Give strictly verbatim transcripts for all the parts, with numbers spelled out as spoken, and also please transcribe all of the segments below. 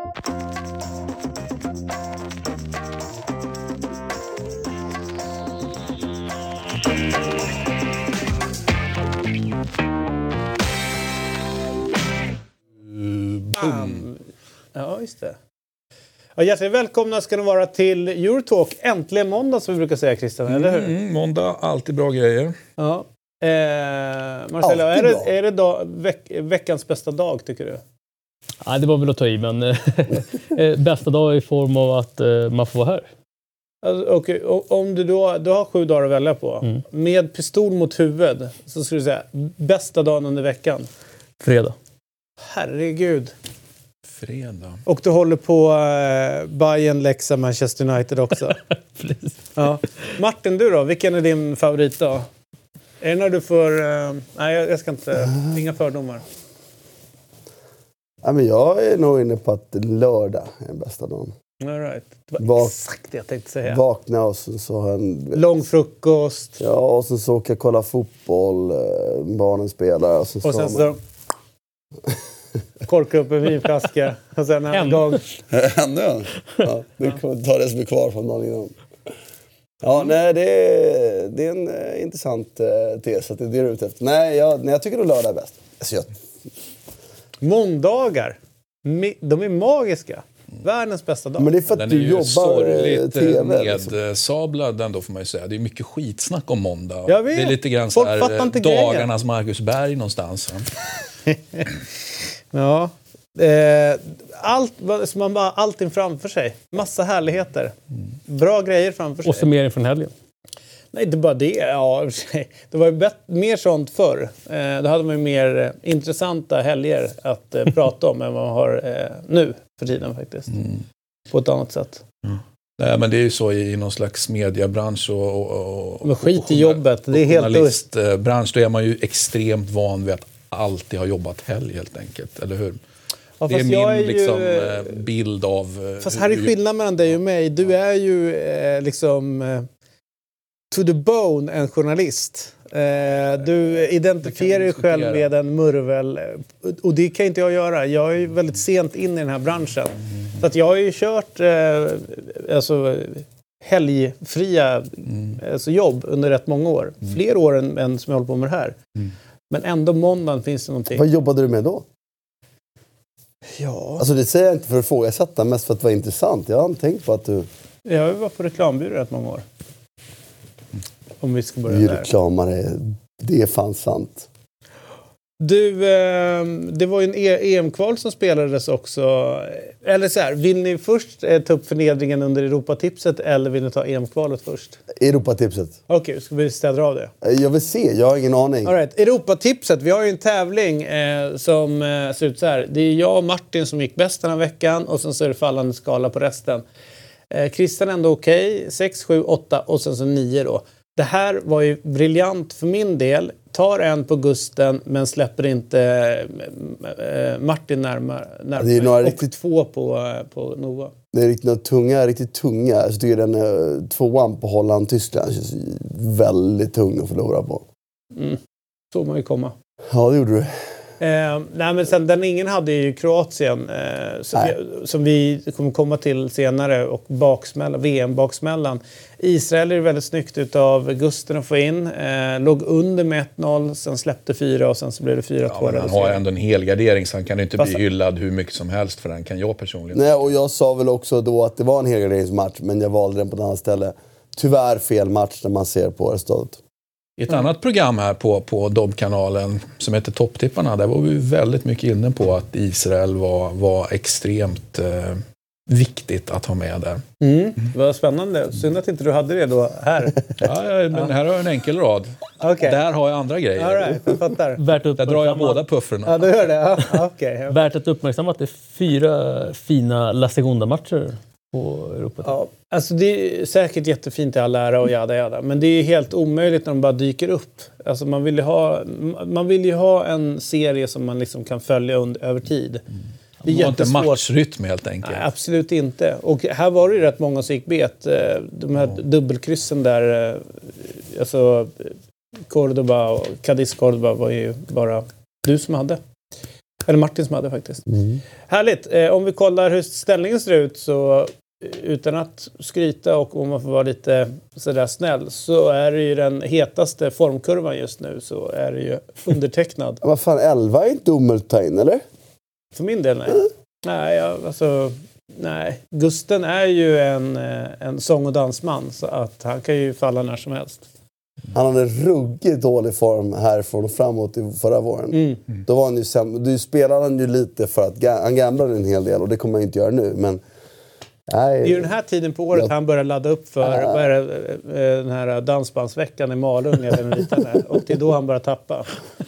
Bam. Ja, just det. Ja, hjärtligt välkomna ska ni vara till Eurotalk. Äntligen måndag, som vi brukar säga, Christian, eller hur? Mm, måndag, alltid bra grejer. Ja. Eh, Marcelo, är det, är det dag, veck, veckans bästa dag, tycker du? Nej, det var väl att ta i, men bästa dag i form av att eh, man får vara här. Alltså, okay, om du då du har sju dagar att välja på, mm. med pistol mot huvud, så skulle du säga bästa dagen under veckan? Fredag. Herregud. Fredag. Och du håller på uh, Bayern, Leksand, Manchester United också. Ja. Martin, du då? Vilken är din favorit då? Är det när du får... Uh, nej, jag ska inte... Uh. Inga fördomar. Ja, men jag är nog inne på att lördag är den bästa dagen. All right. Det var Vak- exakt det jag tänkte säga. Vakna och så, så har en... Lång frukost. Ja, och så, så åka och kolla fotboll. Barnen spelar. Och, så och sen så... korka upp en vinflaska. Och sen en gång. Ändå? Ja, det tar det som är kvar från dagen innan. Ja, nej, det är, det är en uh, intressant uh, tes att det är det du är ute efter. Nej, jag, nej, jag tycker att lördag är bäst. Alltså, jag... Måndagar. De är magiska. Världens bästa dag. Men det är för att den du är ju jobbar sorgligt T V. nedsablad ändå, får man ju säga. Det är mycket skitsnack om måndag. Jag vet. Det är lite grann så Folk fattar här inte dagarnas Marcus Berg någonstans. Ja. Eh, allt som man bara allting framför sig. Massa härligheter. Bra grejer framför sig. Och summering från helgen. Nej, det bara det. Ja, det var ju bet- mer sånt förr. Eh, då hade man ju mer eh, intressanta helger att eh, prata om än vad man har eh, nu för tiden faktiskt. Mm. På ett annat sätt. Mm. Nej, men det är ju så i, i någon slags mediebransch och, och, och men skit i jobbet. Det är helt journalistbransch, då är man ju extremt van vid att alltid ha jobbat helg helt enkelt, eller hur? Ja, det är min är ju, liksom, bild av... Fast här är skillnad mellan dig och mig. Du är ju eh, liksom eh, to the bone en journalist. Eh, du identifierar dig själv med en murvel. Och det kan inte jag göra. Jag är ju väldigt sent in i den här branschen. Mm. Så att jag har ju kört eh, alltså, helgfria mm. alltså, jobb under rätt många år. Mm. Fler år än, än som jag håller på med det här. Mm. Men ändå måndagen finns det någonting. Vad jobbade du med då? Ja. Alltså det säger jag inte för att fråga. Jag satt där mest för att det var intressant. Jag har inte tänkt på att du... Jag var på reklambyrå rätt många år. Om vi ska börja vi där. Reklamare, det är fan sant. Du, eh, det var ju en E M-kval som spelades också. Eller så här, vill ni först eh, ta upp förnedringen under Europatipset eller vill ni ta E M-kvalet först? Europatipset. Okej, okay, ska vi städra av det? Jag vill se, jag har ingen aning. All right. Europatipset, vi har ju en tävling eh, som eh, ser ut så här. Det är jag och Martin som gick bäst den här veckan och sen så är det fallande skala på resten. Eh, Christian ändå okej, okay. sex, sju, åtta och sen så nio då. Det här var ju briljant för min del. Tar en på Gusten men släpper inte äh, Martin närmare. närmare. Det är några och riktigt, två på, äh, på Nova. Det är riktigt tunga, riktigt tunga. Så tycker jag den uh, tvåan på Holland-Tyskland känns väldigt tung att förlora på. Mm. Så man ju komma. Ja, det gjorde du. Eh, nej, men sen den ingen hade ju Kroatien eh, som, vi, som vi kommer komma till senare och baksmälla, V M-baksmällan. Israel är väldigt snyggt utav Gusten att få in. Eh, låg under med ett noll, sen släppte fyra och sen så blev det fyra två. Ja, han har ändå en helgardering så han kan inte Fast... bli hyllad hur mycket som helst för den kan jag personligen. Nej, och jag sa väl också då att det var en helgarderingsmatch men jag valde den på ett annat ställe. Tyvärr fel match när man ser på resultatet. I ett annat program här på, på Dobb-kanalen som heter Topptipparna, där var vi väldigt mycket inne på att Israel var, var extremt eh, viktigt att ha med där. Mm. Mm. Vad spännande. Synd att inte du hade det då här. Ja, ja, men här har jag en enkel rad. Okay. Där har jag andra grejer. All right, jag fattar. Värt där drar jag båda puffrorna. Ja, du gör det. Ja, okay. Värt att uppmärksamma att det är fyra fina La Segunda-matcher på Europa. Ja, alltså det är säkert jättefint i all ära och jada jada, men det är helt omöjligt när de bara dyker upp. Alltså man vill ju ha, man vill ju ha en serie som man liksom kan följa under, över tid. Mm. Det är det var inte matchrytm helt enkelt. Nej, absolut inte. Och här var det ju rätt många som gick bet. De här ja. dubbelkryssen där, alltså Cordoba och Cadiz Cordoba var ju bara du som hade. Eller Martin som hade faktiskt. Mm. Härligt. Eh, om vi kollar hur ställningen ser ut så utan att skryta och om man får vara lite sådär snäll så är det ju den hetaste formkurvan just nu så är det ju undertecknad. Vad fan, elva är inte omöjligt att ta in, eller? För min del, nej. Mm. Nej, jag, alltså... Nej, Gusten är ju en, en sång- och dansman så att han kan ju falla när som helst. Han hade ruggigt dålig form härifrån och framåt i förra våren. Mm. Då var han ju sämre. Du spelade han ju lite för att ga- han gamblade en hel del och det kommer han inte göra nu. Men, nej. Det är ju den här tiden på året ja. han börjar ladda upp för äh. vad är det, den här dansbandsveckan i Malung eller liknande. Och det är då han börjar tappa.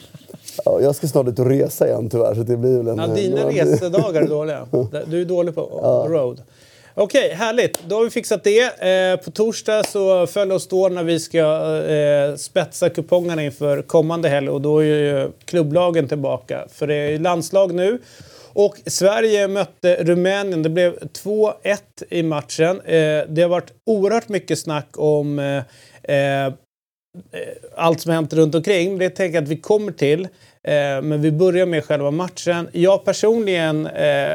Ja, jag ska snart ut och resa igen tyvärr. Så det blir väl en, ja, dina några... resedagar är dåliga. Du är dålig på ja. road. Okej, okay, härligt. Då har vi fixat det. Eh, på torsdag så följ oss då när vi ska eh, spetsa kupongerna inför kommande helg. Och då är ju klubblagen tillbaka. För det är landslag nu. Och Sverige mötte Rumänien. Det blev två ett i matchen. Eh, det har varit oerhört mycket snack om eh, eh, allt som hänt runt omkring. Det tänker jag att vi kommer till. Eh, men vi börjar med själva matchen. Jag personligen eh,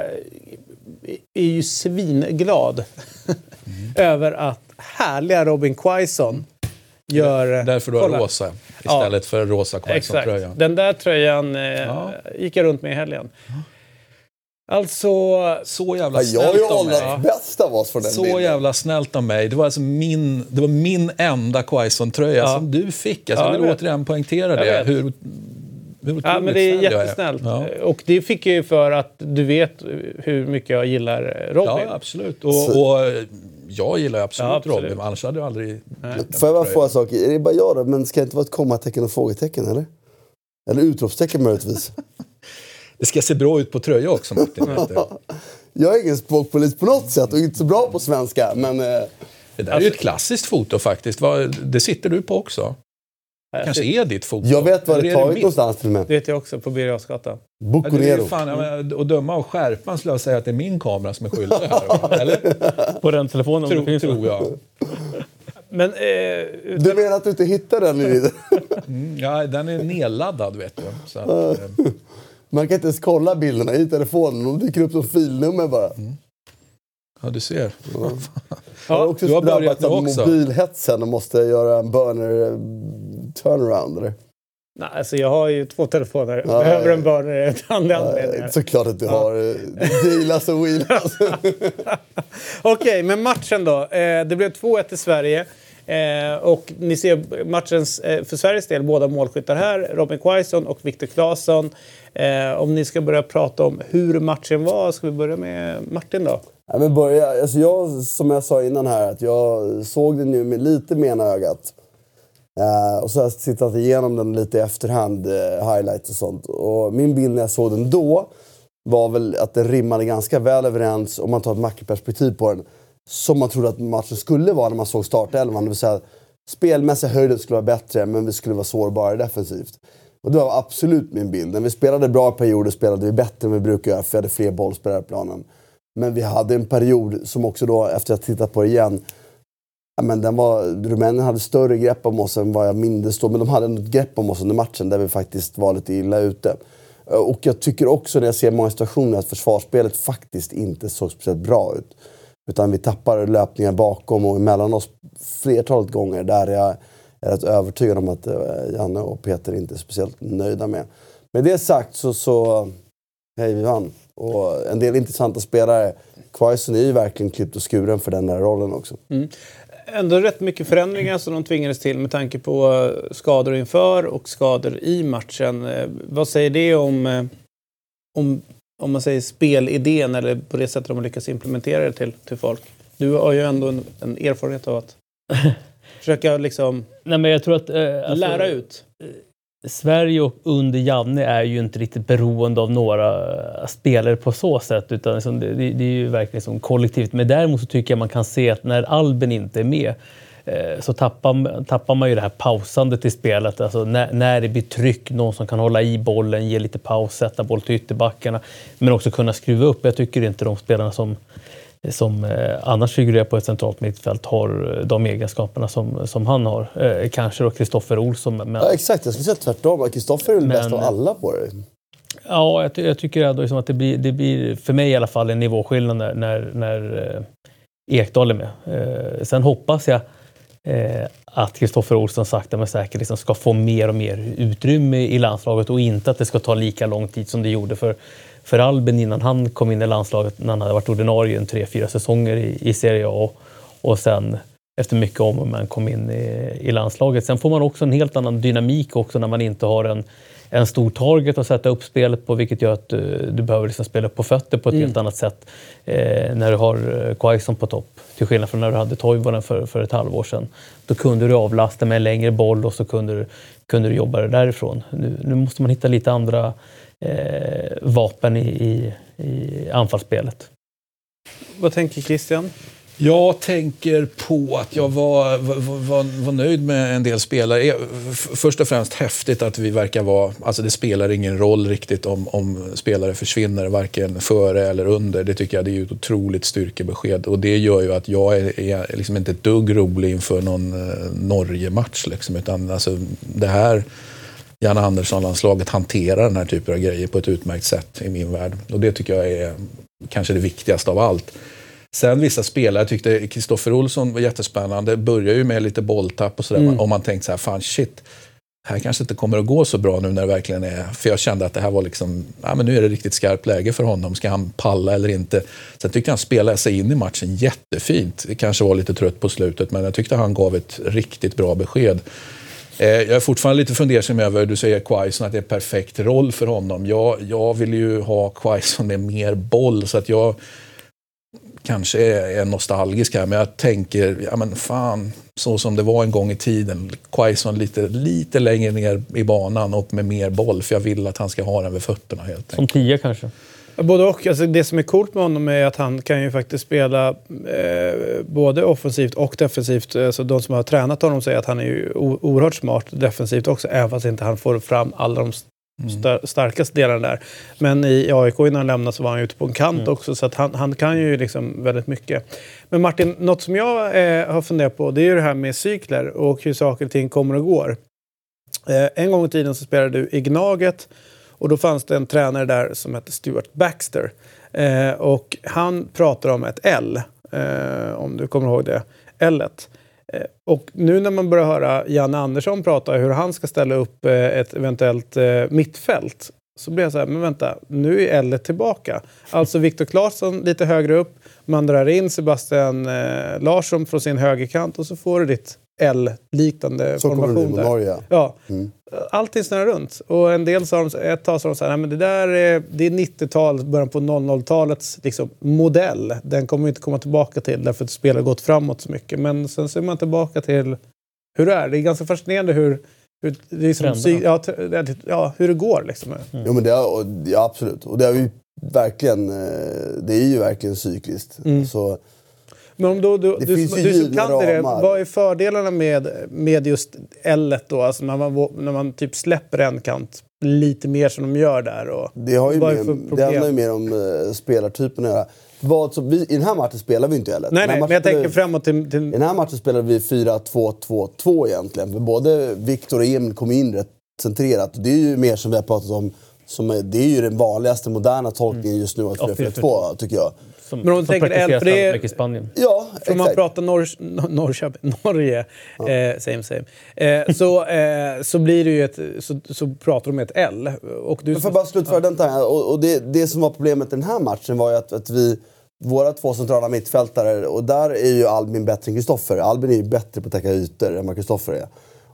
är ju svinglad mm. över att härliga Robin Quaison gör... Därför du har rosa istället ja. för rosa Quaison-tröjan. Den där tröjan eh, ja. gick jag runt med i helgen. Ja. Alltså... Så jävla ja, snällt jag av mig. Jag bäst av oss för den Så bilden. jävla snällt av mig. Det var alltså min, det var min enda Quaison-tröja ja. som du fick. Alltså, ja, jag vill jag återigen poängtera det. Hur, hur ja, men det är jättesnällt. Ja. Och det fick ju för att du vet hur mycket jag gillar Robin. Ja, absolut. Och, och jag gillar absolut, ja, absolut. Robin. Annars hade jag aldrig... Får jag bara få en sak? Är det bara jag då? Men ska det inte vara ett kommatecken och frågetecken, eller? Eller utropstecken möjligtvis? Det ska se bra ut på tröja också, Martin. Jag är ingen språkpolis på något sätt och inte så bra på svenska, men... Eh... Det där är ju ett klassiskt foto faktiskt. Det sitter du på också. Det kanske är ditt foto. Jag vet vad det tagit någonstans till mig. Det vet jag också, på Birger Jarlsgatan. Buconero. Ja, och döma av skärpan skulle jag säga att det är min kamera som är skyldig här. Eller? På den telefonen Tro, finns tror jag. Men, eh, du menar att du inte hittar den i det? mm, ja, den är nedladdad, vet du. Så att, eh. Man kan inte ens kolla bilderna i telefonen. De dyker upp som filnummer bara. Mm. Ja, du ser. Ja. Jag har också drabbats av mobilhetsen och måste göra en burner turnaround, eller? Nej, alltså jag har ju två telefoner. Jag behöver en burner ett andra anledningar. Såklart att du ja. har dealas och wheelas. Okej, okay, men matchen då. Det blev två ett i Sverige. Och ni ser matchens, för Sveriges del, båda målskyttar här. Robin Quaison och Viktor Claesson. Om ni ska börja prata om hur matchen var, ska vi börja med Martin då? Ja, men börja, alltså jag, som jag sa innan här, att jag såg den nu med lite mena ögat. Uh, och så har jag tittat igenom den lite i efterhand, uh, highlights och sånt. Och min bild när jag såg den då var väl att den rimmade ganska väl överens, om man tar ett makroperspektiv på den, som man trodde att matchen skulle vara när man såg startelvan. Det vill säga, spelmässiga höjden skulle vara bättre, men vi skulle vara sårbara defensivt. Och det var absolut min bild. När vi spelade bra perioder spelade vi bättre än vi brukar göra, för vi hade fler bollspelare på planen. Men vi hade en period som också då, efter att ha tittat på det igen, ja, men den var, Rumänien hade större grepp om oss än vad jag minns då, men de hade ett grepp om oss under matchen där vi faktiskt var lite illa ute. Och jag tycker också när jag ser många situationer att försvarsspelet faktiskt inte såg speciellt bra ut. Utan vi tappar löpningar bakom och emellan oss flertalet gånger där jag är rätt övertygad om att Janne och Peter inte är speciellt nöjda med. Med det sagt så, så hej, vi vann. Och en del intressanta spelare. Quaison är ju verkligen klippt och skuren för den där rollen också. Mm. Ändå rätt mycket förändringar som de tvingades till med tanke på skador inför och skador i matchen. Vad säger det om, om, om man säger spelidén eller på det sättet de har lyckats implementera det till, till folk? Du har ju ändå en, en erfarenhet av att försöka liksom Nej, men jag tror att, eh, alltså, lära ut. Sverige och under Janne är ju inte riktigt beroende av några spelare på så sätt, utan liksom det, det är ju verkligen som kollektivt. Men däremot så tycker jag man kan se att när Albin inte är med eh, så tappar, tappar man ju det här pausandet i spelet. Alltså när, när det blir tryck, någon som kan hålla i bollen, ge lite paus, sätta boll till ytterbackarna, men också kunna skruva upp. Jag tycker inte de spelarna som som eh, annars figurerar på ett centralt mittfält har de egenskaperna som, som han har. Eh, kanske då Kristoffer Olsson. Men, ja, exakt. Jag skulle säga tvärtom. Kristoffer är väl bäst av alla på det. Ja, jag, ty- jag tycker ändå liksom att det blir, det blir, för mig i alla fall, en nivåskillnad när, när, när eh, Ekdal är med. Eh, sen hoppas jag eh, att Kristoffer Olsson sakta men säkert liksom ska få mer och mer utrymme i landslaget och inte att det ska ta lika lång tid som det gjorde för, för Albin innan han kom in i landslaget, när han hade varit ordinarie en tre, fyra säsonger i, i Serie A och, och sen efter mycket om och man kom in i, i landslaget. Sen får man också en helt annan dynamik också när man inte har en en stor target att sätta upp spelet på, vilket gör att du, du behöver liksom spela upp på fötter på ett mm. helt annat sätt eh, när du har Quaison på topp. Till skillnad från när du hade Toivonen för, för ett halvår sedan. Då kunde du avlasta med en längre boll och så kunde du, kunde du jobba det därifrån. Nu, nu måste man hitta lite andra eh, vapen i, i, i anfallsspelet. Vad tänker Christian? Jag tänker på att jag var, var, var, var nöjd med en del spelare. Först och främst häftigt att vi verkar vara... Alltså det spelar ingen roll riktigt om, om spelare försvinner, varken före eller under. Det tycker jag det är ett otroligt styrkebesked. Och det gör ju att jag är, är liksom inte ett dugg rolig inför någon eh, Norge-match. Liksom, utan alltså det här... Jan Andersson-landslaget hanterar den här typen av grejer på ett utmärkt sätt i min värld. Och det tycker jag är kanske det viktigaste av allt. Sen vissa spelare, jag tyckte Kristoffer Olsson var jättespännande. Börjar ju med lite bolltapp och sådär. Mm. Om man tänkte så här, fan shit, här kanske inte kommer att gå så bra nu när det verkligen är. För jag kände att det här var liksom, ja men nu är det riktigt skarpt läge för honom. Ska han palla eller inte? Sen tyckte han spelade sig in i matchen jättefint. Det kanske var lite trött på slutet, men jag tyckte han gav ett riktigt bra besked. Eh, jag är fortfarande lite fundersam över, du säger Quaison, att det är perfekt roll för honom. Jag, jag vill ju ha Quaison med mer boll, så att jag kanske är nostalgisk här, men jag tänker, ja men fan, så som det var en gång i tiden. Quaison lite, lite längre ner i banan och med mer boll, för jag vill att han ska ha den vid fötterna helt enkelt. Som tio kanske? Både och. Alltså det som är coolt med honom är att han kan ju faktiskt spela eh, både offensivt och defensivt. Alltså de som har tränat honom säger att han är ju o- oerhört smart defensivt också, även fast inte han får fram alla de st- starkaste delarna där. Men i A I K innan han lämnade så var han ute på en kant mm. också, så att han, han kan ju liksom väldigt mycket. Men Martin, något som jag eh, har funderat på, det är ju det här med cykler och hur saker och ting kommer och går. Eh, en gång i tiden så spelade du i Gnaget. Och då fanns det en tränare där som hette Stuart Baxter. Eh, och han pratar om ett L. Eh, om du kommer ihåg det. L-et. Eh, och nu när man börjar höra Janne Andersson prata hur han ska ställa upp eh, ett eventuellt eh, mittfält. Så blir jag så här, men vänta, nu är L-et tillbaka. Alltså Viktor Claesson lite högre upp. Man drar in Sebastian eh, Larsson från sin högerkant. Och så får du ditt L-liknande så formation där. Norge. Ja. Mm. Allting snurrar runt. Och en del sa de, ett tag sa de så här, nej men det där är, det är nittiotalet, början på noll noll-talets liksom, modell. Den kommer vi inte komma tillbaka till därför att spelet har gått framåt så mycket. Men sen ser man tillbaka till hur det är. Det är ganska fascinerande hur, hur, det är som, sy- ja, t- ja, hur det går. Liksom. Mm. Jo, men det är, ja, absolut. Och det är ju verkligen, det är ju verkligen cykliskt. Mm. Så, men om då, du, du, du, du som kan det, vad är fördelarna med, med just L-et då? Alltså när man, när man typ släpper en kant lite mer som de gör där. Och det, har ju mer, det handlar ju mer om uh, spelartypen. Vad, så vi, I den här matchen spelar vi inte L-et. Nej, nej men jag tänker framåt till, till... I den här matchen spelar vi fyra två två två egentligen. För både Viktor och Emil kom in rätt centrerat. Det är ju mer som vi har pratat om. Som är, det är ju den vanligaste moderna tolkningen just nu av fyra fyra två tycker jag. Som, men om du tänker L, för det är, i Spanien. Ja, exakt. För man pratar Norr, Norrköping, Norge, ja. eh, same same. Eh, så, eh, så blir det ju ett, så, så pratar de med ett L. Och du, jag får bara slutföra ja. den tanken. Och, och det, det som var problemet i den här matchen var ju att, att vi, våra två centrala mittfältare, och där är ju Albin bättre än Kristoffer. Albin är ju bättre på att täcka ytor än vad Kristoffer är.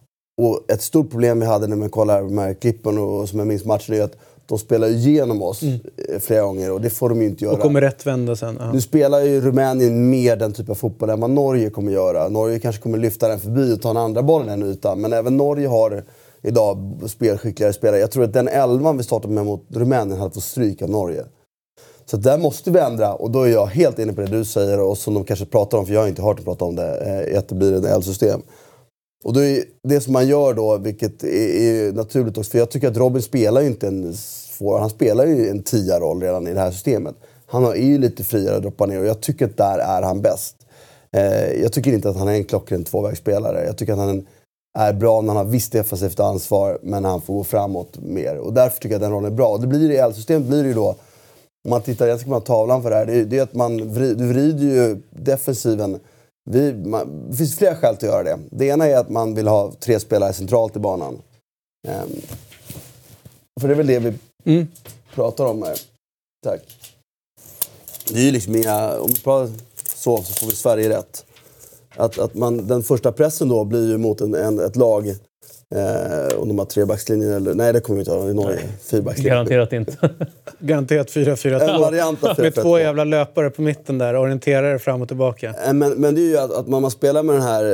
Och ett stort problem vi hade när man kollar de här klippen och som jag minns matchen är att de spelar igenom oss mm. flera gånger och det får de ju inte göra. Och kommer rätt vända sen. Ja. Nu spelar ju Rumänien mer den typ av fotboll än vad Norge kommer göra. Norge kanske kommer lyfta den förbi och ta en andra bollen än utan. Men även Norge har idag spelskickligare spelare. Jag tror att den elvan vi startade med mot Rumänien hade fått stryk av Norge. Så där måste vi ändra och då är jag helt inne på det du säger och som de kanske pratar om, för jag har inte hört dem prata om det, att det blir ett L-system. Och då är det som man gör då, vilket är, är naturligt också, för jag tycker att Robin spelar ju inte en svår, han spelar ju en tia-roll redan i det här systemet. Han är ju lite friare att droppa ner och jag tycker att där är han bäst. Eh, jag tycker inte att han är en klockren tvåvägsspelare. Jag tycker att han är en är bra när han har visst defensivt ansvar, men han får gå framåt mer. Och därför tycker jag att den rollen är bra. Och det blir i L-systemet blir det ju då, om man tittar, jag ska man tavlan för det här, det är, det är att man vrid, du vrider ju defensiven. Vi, man, det finns flera skäl till att göra det. Det ena är att man vill ha tre spelare centralt i banan. Um, för det är väl det vi mm. pratar om här. Tack. Det är ju liksom inga, om vi pratar så, så får vi Sverige rätt. Att, att man, den första pressen då blir ju mot en, en, ett lag eh, om de har trebackslinjer eller, nej det kommer vi inte ha i Norge, fyrbackslinjer. Garanterat inte. Garanterat fyra fyra två. En variant av med två jävla löpare på mitten där, orienterare fram och tillbaka. Eh, men, men det är ju att, att man, man spelar med den här,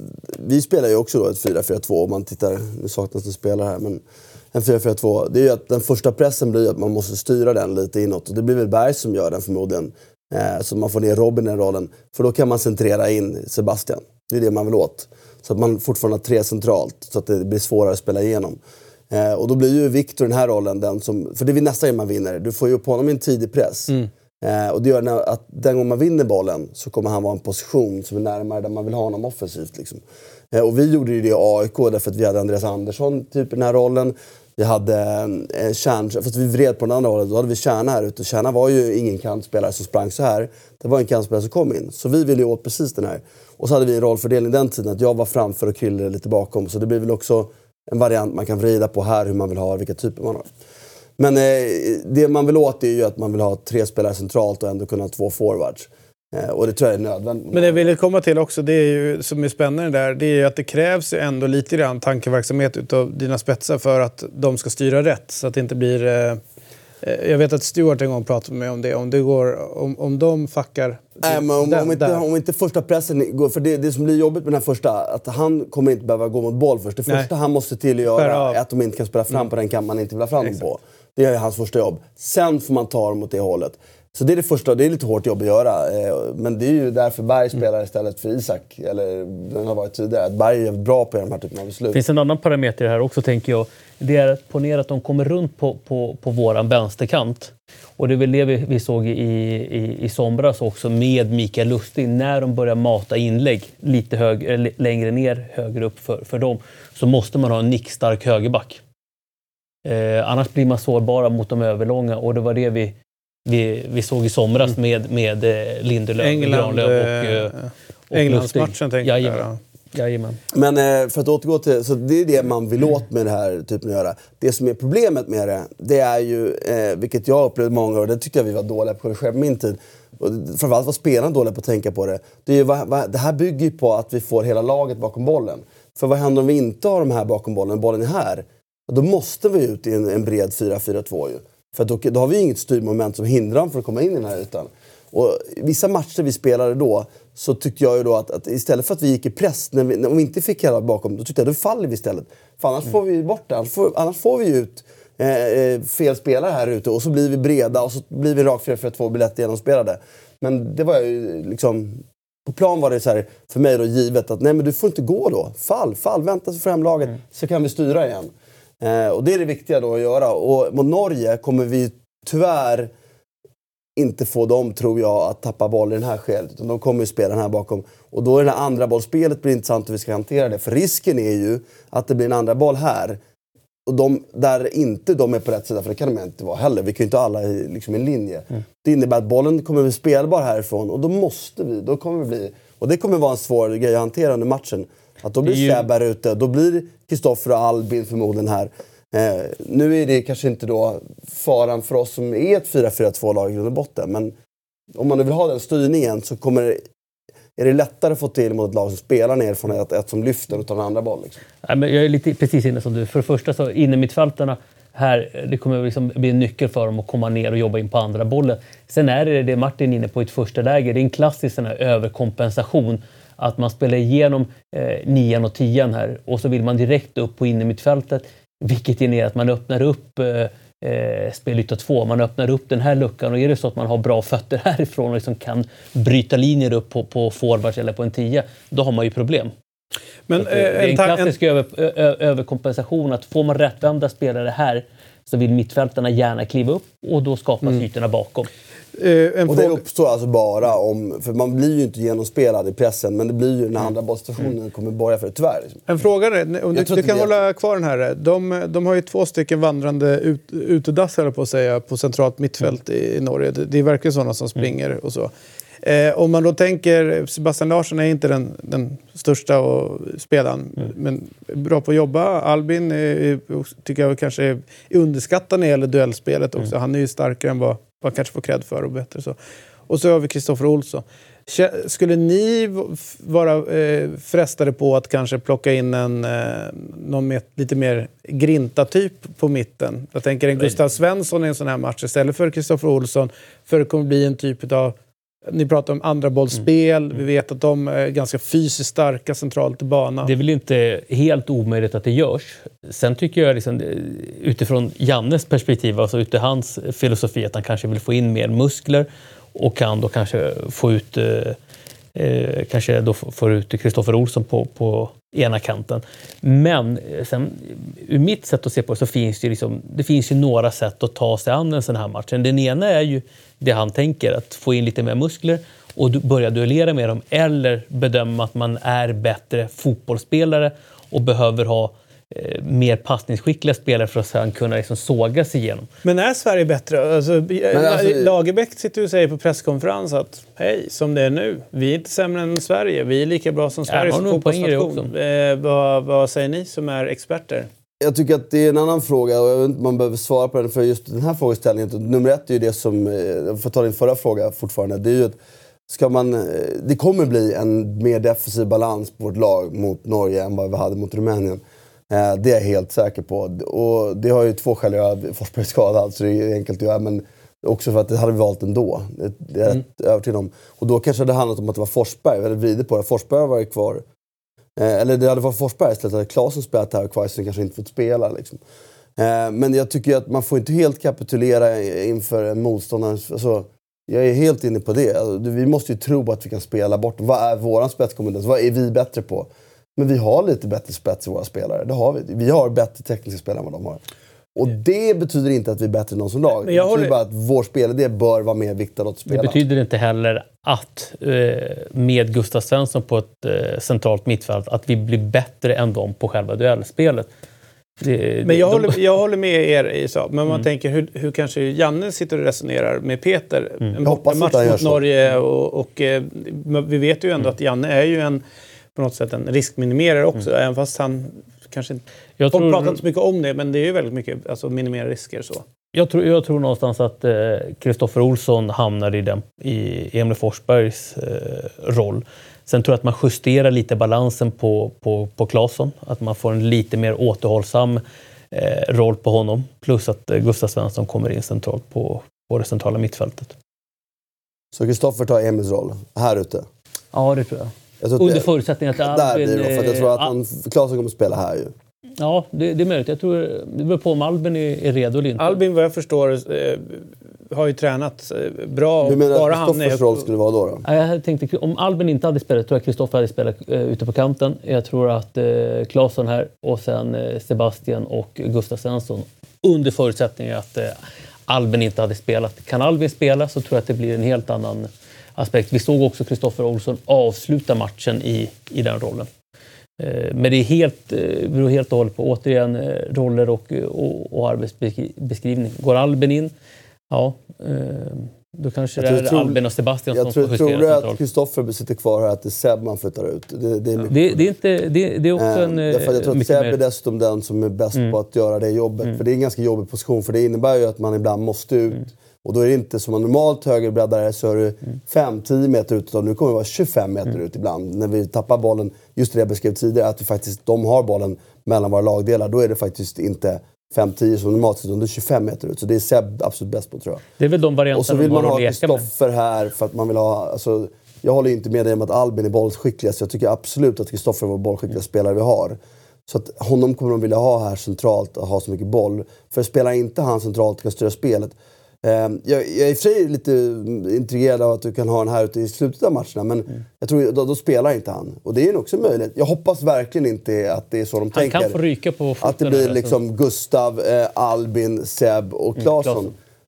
vi spelar ju också då ett fyra fyra två om man tittar, nu saknas det spelare här, men en fyra fyra två, det är ju att den första pressen blir att man måste styra den lite inåt, och det blir väl Berg som gör den förmodligen. Så man får ner Robin i den rollen. För då kan man centrera in Sebastian. Det är det man vill åt. Så att man fortfarande har tre centralt. Så att det blir svårare att spela igenom. Eh, och då blir ju Victor den här rollen den som... För det är nästa gång man vinner. Du får ju upp honom i en tidig press. Mm. Eh, och det gör att den gång man vinner bollen så kommer han vara en position som är närmare där man vill ha honom offensivt. Liksom. Eh, och vi gjorde ju det i A I K därför att vi hade Andreas Andersson typ i den här rollen. Vi hade eh, Kärn, fast vi vred på den andra hållet, då hade vi Kärna här ute. Kärna var ju ingen kantspelare som sprang så här. Det var en kantspelare som kom in. Så vi ville ju åt precis den här. Och så hade vi en rollfördelning den tiden att jag var framför och Krille lite bakom. Så det blir väl också en variant man kan vrida på här hur man vill ha, vilka typer man har. Men eh, det man vill åt är ju att man vill ha tre spelare centralt och ändå kunna ha två forwards. Eh, och det tror jag är nödvändigt. Men det jag ville komma till också, det är ju, som är spännande där, det är ju att det krävs ju ändå lite grann tankeverksamhet utav dina spetsar för att de ska styra rätt. Så att det inte blir... Eh, jag vet att Stuart en gång pratade med mig om det. Om det går, om, om de fuckar... Nej, men om, om, inte, om inte första pressen går... För det, det som blir jobbigt med den här första, att han kommer inte behöva gå mot boll först. Det första Nej. han måste till att göra är att de inte kan spela fram mm. på den kan man inte vill ha fram dem på. Det är hans första jobb. Sen får man ta dem åt det hållet. Så det är det första, det är lite hårt jobb att göra. Men det är ju därför Berg spelar mm. istället för Isak. Eller den har varit tidigare. Att Berg är bra på de här typen av beslut. Det finns en annan parameter här också, tänker jag. Det är att ponera att de kommer runt på, på, på våran vänsterkant. Och det är väl det vi, vi såg i, i, i somras också med Mikael Lustig. När de börjar mata inlägg lite hög, längre ner, högre upp för, för dem. Så måste man ha en nickstark högerback. Eh, annars blir man sårbara mot de överlånga. Och det var det vi... Vi, vi såg i somras med, med Lindelöf, England, Granlöf och, och Englandsmatchen tänker jag. Jajamän. Jajamän. Men eh, för att återgå till, så det är det man vill åt med det här typen att göra. Det som är problemet med det, det är ju, eh, vilket jag upplevde många år, och det tyckte jag vi var dåliga på själv min tid. Och framförallt var spelarna dåliga på att tänka på det. Det, är ju, va, va, det här bygger ju på att vi får hela laget bakom bollen. För vad händer om vi inte har de här bakom bollen, bollen är här? Då måste vi ut i en, en bred fyra fyra två ju. För då, då har vi inget styrmoment som hindrar dem för att komma in i den här ytan. Och vissa matcher vi spelade då, så tyckte jag ju då att, att istället för att vi gick i press, när vi, när vi inte fick hela bakom, då tyckte jag då faller vi istället. För annars mm. får vi bort det, annars får, annars får vi ut eh, fel spelare här ute och så blir vi breda och så blir vi rakt fyra fyra två biljetter genomspelade. Men det var ju liksom, på plan var det så här, för mig då givet att nej men du får inte gå då, fall, fall, vänta sig fram laget mm. så kan vi styra igen. Eh, och det är det viktiga då att göra. Och mot Norge kommer vi tyvärr inte få dem, tror jag, att tappa boll i den här skedet. Utan de kommer ju spela den här bakom. Och då är det här andra bollspelet blir intressant hur vi ska hantera det. För risken är ju att det blir en andra boll här. Och de, där inte de är på rätt sida, för det kan de inte vara heller. Vi kan ju inte alla i liksom, en linje. Mm. Det innebär att bollen kommer bli spelbar härifrån. Och då måste vi, då kommer vi bli... Och det kommer vara en svår grej att hantera under matchen. Att då blir ju... Säber ute, då blir Kristoffer och Albin förmodligen här. Eh, nu är det kanske inte då faran för oss som är ett fyra fyra två-lag i grund och botten. Men om man nu vill ha den styrningen så kommer det, är det lättare att få till mot ett lag som spelar ner från ett, ett som lyfter och tar en andra boll. Liksom. Nej, men jag är lite precis inne som du. För det första så inne mittfältarna här, det kommer liksom bli en nyckel för dem att komma ner och jobba in på andra bollen. Sen är det det Martin är inne på i ett första läge. Det är en klassisk sån här överkompensation. Att man spelar igenom eh, nian och tian här och så vill man direkt upp på innermittfältet, vilket genererar att man öppnar upp eh, spelyta två. Man öppnar upp den här luckan och är det så att man har bra fötter härifrån och liksom kan bryta linjer upp på, på forwards eller på en tia, då har man ju problem. Men, det, eh, det är en klassisk en... över, ö, överkompensation att får man rättvända spelare här så vill mittfältarna gärna kliva upp och då skapas mm. ytorna bakom. Uh, en och det uppstår alltså bara om... För man blir ju inte genomspelad i pressen, men det blir ju när andra bollstationen mm. kommer börja för det, tyvärr. Liksom. En fråga är, om du, du kan hålla är... kvar den här. De, de har ju två stycken vandrande ut, utedass, på att säga, på centralt mittfält mm. i, i Norge. Det, det är verkligen sådana som springer mm. och så. Eh, om man då tänker, Sebastian Larsson är inte den, den största och spelaren, mm. men bra på att jobba. Albin är, tycker jag kanske är underskattad när det gäller duellspelet också. Mm. Han är ju starkare än vad man kanske får cred för och bättre så. Och så har vi Kristoffer Olsson. Skulle ni vara eh, frestade på att kanske plocka in en eh, någon med, lite mer grinta typ på mitten? Jag tänker en Gustav Svensson i en sån här match istället för Kristoffer Olsson, för det kommer bli en typ av... Ni pratar om andra bollspel. Mm. Vi vet att de är ganska fysiskt starka centralt i banan. Det är väl inte helt omöjligt att det görs. Sen tycker jag liksom, utifrån Jannes perspektiv, alltså utifrån hans filosofi, att han kanske vill få in mer muskler och kan då kanske få ut eh, kanske då få ut Kristoffer Olsson på, på ena kanten. Men sen, ur mitt sätt att se på det, så finns det, liksom, det finns ju några sätt att ta sig an en sån här match. Den ena är ju det han tänker, att få in lite mer muskler och börja duellera med dem, eller bedöma att man är bättre fotbollsspelare och behöver ha eh, mer passningsskickliga spelare för att sedan kunna liksom såga sig igenom. Men är Sverige bättre? Alltså, alltså, Lagerbäck sitter och säger på presskonferens att hej, som det är nu, vi är inte sämre än Sverige, vi är lika bra som Sveriges fotbollsnation. Eh, vad, vad säger ni som är experter? Jag tycker att det är en annan fråga och jag vet inte om man behöver svara på den för just den här frågeställningen. Nummer ett är ju det som, jag får ta din förra fråga fortfarande, det är ju att ska man, det kommer bli en mer defensiv balans på vårt lag mot Norge än vad vi hade mot Rumänien. Det är jag helt säker på. Och det har ju två skäl att göra. Forsberg är skadad, så det är enkelt att göra, men också för att det hade vi valt ändå. Det är mm. rätt övertygad om. Och då kanske det handlat om att det var Forsberg, vi hade vridit på det. Forsberg har varit kvar. Eller det hade varit Forsberg istället, hade Klasen spelat här och Kvaisen kanske inte fått spela liksom. Men jag tycker att man får inte helt kapitulera inför en motståndare. Alltså, jag är helt inne på det. Vi måste ju tro att vi kan spela bort. Vad är våran spetskompetens? Vad är vi bättre på? Men vi har lite bättre spets i våra spelare. Det har vi. Vi har bättre tekniska spelare än vad de har. Och det betyder inte att vi är bättre än någon som lag. Men jag det betyder håller... bara att vår spelare bör vara mer viktad åt spela. Det betyder inte heller att eh, med Gustav Svensson på ett eh, centralt mittfält att vi blir bättre än dem på själva duellspelet. Det, men jag, de... håller, jag håller med er i sak. Men man mm. tänker hur, hur kanske Janne sitter och resonerar med Peter. Mm. En borta match mot Norge och, och eh, vi vet ju ändå mm. att Janne är ju en på något sätt en riskminimerare också. Mm. Även fast han kanske inte... Jag tror, pratar inte så mycket om det, men det är ju väldigt mycket alltså minimera risker så. Jag tror, jag tror någonstans att Kristoffer eh, Olsson hamnar i, den, i Emil Forsbergs eh, roll. Sen tror jag att man justerar lite balansen på, på, på Claesson. Att man får en lite mer återhållsam eh, roll på honom. Plus att eh, Gustav Svensson kommer in centralt på, på det centrala mittfältet. Så Kristoffer tar Emils roll här ute? Ja, det tror jag. jag Under förutsättning att Albin... Där blir det, för att jag tror att han, Claesson kommer spela här ju. Ja, det, det är möjligt. Jag tror det beror på om Albin är, är redo eller inte. Albin, vad jag förstår, eh, har ju tränat eh, bra. Du menar att Kristoffers roll skulle vara då? då? Ja, jag tänkte, om Albin inte hade spelat, tror jag Kristoffer hade spelat eh, ute på kanten. Jag tror att eh, Claesson här och sen eh, Sebastian och Gustav Svensson. Under förutsättning att eh, Albin inte hade spelat. Kan Albin spela så tror jag att det blir en helt annan aspekt. Vi såg också Kristoffer Olsson avsluta matchen i, i den rollen. Men det är helt, beror helt och hållet på återigen roller och, och, och arbetsbeskrivning. Går Albin in? Ja, då kanske det är tror, Albin och Sebastian som får justera. Jag tror att Kristoffer sitter kvar här, att det är Seb man flyttar ut. Det, det, är, ja. det, det, är, inte, det, det är också en... Äh, jag tror att Seb är dessutom den som är bäst mm. på att göra det jobbet. Mm. För det är en ganska jobbig position, för det innebär ju att man ibland måste ut. Mm. Och då är det inte som man normalt högerbreddare så är det fem till tio meter ut. Och nu kommer det vara tjugofem meter mm. ut ibland. När vi tappar bollen, just det jag beskrev tidigare, att vi faktiskt, de har bollen mellan våra lagdelar. Då är det faktiskt inte fem till tio som normalt, utan det är tjugofem meter ut. Så det är Seb absolut bäst på, tror jag. Det är väl de varianterna. Och så vill man ha Kristoffer här för att man vill ha... Alltså, jag håller inte med dig om att Albin är bollskickligast. Jag tycker absolut att Kristoffer är vår bollskickligaste spelare vi har. Så att honom kommer de vilja ha här centralt och ha så mycket boll. För spelar inte han centralt kan styra spelet. Jag, jag är i och för sig lite intrigerad av att du kan ha den här ute i slutet av matcherna. Men mm. jag tror då, då spelar inte han. Och det är också möjligt. Jag hoppas verkligen inte att det är så de han tänker. Han kan få ryka på att det blir liksom Gustav, eh, Albin, Seb och Claesson. Mm,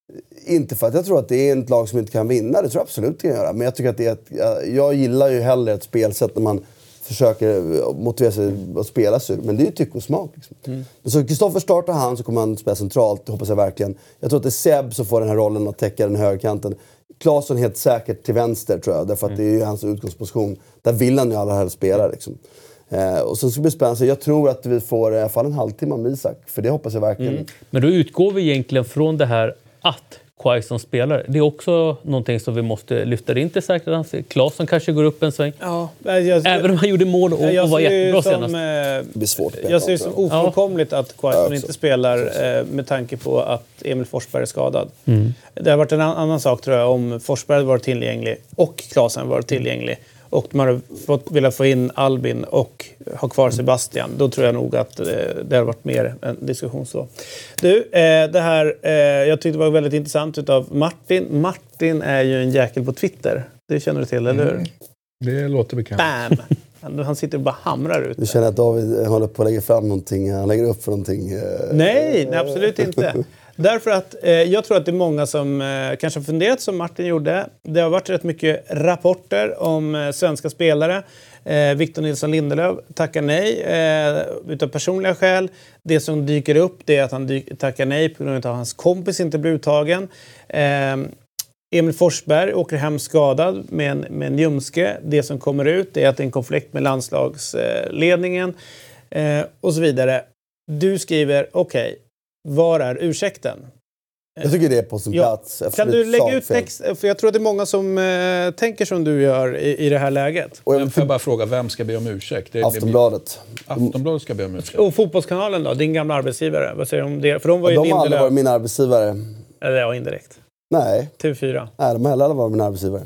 inte för att jag tror att det är ett lag som inte kan vinna. Det tror jag absolut kan göra. Men jag tycker att det är ett, jag gillar ju hellre ett spelsätt när man försöker motivera sig att spela sig. Men det är ju tyck och smak. Liksom. Mm. Men så Kristoffer startar han så kommer han spela centralt. Det hoppas jag verkligen. Jag tror att det är Seb som får den här rollen att täcka den högerkanten. Klasen helt säkert till vänster tror jag. Därför att mm. det är ju hans utgångsposition. Där vill han ju alla här spela liksom. Eh, och sen ska det bli spännande. Jag tror att vi får i alla fall en halvtimme om Isak. För det hoppas jag verkligen. Mm. Men då utgår vi egentligen från det här att Quaison spelar. Det är också någonting som vi måste lyfta in till säkert. Klasen kanske går upp en sväng. Ja, jag, Även om han gjorde mål och, och var jättebra som, senast. Det blir svårt. Jag ser det som ofrånkomligt ja. att Quaison ja, inte spelar eh, med tanke på att Emil Forsberg är skadad. Mm. Det har varit en annan sak tror jag om Forsberg varit tillgänglig och Klasen varit tillgänglig. Och man har fått, vilja få in Albin och ha kvar Sebastian. Då tror jag nog att eh, det har varit mer en diskussion så. Du, eh, det här eh, jag tyckte det var väldigt intressant utav Martin. Martin är ju en jäkel på Twitter. Det känner du till, eller hur? Mm. Det låter bekant. Bam! Han sitter och bara hamrar ut. Du känner att David håller på att lägga fram någonting. Han lägger upp för någonting. Eh. Nej, nej, absolut inte. Därför att eh, jag tror att det är många som eh, kanske har funderat som Martin gjorde. Det har varit rätt mycket rapporter om eh, svenska spelare. Eh, Victor Nilsson Lindelöf tackar nej eh, utav personliga skäl. Det som dyker upp det är att han dyk- tackar nej på grund av att hans kompis inte blir uttagen. Eh, Emil Forsberg åker hem skadad med en, med en ljumske. Det som kommer ut är att det är en konflikt med landslagsledningen eh, och så vidare. Du skriver, okej. Okay, var är ursäkten? Jag tycker det är på sin ja. plats. Kan du lägga ut text? För jag tror att det är många som eh, tänker som du gör i, i det här läget. Och jag får bara fråga, vem ska be om ursäkt? Det är Aftonbladet. Aftonbladet ska be om ursäkt. Och Fotbollskanalen då? Din gamla arbetsgivare. Vad säger du om det? För de var ju ja, de har aldrig varit min arbetsgivare. Eller ja, indirekt. Nej. T V fyra. Nej, de har heller aldrig varit min arbetsgivare.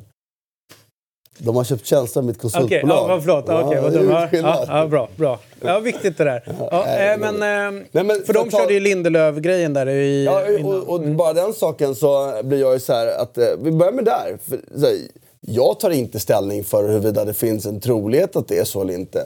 De har köpt tjänster med mitt konsultbolag. Okej, okay, ja, förlåt. Ja, okay, vad ja, ja, ja, bra, bra. Ja, viktigt det där. Ja, Nej, men, men, men, för, för de ta... körde ju Lindelöf-grejen där i... Ja, och, och mm. bara den saken så blir jag ju så här att... Vi börjar med där. För, så här, jag tar inte ställning för huruvida det finns en trolighet att det är så eller inte.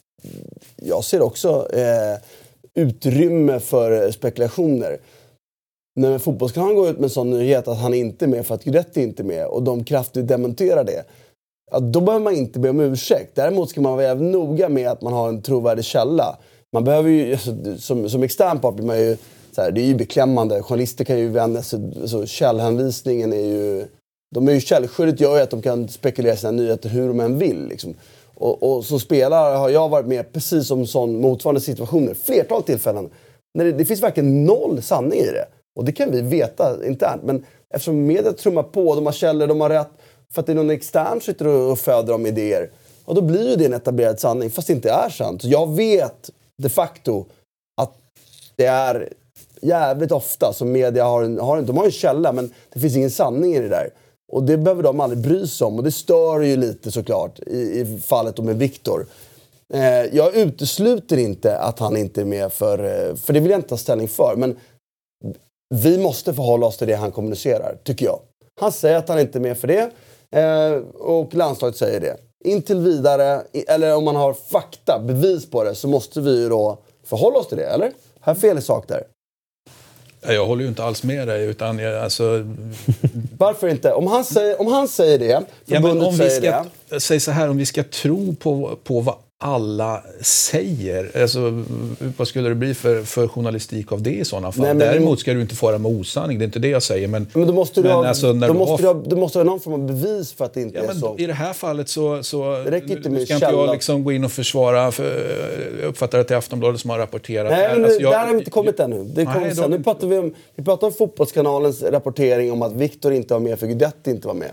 Jag ser också eh, utrymme för spekulationer. När Fotbollskanalen går ut med en sån nyhet att han inte är med för att Guidetti inte är med och de kraftigt dementerar det. Ja, då behöver man inte be om ursäkt. Däremot ska man vara noga med att man har en trovärdig källa. Man behöver ju, som, som extern part blir man ju, så här, det är ju beklämmande. Journalister kan ju vända sig, så källhänvisningen är ju, de är ju källskyddet gör ju att de kan spekulera sina nyheter hur de än vill. Liksom. Och, och som spelare har jag varit med precis som sån motsvarande situationer, flertal tillfällen. När det, det finns verkligen noll sanning i det. Och det kan vi veta internt. Men eftersom media trummar på, de har källor, de har rätt. För att det är någon extern som sitter och föder om idéer. Och då blir ju det en etablerad sanning. Fast det inte är sant. Så jag vet de facto att det är jävligt ofta som media har en, har en... De har en källa men det finns ingen sanning i det där. Och det behöver de aldrig bry sig om. Och det stör ju lite såklart i, i fallet med Victor. Eh, jag utesluter inte att han inte är med för... För det vill jag inte ta ställning för. Men vi måste förhålla oss till det han kommunicerar, tycker jag. Han säger att han inte är med för det. Eh, och landslaget säger det. Intill vidare, eller om man har fakta, bevis på det, så måste vi ju då förhålla oss till det, eller? Här är fel i sak där. Jag håller ju inte alls med dig, utan jag, alltså... Varför inte? Om han säger, om han säger det, ja, men om vi ska, det. Säg så här, om vi ska tro på, på vad alla säger, alltså, vad skulle det bli för, för journalistik av det i sådana fall? Nej, men däremot ska du inte fara med osanning, det är inte det jag säger. Men, men då måste du, men ha, alltså, när då du måste har... du, ha, du måste ha någon form av bevis för att det inte ja, är men så. I det här fallet så, så det räcker inte med nu ska inte jag liksom gå in och försvara, för jag uppfattar att det är Aftonbladet som har rapporterat. Nej, men alltså, jag, där har vi inte kommit ännu. Det nej, då... Nu pratar vi om, vi pratar om Fotbollskanalens rapportering om att Victor inte var med för Guidetti inte var med.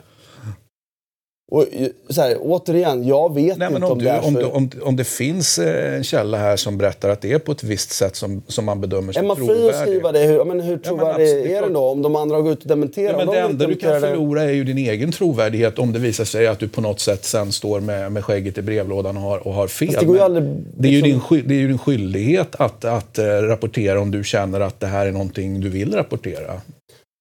Och så här, återigen, jag vet Nej, inte om, om du, det är om, så... om, om det finns en källa här som berättar att det är på ett visst sätt som, som man bedömer som trovärdig. Är man fri att skriva det? Hur, men hur trovärdig ja, är det då? Om de andra går ut och dementerar? Ja, men det enda du kan förlora är ju din egen trovärdighet om det visar sig att du på något sätt sen står med, med skägget i brevlådan och har, och har fel. Det, går ju aldrig, det, är ju din, det är ju din skyldighet att, att rapportera om du känner att det här är någonting du vill rapportera.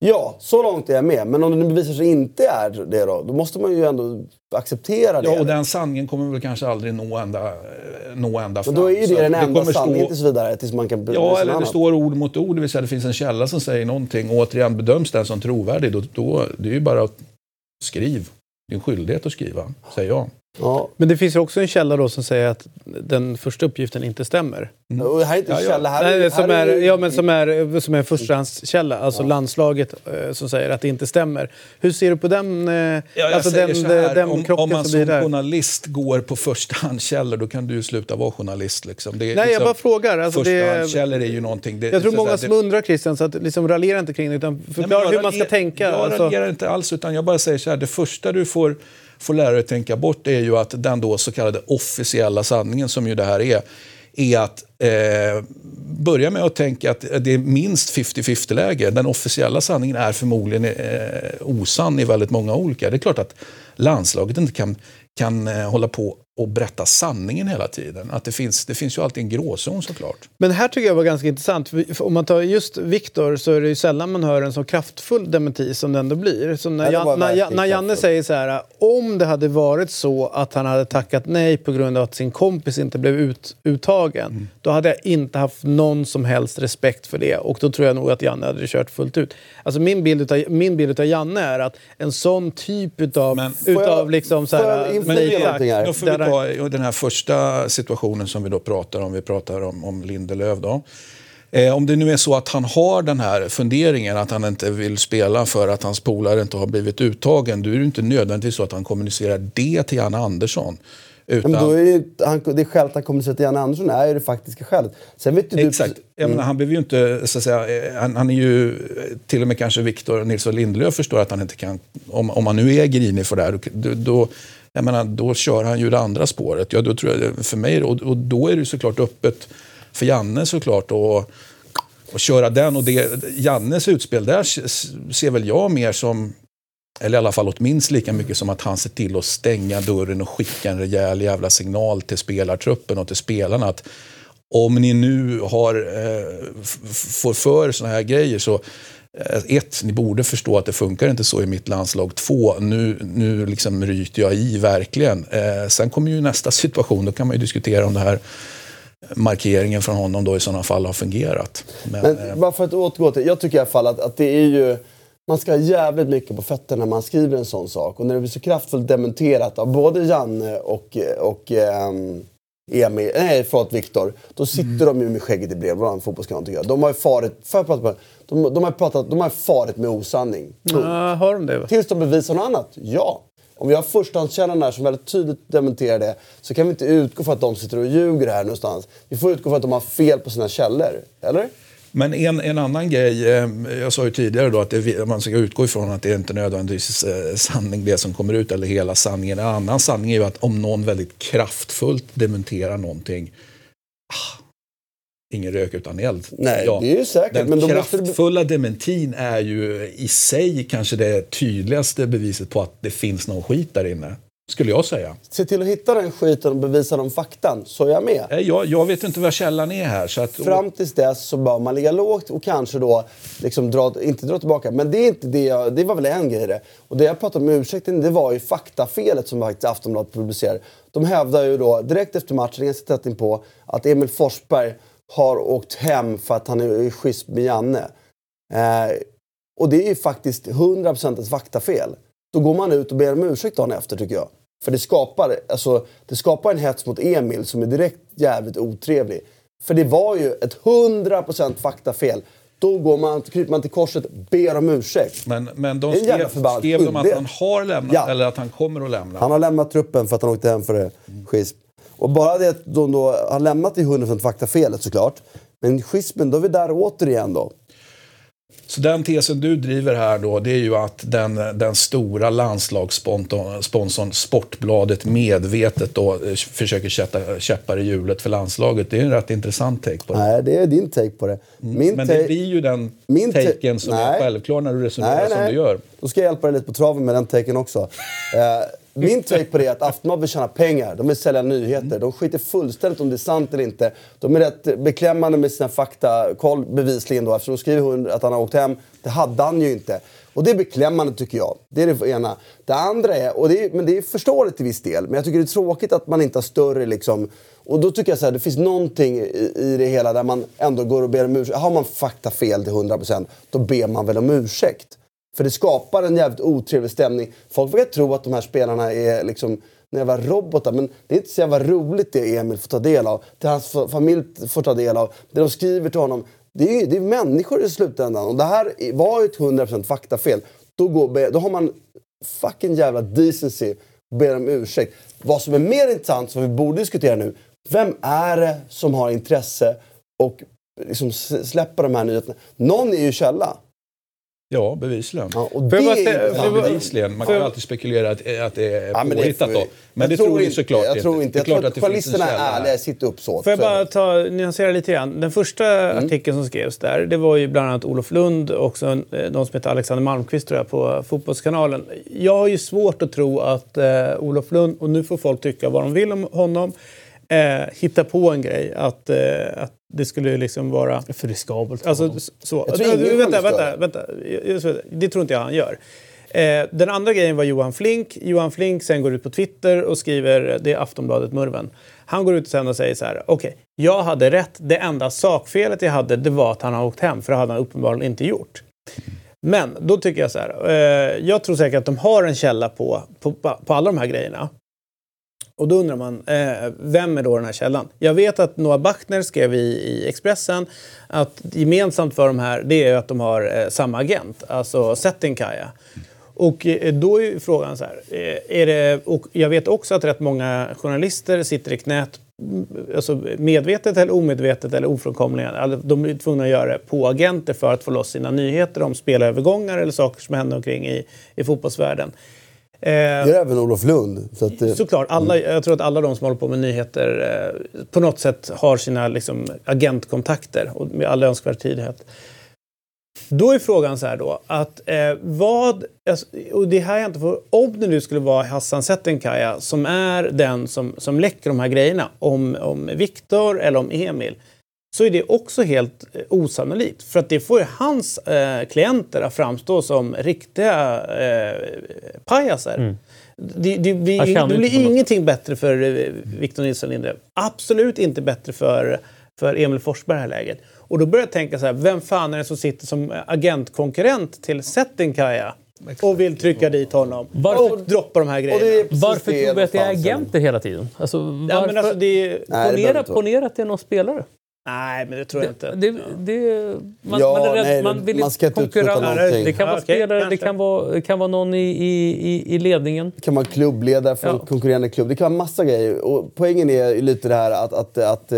Ja, så långt är jag med. Men om det nu visar sig inte är det då, då måste man ju ändå acceptera det. Ja, och den sanningen kommer väl kanske aldrig nå ända, nå ända fram. Men då är ju det den enda det sanningen stå... tills vidare, tills man kan... Ja, eller det står ord mot ord, det vill säga det finns en källa som säger någonting, och återigen bedöms den som trovärdig, då, då det är ju bara att skriv. Det är en skyldighet att skriva, säger jag. Ja. Men det finns ju också en källa då som säger att den första uppgiften inte stämmer. Mm. Och det här är inte en källa. Här Nej, är, som här är, är... ja, men som är, som är en förstahandskälla. Alltså ja. landslaget eh, som säger att det inte stämmer. Hur ser du på den, eh, ja, alltså den, här, den om, krocken om man som som blir journalist går på förstahandskällor, då kan du ju sluta vara journalist. Liksom. Det är, Nej, liksom, jag bara frågar. Alltså, förstahandskällor är ju någonting... Det, jag tror det, många det, som undrar, Christian, så att liksom raljera inte kring det, utan förklara hur man ska tänka. Jag alltså. raljerar inte alls, utan jag bara säger så här, det första du får... får lära dig att tänka bort är ju att den då så kallade officiella sanningen, som ju det här är, är att eh, börja med att tänka att det är minst femtio-femtio-läge. Den officiella sanningen är förmodligen eh, osann i väldigt många olika. Det är klart att landslaget inte kan, kan eh, hålla på och berätta sanningen hela tiden. Att det finns, det finns ju alltid en gråzon såklart. Men här tycker jag var ganska intressant. För om man tar just Viktor, så är det ju sällan man hör en så kraftfull dementi som det ändå blir. Som när, Jan, när, när Janne säger så här, om det hade varit så att han hade tackat nej på grund av att sin kompis inte blev ut, uttagen, mm. då hade jag inte haft någon som helst respekt för det. Och då tror jag nog att Janne hade kört fullt ut. Alltså min bild utav, min bild utav Janne är att en sån typ utav, men, utav jag, liksom så här... Men då får vi ta den här första situationen som vi då pratar om. Vi pratar om, om Lindelöf då. Eh, om det nu är så att han har den här funderingen att han inte vill spela för att hans polare inte har blivit uttagen, då är det inte nödvändigtvis så att han kommunicerar det till Janne Andersson. Utan... Men då är det, han, det skälet han kommunicerar till Janne Andersson är ju det faktiska skälet. Sen vet du, Exakt. Du... Jag menar, han behöver ju inte, så att säga, han, han är ju till och med kanske Victor Nilsson Lindelöf förstår att han inte kan, om, om han nu är grinig för det här, då, då jag menar, då kör han ju det andra spåret. Ja, då tror jag för mig, och, och då är det såklart öppet för Janne såklart och, och köra den. Och det, Jannes utspel där ser väl jag mer som, eller i alla fall åtminstone lika mycket som att han ser till att stänga dörren och skicka en rejäl jävla signal till spelartruppen och till spelarna att om ni nu har eh, får för såna här grejer så ett, ni borde förstå att det funkar inte så i mitt landslag. Två, nu, nu liksom ryter jag i verkligen. Eh, sen kommer ju nästa situation, då kan man ju diskutera om det här markeringen från honom då i sådana fall har fungerat. Men, Men eh, bara för att återgå till, jag tycker i alla fall att, att det är ju, man ska ha jävligt mycket på fötterna när man skriver en sån sak. Och när det blir så kraftfullt dementerat av både Janne och, och um, Emil, nej förlåt Viktor, då sitter mm. de ju med skägget i brevlådan, fotbollskanalen tycker jag. De har ju farit, för att prata på, de, de har pratat, de har farit med osanning. Ja, har de det? Tills de bevisar något annat, ja. Om vi har förstahandskällorna här som väldigt tydligt dementerar det, så kan vi inte utgå för att de sitter och ljuger här någonstans. Vi får utgå för att de har fel på sina källor, eller? Men en, en annan grej, jag sa ju tidigare då att det, man ska utgå ifrån att det är inte nödvändigtvis sanning det som kommer ut eller hela sanningen. En annan sanning är ju att om någon väldigt kraftfullt dementerar någonting, ah, ingen rök utan eld. Nej, ja, det är ju säkert. Den men då kraftfulla måste det... dementin är ju i sig kanske det tydligaste beviset på att det finns någon skit där inne. Skulle jag säga. Se till att hitta den skiten och bevisa de faktan, så är jag med. Jag, jag vet inte vad källan är här. Så att... Fram tills dess så bör man ligga lågt och kanske då liksom dra, inte dra tillbaka. Men det är inte det, jag, det var väl en grej det. Och det jag pratade om ursäkten, det var ju faktafelet som faktiskt Aftonbladet publicerade. De hävdar ju då direkt efter matchen, ganska tätt in på, att Emil Forsberg har åkt hem för att han är i schism med Janne. Eh, och det är ju faktiskt hundra procent ett faktafel. Då går man ut och ber om ursäkt dagen efter, tycker jag. För det skapar, alltså, det skapar en hets mot Emil som är direkt jävligt otrevlig. För det var ju ett hundra procent faktafel. Då går man, kryper man till korset, ber om ursäkt. Men, men de skrev, skrev de att han har lämnat ja. eller att han kommer att lämna? Han har lämnat truppen för att han åkte hem för det. Mm. Schism. Och bara det att de då har lämnat i hundra procent faktafelet såklart. Men schismen, då är vi där återigen då. Så den tesen du driver här då, det är ju att den, den stora landslagssponsorn Sportbladet medvetet då försöker sätta käppar i hjulet för landslaget. Det är en rätt intressant take på det. Nej, det är din take på det. Min Men ta- det blir ju den min ta- taken som nej. är självklar när du resonerar nej, som nej. du gör. Då ska jag hjälpa dig lite på traven med den taken också. eh, min take på det är att Aftonbladet vill tjäna pengar. De vill sälja nyheter. De skiter fullständigt om det är sant eller inte. De är rätt beklämmande med sina fakta. Koll bevisligen då. Eftersom de skriver att han har åkt hem. Det hade han ju inte. Och det är beklämmande tycker jag. Det är det ena. Det andra är, och det är, men det är förståeligt till viss del. Men jag tycker det är tråkigt att man inte har större liksom. Och då tycker jag så här, det finns någonting i, i det hela där man ändå går och ber om ursäkt. Har man fakta fel till hundra procent, då ber man väl om ursäkt. För det skapar en jävligt otrevlig stämning. Folk vågar tro att de här spelarna är liksom jävla robotar. Men det är inte så jävla roligt det Emil får ta del av. Det hans familj får ta del av. Det de skriver till honom. Det är, det är människor i slutändan. Och det här var ju ett hundra procent faktafel. Då, går, då har man fucking jävla decency och ber om ursäkt. Vad som är mer intressant som vi borde diskutera nu. Vem är det som har intresse och liksom släpper de här nyheterna? Någon är ju källa. Ja, bevisligen. Ja, och det är ja, bevisligen. Man kan ju alltid spekulera att, att det är ja, påhittat då. Men det tror vi såklart jag tror inte. Det är klart att journalisterna är ärliga, sitter upp så. Får jag bara ta, nyansera lite grann. Den första mm. artikeln som skrevs där, det var ju bland annat Olof Lund och också någon som heter Alexander Malmqvist tror jag, på Fotbollskanalen. Jag har ju svårt att tro att eh, Olof Lund, och nu får folk tycka vad de vill om honom, eh, hitta på en grej. Att, eh, att det skulle liksom vara för riskabelt. Alltså, så. Du, vänta, vänta, vänta. Det tror inte jag han gör. Eh, den andra grejen var Johan Flink. Johan Flink sen går ut på Twitter och skriver, det är Aftonbladet Murven. Han går ut sen och säger så här: okej, okay, jag hade rätt. Det enda sakfelet jag hade, det var att han har åkt hem. För det hade han uppenbarligen inte gjort. Men då tycker jag så här. Eh, jag tror säkert att de har en källa på, på, på alla de här grejerna. Och då undrar man, eh, vem är då den här källan? Jag vet att Noah Bachner skrev i, i Expressen att gemensamt för de här, det är att de har eh, samma agent, alltså Settinkaya. Och eh, då är frågan så här, eh, är det, och jag vet också att rätt många journalister sitter i knät, alltså medvetet eller omedvetet eller ofrånkomligen, alltså de är tvungna att göra det på agenter för att få loss sina nyheter om spelarövergångar eller saker som händer omkring i, i fotbollsvärlden. Det är även Olof Lund. Så att det... Såklart, alla, jag tror att alla de som håller på med nyheter eh, på något sätt har sina liksom, agentkontakter och med all önskvärd tidighet. Då är frågan så här då, att eh, vad, alltså, och det här jag inte får, om det nu skulle vara Hassan Settinkaya som är den som, som läcker de här grejerna om, om Viktor eller om Emil, så är det också helt eh, osannolikt. För att det får ju hans eh, klienter att framstå som riktiga eh, pajaser. Mm. Det, det, det, det, det blir ingenting bättre för eh, Victor Nilsson Lindelöf. Absolut inte bättre för, för Emil Forsberg i det här läget. Och då börjar jag tänka så här, vem fan är det som sitter som agentkonkurrent till Settinkaya och vill trycka dit honom varför, och droppa de här grejerna? Varför tror du att det är agenter hela tiden? Alltså, varför, ja, men alltså det, nej, ponera, det ponera att det är någon spelare. Nej, men det tror jag det, inte. Det, det, man, ja, man, är rädd, nej, man vill man ska inte utesluta någonting. Det kan vara ja, okay, spelare, kanske. det kan vara, det kan vara någon i, i, i ledningen. Det kan vara klubbledare för ja. en konkurrerande klubb. Det kan vara massa grejer. Och poängen är lite det här att, att, att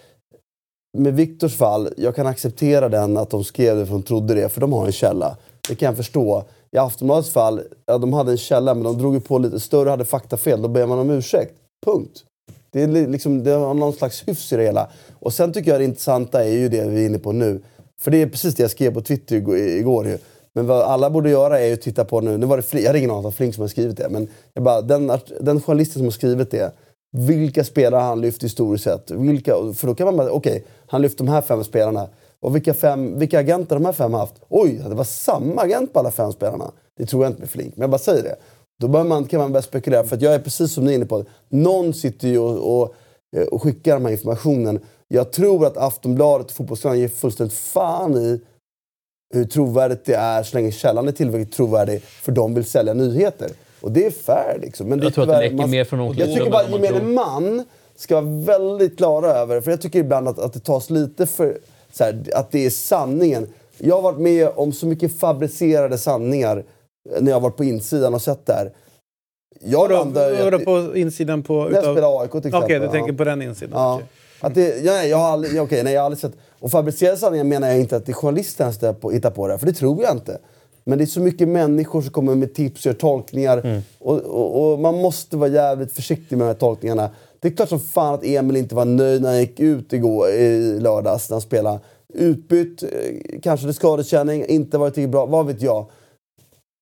med Viktors fall, jag kan acceptera den att de skrev det för de trodde det, för de har en källa. Det kan jag förstå. I Aftonbladets fall, ja, de hade en källa men de drog ju på lite större, hade faktafel. Då ber man om ursäkt. Punkt. Det är liksom, det har någon slags hyfs i det hela. Och sen tycker jag det intressanta är ju det vi är inne på nu. För det är precis det jag skrev på Twitter igår ju. Men vad alla borde göra är ju att titta på nu. Nu var det Flink, jag har ingen aning om Flink som har skrivit det. Men jag bara, den, den journalisten som har skrivit det. Vilka spelare han lyft historiskt sett. Vilka, för då kan man bara, okej, okay, han lyft de här fem spelarna. Och vilka, fem, vilka agenter de här fem har haft. Oj, det var samma agent på alla fem spelarna. Det tror jag inte med Flink, men jag bara säger det. Då bör man, kan man börja spekulera. För att jag är precis som ni är inne på. Någon sitter ju och, och, och skickar den här informationen. Jag tror att Aftonbladet och Fotbollskanalen ger fullständigt fan i hur trovärdigt det är så länge källan är tillräckligt trovärdig. För de vill sälja nyheter. Och det är fair liksom. Men det jag tror att det räcker mer från någon. Jag tycker bara att gemene man ska vara väldigt klara över. För jag tycker ibland att, att det tas lite för... Så här, att det är sanningen. Jag har varit med om så mycket fabricerade sanningar när jag har varit på insidan och sett det här. Jag landar... Var på insidan på... När jag spelar A I K till exempel. Okej, okay, du ja. tänker på den insidan. Ja. Att det, ja, jag har aldrig... Ja, okay, nej, jag har aldrig sett... Och fabricerade sanningar menar jag inte att det är journalisterna som hittar på det här. För det tror jag inte. Men det är så mycket människor som kommer med tips och gör tolkningar. Mm. Och, och, och man måste vara jävligt försiktig med de här tolkningarna. Det är klart som fan att Emil inte var nöjd när han gick ut igår i lördags när han spelade. Utbytt, kanske det skadekänning, inte varit tillräckligt bra, vad vet jag.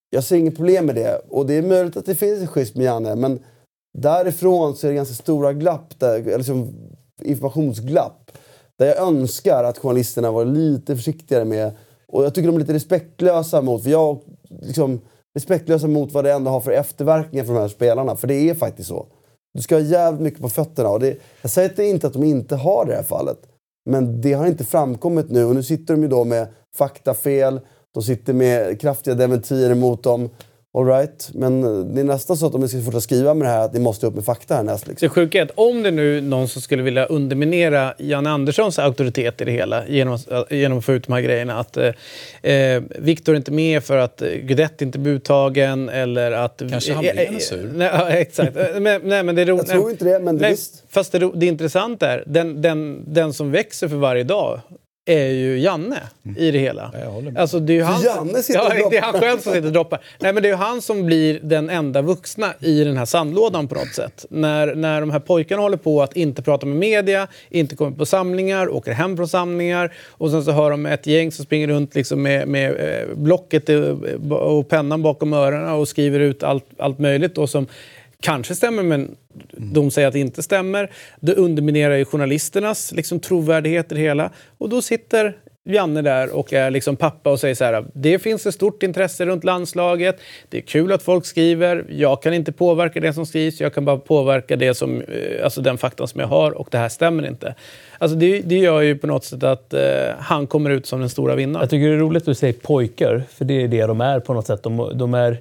jag ser inget problem med det. Och det är möjligt att det finns en schism med Janne, men därifrån så är det ganska stora glapp, där, liksom informationsglapp. Där jag önskar att journalisterna var lite försiktigare med. Och jag tycker de är lite respektlösa mot, för jag liksom respektlösa mot vad det ändå har för efterverkningar för de här spelarna. För det är faktiskt så. Du ska ha jävligt mycket på fötterna. Och det, jag säger inte att de inte har det här fallet. Men det har inte framkommit nu. Och nu sitter de ju då med faktafel. De sitter med kraftiga dementier mot dem. All right. Men det är nästan så att om vi ska fortsätta skriva med det här att ni måste upp med fakta här näst. Liksom. Det sjuka är att om det nu någon som skulle vilja underminera Janne Anderssons auktoritet i det hela genom, genom att få ut de här grejerna, att eh, Viktor inte är med för att Guidetti inte blir uttagen eller att... Kanske han blir en sur. Nej, ja, exakt. men, nej, men det är ro, jag tror nej, inte det, men det nej, visst. Fast det, det intressanta är, den, den, den som växer för varje dag är ju Janne mm. i det hela. Alltså det är ju han, Janne sitter ja, det är han själv som sitter och droppar. Nej, men det är ju han som blir den enda vuxna i den här sandlådan på något sätt. När, när de här pojkarna håller på att inte prata med media, inte kommer på samlingar, åker hem från samlingar och sen så hör de ett gäng som springer runt liksom med, med blocket och pennan bakom öronen och skriver ut allt, allt möjligt och som kanske stämmer, men de säger att det inte stämmer. Det underminerar ju journalisternas liksom, trovärdighet i det hela. Och då sitter Janne där och är liksom pappa och säger så här: det finns ett stort intresse runt landslaget. Det är kul att folk skriver. Jag kan inte påverka det som skrivs. Jag kan bara påverka det som, alltså den faktan som jag har, och det här stämmer inte. Alltså det, det gör ju på något sätt att eh, han kommer ut som den stora vinnaren. Jag tycker det är roligt att du säger pojkar, för det är det de är på något sätt. De, de är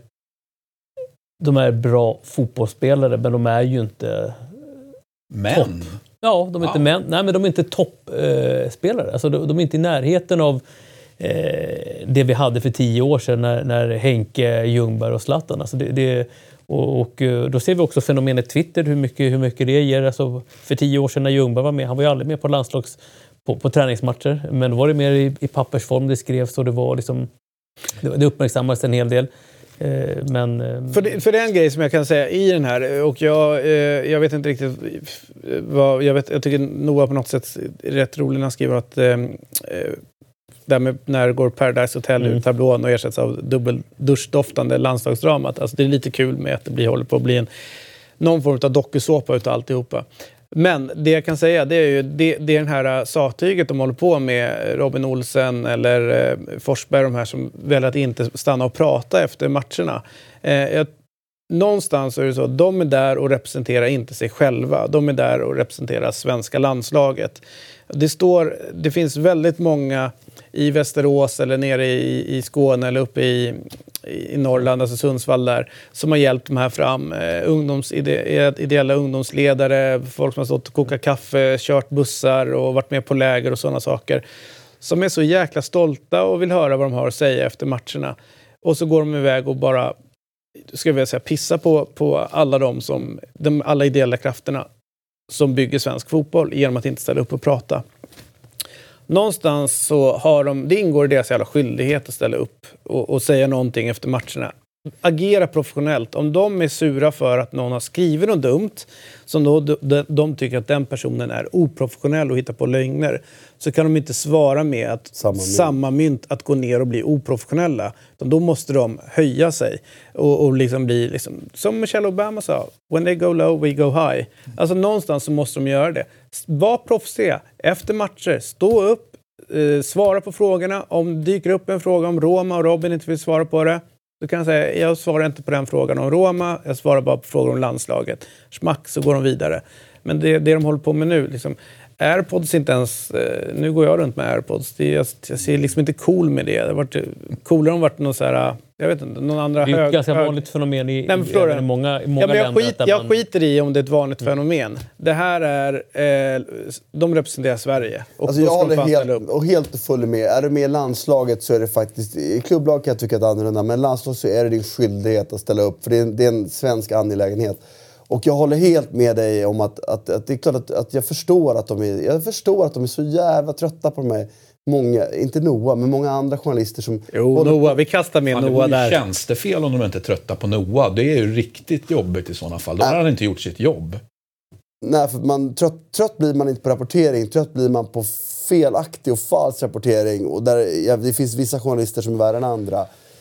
De är bra fotbollsspelare, men de är ju inte män. Topp. Ja, de är ja. inte män. Nej, men de är inte toppspelare. Eh, alltså, de, de är inte i närheten av eh, det vi hade för tio år sedan när, när Henke, Ljungberg och Zlatan. Alltså det, det, och, och då ser vi också fenomenet Twitter, hur mycket, hur mycket det ger. Alltså, för tio år sedan när Ljungberg var med, han var ju aldrig med på landslags på, på träningsmatcher, men då var det mer i, i pappersform det skrevs, och det var liksom det, det uppmärksammades en hel del. Men, för, det, för det är en grej som jag kan säga i den här, och jag, eh, jag vet inte riktigt vad, jag, vet, jag tycker Noah på något sätt är rätt rolig när han skriver att eh, där med, när går Paradise Hotel mm. ur tablån och ersätts av dubbelduschdoftande landslagsdramat, alltså det är lite kul med att det blir, håller på att bli en, någon form av dokusåpa utav alltihopa. Men det jag kan säga, det är ju det, det är den här sattyget de håller på med, Robin Olsen eller eh, Forsberg, de här som väljer att inte stanna och prata efter matcherna. Eh, jag, någonstans är det så att de är där och representerar inte sig själva. De är där och representerar svenska landslaget. Det står, det finns väldigt många i Västerås eller nere i, i Skåne eller uppe i, i Norrland, alltså Sundsvall där, som har hjälpt de här fram. Eh, ungdoms, ide, ideella ungdomsledare, folk som har stått och kokat kaffe, kört bussar och varit med på läger och sådana saker. Som är så jäkla stolta och vill höra vad de har att säga efter matcherna. Och så går de iväg och bara, ska vi säga, pissa på, på alla de som, de, alla ideella krafterna som bygger svensk fotboll genom att inte ställa upp och prata. Någonstans så har de, det ingår i deras jävla skyldighet att ställa upp och, och säga någonting efter matcherna. Agera professionellt. Om de är sura för att någon har skrivit något dumt, som då de, de tycker att den personen är oprofessionell och hittar på lögner, så kan de inte svara med att samma mynt, samma mynt att gå ner och bli oprofessionella. Då måste de höja sig och, och liksom bli, liksom, som Michelle Obama sa, when they go low, we go high. Alltså någonstans så måste de göra det. Var proffsiga efter matcher, stå upp, eh, svara på frågorna. Om det dyker upp en fråga om Roma och Robin inte vill svara på det, då kan jag säga, jag svarar inte på den frågan om Roma, jag svarar bara på frågor om landslaget. Smack, så går de vidare. Men det, det de håller på med nu, liksom, AirPods inte ens, nu går jag runt med AirPods, det, jag, jag ser liksom inte cool med det. Det har varit coolare om varit någon så här, jag vet inte, någon andra hög... Det är ett ganska hög... vanligt fenomen i, Nej, i, i många, i många ja, jag länder. Skit, man... Jag skiter i om det är ett vanligt mm. fenomen. Det här är, eh, de representerar Sverige. Och alltså jag håller helt, och helt och full med. Är du med i landslaget så är det faktiskt, i klubblag kan jag tycka att det är annorlunda, men landslag så är det din skyldighet att ställa upp, för det är, det är en svensk angelägenhet. Och jag håller helt med dig om att, att, att det är klart att, att jag förstår att de är, jag förstår att de är så jävla trötta på de här många, inte Noah, men många andra journalister som... Jo, både... Noah, vi kastar med Fan, Noah där. Det är tjänstefel om de inte är trötta på Noah. Det är ju riktigt jobbigt i sådana fall. Då har han inte gjort sitt jobb. Nej, för man, trött, trött blir man inte på rapportering. Trött blir man på felaktig och falsk rapportering. Och där, ja, det finns vissa journalister som är värre än andra.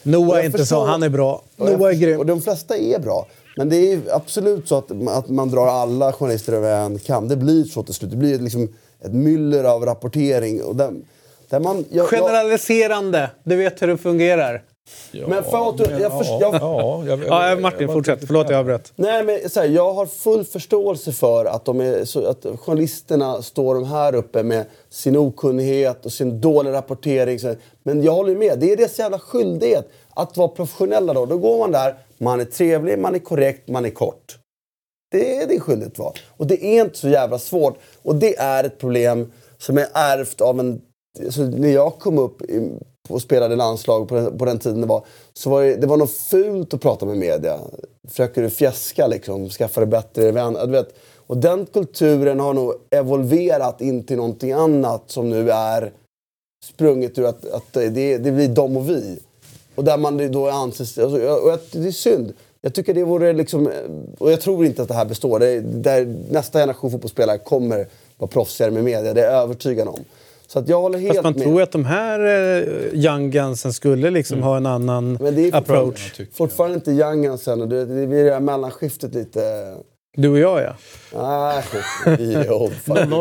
Noah är inte så, han är bra. Noah är grym. Och de flesta är bra. Men det är absolut så att, att man drar alla journalister över en kam. Det blir så till slut. Det blir liksom ett myller av rapportering. Och där, där man, jag, generaliserande. Jag, du vet hur det fungerar. Ja, men förlåt, jag, jag, först, jag, ja, jag, ja, Martin, fortsätt. Förlåt, jag avbröt. Nej, men så här, jag har full förståelse för att, de är, så, att journalisterna står de här uppe med sin okunnighet och sin dåliga rapportering. Så, men jag håller med, det är deras jävla skyldighet att vara professionella då. Då går man där, man är trevlig, man är korrekt, man är kort. Det är din skyldighet att vara. Och det är inte så jävla svårt. Och det är ett problem som är ärvt av en... Så när jag kom upp i, och spelade landslag på den, på den tiden det var, så var det, det var något fult att prata med media. Försöker du fjäska liksom, skaffa dig bättre vänner, du vet. Och den kulturen har nog evolverat in till någonting annat som nu är sprunget ur att, att det, det blir de och vi. Och där man då anses... Alltså, och jag, det är synd. Jag tycker det vore liksom... Och jag tror inte att det här består. Det, där nästa generation fotbollsspelare kommer vara proffsigare med media. Det är jag övertygad om. Så att jag håller helt Fast man med. tror att de här uh, young gunsen skulle liksom mm. ha en annan Men det är approach. Fortfarande, fortfarande inte young gunsen. Och det, det blir det här mellanskiftet lite... Du och jag, ja. Nej, vi är old.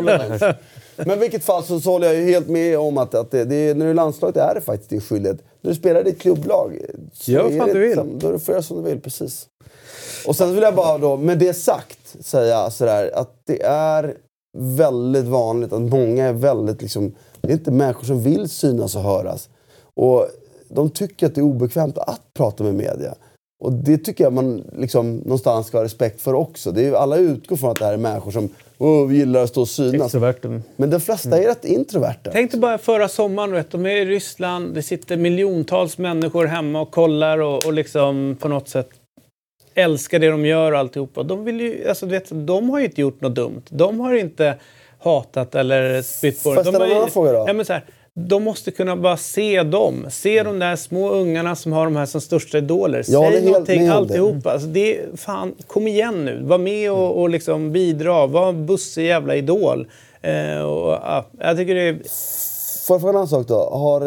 Men i vilket fall så, så håller jag ju helt med om att, att det, det, när du är landslaget är det faktiskt din skyldighet. När du spelar i ditt klubblag så ja, är det du vill. Som, då är det för som du vill, precis. Och sen vill jag bara då, med det sagt, säga sådär att det är väldigt vanligt att många är väldigt liksom, det är inte människor som vill synas och höras. Och de tycker att det är obekvämt att prata med media. Och det tycker jag man liksom någonstans ska ha respekt för också. Det är, alla utgår från att det här är människor som oh, gillar att stå och synas. Extroverten. Men de flesta är mm. rätt introverta. Tänk dig bara förra sommaren, vet, de är i Ryssland. Det sitter miljontals människor hemma och kollar och, och liksom på något sätt älskar det de gör och alltihopa. De, vill ju, alltså, vet, de har ju inte gjort något dumt. De har inte hatat eller spytt på det. Fast en annan fråga då? Ja, men så här, de måste kunna bara se dem. Se de där små ungarna som har de här som största idoler. Ja, säg någonting, alltihopa. Alltså det, fan, kom igen nu. Var med och, och liksom bidra. Var en bussig jävla idol. Eh, och, ja, jag tycker det är... Får jag fråga en annan sak då? Har,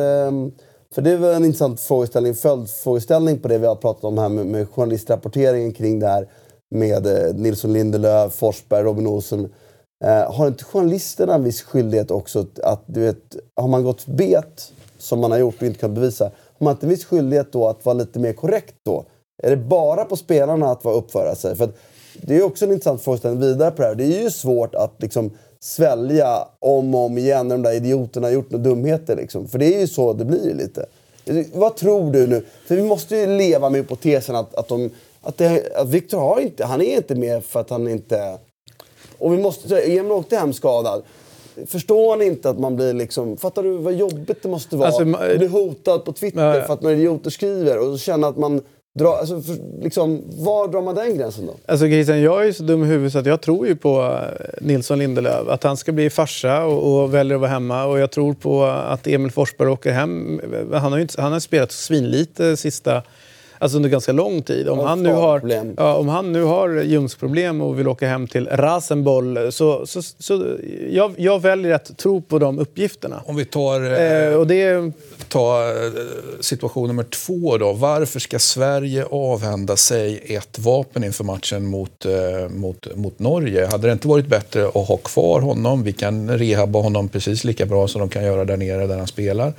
för det är väl en intressant frågeställning, följdfrågeställning på det vi har pratat om här med, med journalistrapporteringen kring det här med Nilsson Lindelöf, Forsberg, Robin Olsen. Uh, har inte journalisterna en viss skyldighet också att, du vet, har man gått bet som man har gjort och inte kan bevisa, har man inte en viss skyldighet då att vara lite mer korrekt då? Är det bara på spelarna att vara uppföra sig? För att det är också en intressant frågeställning vidare på det här. Det är ju svårt att liksom svälja om och om igen när de där idioterna har gjort några dumheter liksom. För det är ju så det blir lite. Vad tror du nu? För vi måste ju leva med hypotesen att, att, de, att, det, att Victor har inte, han är inte med för att han inte... Och vi måste, Emil åkte hem skadad. Förstår ni inte att man blir liksom... Fattar du vad jobbigt det måste vara? Alltså, man blir hotad på Twitter ja, ja. för att några idioter skriver. Och känna att man drar... Alltså, för, liksom, var drar man den gränsen då? Alltså Christian, jag är ju så dum i huvudet så att jag tror ju på Nilsson Lindelöf. Att han ska bli farsa och, och väljer att vara hemma. Och jag tror på att Emil Forsberg åker hem. Han har ju inte, han har spelat svinlite sista... Alltså under ganska lång tid. Om han nu har, ja, om han nu har ljumsproblem och vill åka hem till Rasenboll så, så, så jag, jag väljer att tro på de uppgifterna. Om vi tar, eh, och det... tar situation nummer två då. Varför ska Sverige avhända sig ett vapen inför matchen mot, eh, mot, mot Norge? Hade det inte varit bättre att ha kvar honom? Vi kan rehabba honom precis lika bra som de kan göra där nere där han spelar.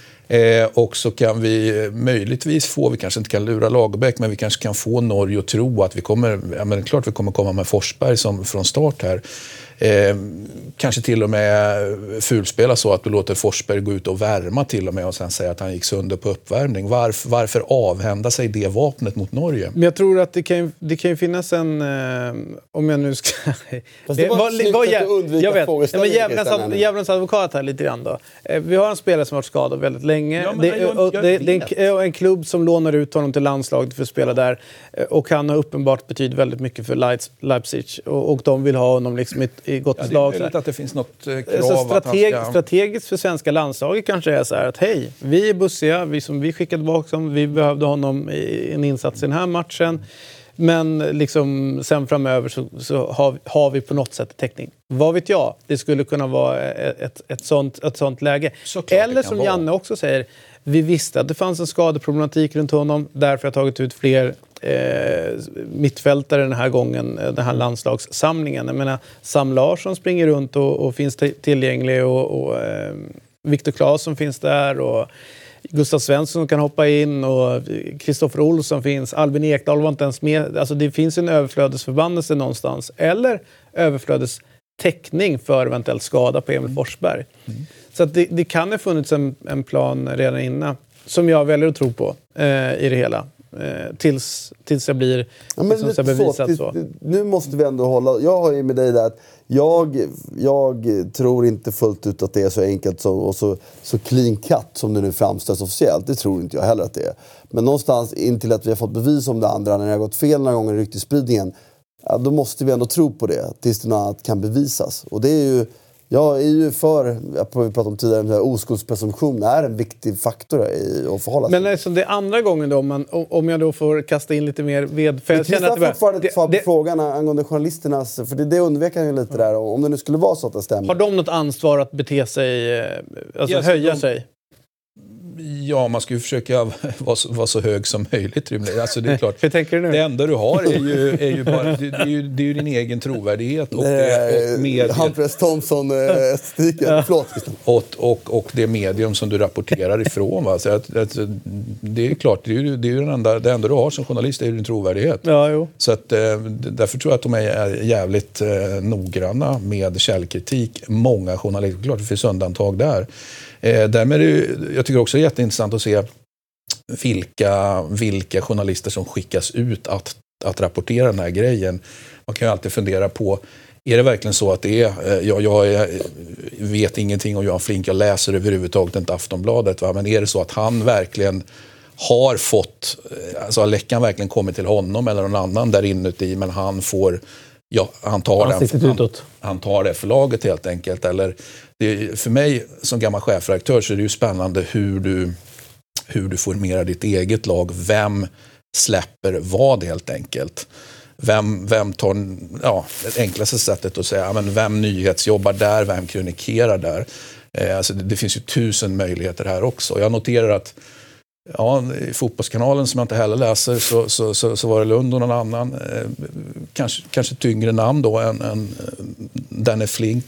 Eh, och så kan vi möjligtvis få, vi kanske inte kan lura Lagerbäck, men vi kanske kan få Norge att tro att vi kommer, ja men klart vi kommer komma med Forsberg som från start här. Eh, kanske till och med fulspela så att du låter Forsberg gå ut och värma till och med och sen säga att han gick sönder på uppvärmning. Varför, varför avhända sig det vapnet mot Norge? Men jag tror att det kan, det kan ju finnas en, eh, om jag nu ska... Fast det var, var snyggt att du undvika frågeställningen. Jag vet, djävulens advokat här lite grann då. Eh, vi har en spelare som har varit skadad väldigt länge. Ja, det, jag, jag, det, det är en, en klubb som lånar ut honom till landslaget för att spela där. Och han har uppenbart betytt väldigt mycket för Leipzig. Och, och de vill ha honom liksom i, i gott ja, slag. Det är möjligt att det finns något krav så strateg, att han ska... strategiskt för svenska landslaget kanske är så här att hej, vi är bussiga, vi som vi skickade tillbaka som vi behövde honom i en insats i den här matchen. Men liksom, sen framöver så, så har, har vi på något sätt täckning. Vad vet jag? Det skulle kunna vara ett, ett, ett, sånt, ett sånt läge. Såklart eller som vara. Janne också säger, vi visste att det fanns en skadeproblematik runt honom. Därför har jag tagit ut fler eh, mittfältare den här gången, den här landslagssamlingen. Jag menar, Sam Larsson springer runt och, och finns tillgänglig och, och eh, Viktor Claesson finns där och Gustav Svensson kan hoppa in och Kristoffer Olsson finns. Albin Ekdal var inte ens med. Alltså det finns en överflödesförbannelse någonstans. Eller överflödestäckning för eventuellt skada på Emil Forsberg. Mm. Så att det, det kan ha funnits en, en plan redan innan. Som jag väljer att tro på eh, i det hela. Eh, tills, tills jag blir ja, men liksom, så bevisat så. så. Nu måste vi ändå hålla... Jag har ju med dig där att jag, jag tror inte fullt ut att det är så enkelt så, och så, så clean cut som det nu framställs officiellt. Det tror inte jag heller att det är. Men någonstans in till att vi har fått bevis om det andra när det har gått fel några gånger i ryktesspridningen, ja, då måste vi ändå tro på det tills det något annat kan bevisas. Och det är ju... Jag är ju för, jag pratade om tidigare, oskuldspresumtion är en viktig faktor i att förhålla sig. Men liksom det andra gången då, man, om jag då får kasta in lite mer ved... För jag känner att det fortfarande ett svar på det, frågan angående journalisternas, för det, det undvek jag ju lite där, om det nu skulle vara så att det stämmer. Har de något ansvar att bete sig, alltså yes, höja de... sig? Ja, man ska ju försöka vara så, vara så hög som möjligt. Alltså det är klart. Hur tänker du nu? Det enda du har är ju, är ju, bara, det, är ju, det är ju din egen trovärdighet. Och, det, och mediet. Hampus Thompson-estetiken. Förlåt. Och, och, och det medium som du rapporterar ifrån. Va? Så att, att, det är klart, det är ju, det är ju den enda, det enda du har som journalist är ju din trovärdighet. Ja, jo. Så att, därför tror jag att de är jävligt eh, noggranna med källkritik. Många journalister, klart det finns undantag där. Eh, därmed är det, jag tycker också det är jätteintressant att se vilka, vilka journalister som skickas ut att, att rapportera den här grejen. Man kan ju alltid fundera på, är det verkligen så att det är, eh, jag, jag är, vet ingenting om Johan Flink, jag läser överhuvudtaget inte Aftonbladet, va? Men är det så att han verkligen har fått, alltså har läckan verkligen kommit till honom eller någon annan där inuti, men han får... Ja, han tar, den, han, han tar det förlaget helt enkelt. Eller det, för mig som gammal chefredaktör så är det ju spännande hur du, hur du formerar ditt eget lag. Vem släpper vad helt enkelt. Vem, vem tar, ja, det enklaste sättet att säga, men vem nyhetsjobbar där, vem kronikerar där. Eh, alltså det, det finns ju tusen möjligheter här också. Jag noterar att ja, i Fotbollskanalen som jag inte heller läser så, så, så, så var det Lund och någon annan. Eh, kanske, kanske tyngre namn då än, än Danne Flink.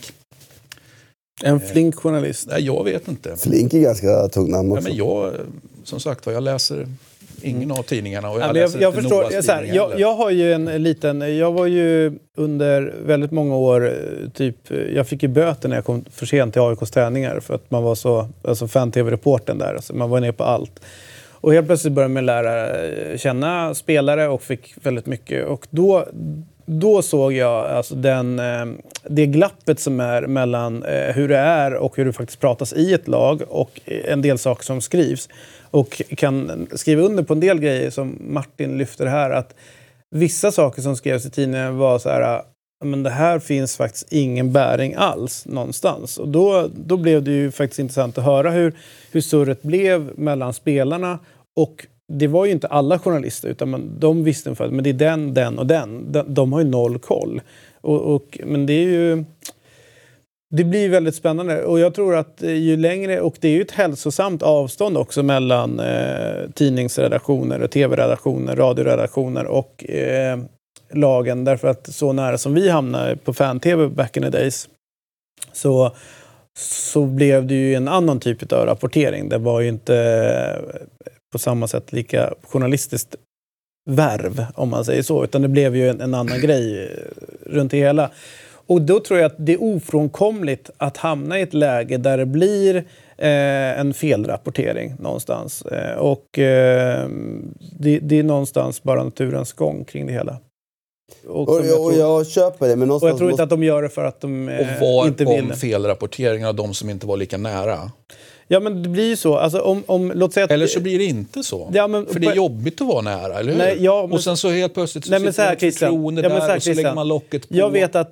En flink journalist? Eh, nej, jag vet inte. Flink är ganska tung namn också. Ja, men jag, som sagt, jag läser ingen av tidningarna. Och jag, ja, jag, jag förstår. Så här, jag, jag har ju en liten... Jag var ju under väldigt många år typ... Jag fick ju böter när jag kom för sent till A I K:s träningar för att man var så... Alltså fan-tv-reporten där. Alltså, man var ner på allt. Och helt plötsligt började man lära känna spelare och fick väldigt mycket. Och då... Då såg jag alltså den, det glappet som är mellan hur det är och hur det faktiskt pratas i ett lag och en del saker som skrivs. Och kan skriva under på en del grejer som Martin lyfter här. Att vissa saker som skrevs i tidningen var så här, men det här finns faktiskt ingen bäring alls någonstans. Och då, då blev det ju faktiskt intressant att höra hur, hur surret blev mellan spelarna. Och det var ju inte alla journalister utan man, de visste ungefär, men det är den, den och den. De, de har ju noll koll. Och, och, men det är ju... Det blir väldigt spännande och jag tror att ju längre, och det är ju ett hälsosamt avstånd också mellan eh, tidningsredaktioner, tv-redaktioner, radioredaktioner och eh, lagen, därför att så nära som vi hamnade på fan-tv back in the days så, så blev det ju en annan typ av rapportering. Det var ju inte på samma sätt lika journalistiskt värv om man säger så, utan det blev ju en, en annan grej runt det hela. Och då tror jag att det är ofrånkomligt att hamna i ett läge där det blir eh, en felrapportering någonstans. Eh, och eh, det, det är någonstans bara naturens gång kring det hela. Och, och, jag, tror, och jag köper det. Men och jag tror inte att de gör det för att de eh, och var inte vill. Om felrapporteringen av de som inte var lika nära. Ja, men det blir ju så. Alltså, om, om, låt säga att, eller så blir det inte så. Ja, men, för det är jobbigt att vara nära, eller hur? Nej, ja, men, och sen så helt plötsligt så nej, men sitter så här, ett förtroende ja, där så här, och så lägger man locket på. Jag vet att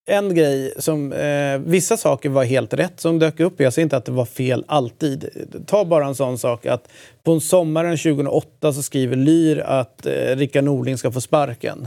en grej som... Eh, vissa saker var helt rätt som dök upp. Jag säger inte att det var fel alltid. Ta bara en sån sak att på en sommaren tjugohundraåtta så skriver Lyr att eh, Rickard Norling ska få sparken.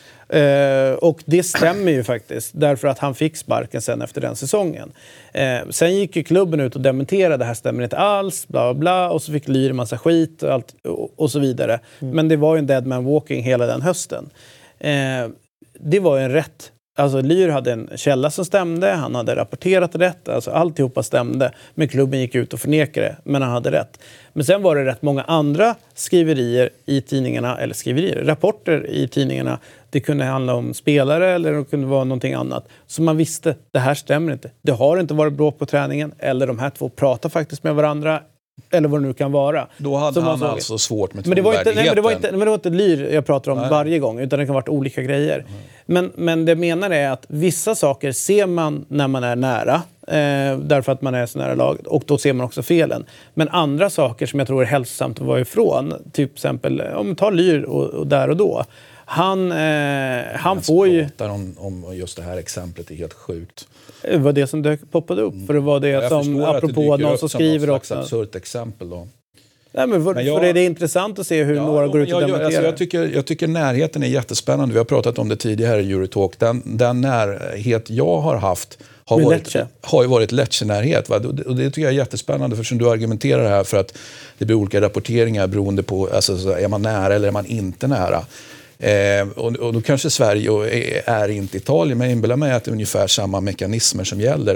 Uh, och det stämmer ju faktiskt därför att han fick sparken sen efter den säsongen. Uh, sen gick ju klubben ut och dementerade det här stämmer inte alls, bla bla, och så fick Lyr en massa skit och, allt, och, och så vidare. Mm. Men det var ju en dead man walking hela den hösten. Uh, det var ju en rätt. Alltså Lyr hade en källa som stämde, han hade rapporterat rätt, alltså alltihopa stämde. Men klubben gick ut och förnekade det, men han hade rätt. Men sen var det rätt många andra skriverier i tidningarna, eller skriverier, rapporter i tidningarna. Det kunde handla om spelare eller det kunde vara någonting annat. Så man visste, det här stämmer inte. Det har inte varit bråk på träningen, eller de här två pratar faktiskt med varandra. Eller vad det nu kan vara. Då hade han alltså svårt med men det var inte, nej, men det var inte, men det var inte Lyr jag pratar om nej. varje gång. Utan det kan ha varit olika grejer. Mm. Men, men det menar är att vissa saker ser man när man är nära. Eh, därför att man är så nära laget. Och då ser man också felen. Men andra saker som jag tror är hälsosamt att vara ifrån. Typ exempel, om ta Lyr och, och där och då. Han, eh, han får ju... Om, om just det här exemplet är helt sjukt. Det var det som dök, poppade upp. För det var det jag som, apropå någon som skriver som också. Ett absurt exempel då. Nej, men för, men jag, för är det intressant att se hur ja, några går ut och jag, dementerar? Alltså jag, tycker, jag tycker närheten är jättespännande. Vi har pratat om det tidigare i Eurotalk. Den, den närhet jag har haft har, varit, har ju varit Lecce-närhet. Va? Och, det, och det tycker jag är jättespännande för som du argumenterar här för att det blir olika rapporteringar beroende på alltså, är man nära eller är man inte nära. Eh, och, och då kanske Sverige är, är inte Italien, men jag inbillar mig att det är ungefär samma mekanismer som gäller.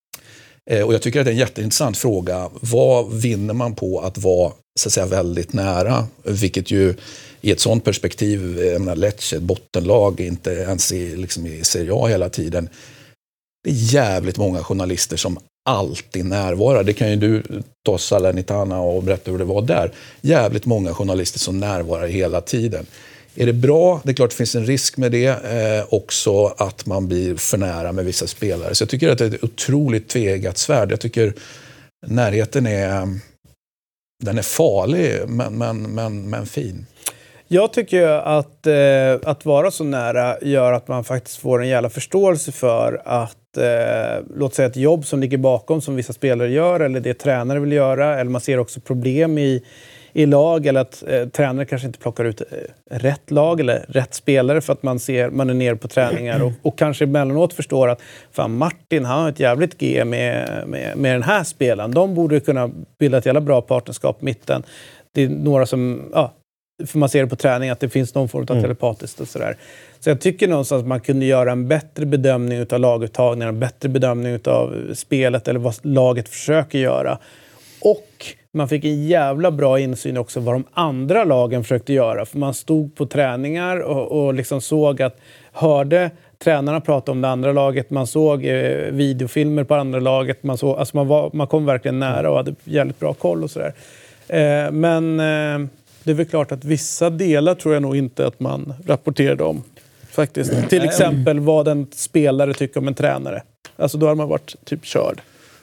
Eh, och jag tycker att det är en jätteintressant fråga. Vad vinner man på att vara så att säga, väldigt nära? Vilket ju i ett sånt perspektiv, jag menar Lecce, ett bottenlag, inte ens i, liksom i Serie A hela tiden. Det är jävligt många journalister som alltid närvarar. Det kan ju du ta Salernitana och berätta hur det var där. Jävligt många journalister som närvarar hela tiden. Är det bra? Det är klart det finns en risk med det. Eh, också att man blir för nära med vissa spelare. Så jag tycker att det är ett otroligt tvegat svärd. Jag tycker närheten är, den är farlig men, men, men, men fin. Jag tycker att, eh, att vara så nära gör att man faktiskt får en jävla förståelse för att eh, låt säga ett jobb som ligger bakom som vissa spelare gör eller det tränare vill göra. Eller man ser också problem i i lag eller att eh, tränare kanske inte plockar ut eh, rätt lag eller rätt spelare för att man ser man är nere på träningar och, och kanske emellanåt förstår att fan Martin han har ett jävligt G med, med, med den här spelaren. De borde kunna bilda ett jävla bra partnerskap mitten. Det är några som, ja, för man ser det på träning att det finns någon form av mm. telepatiskt och sådär. Så jag tycker någonstans att man kunde göra en bättre bedömning av laguttagningar, en bättre bedömning av spelet eller vad laget försöker göra. Och man fick en jävla bra insyn också vad de andra lagen försökte göra. För man stod på träningar och, och liksom såg att, hörde tränarna prata om det andra laget. Man såg eh, videofilmer på andra laget. Man, såg, alltså man, var, man kom verkligen nära och hade jävligt bra koll och sådär. Eh, men eh, det är väl klart att vissa delar tror jag nog inte att man rapporterade om. Faktiskt. Till exempel vad en spelare tycker om en tränare. Alltså då har man varit typ körd.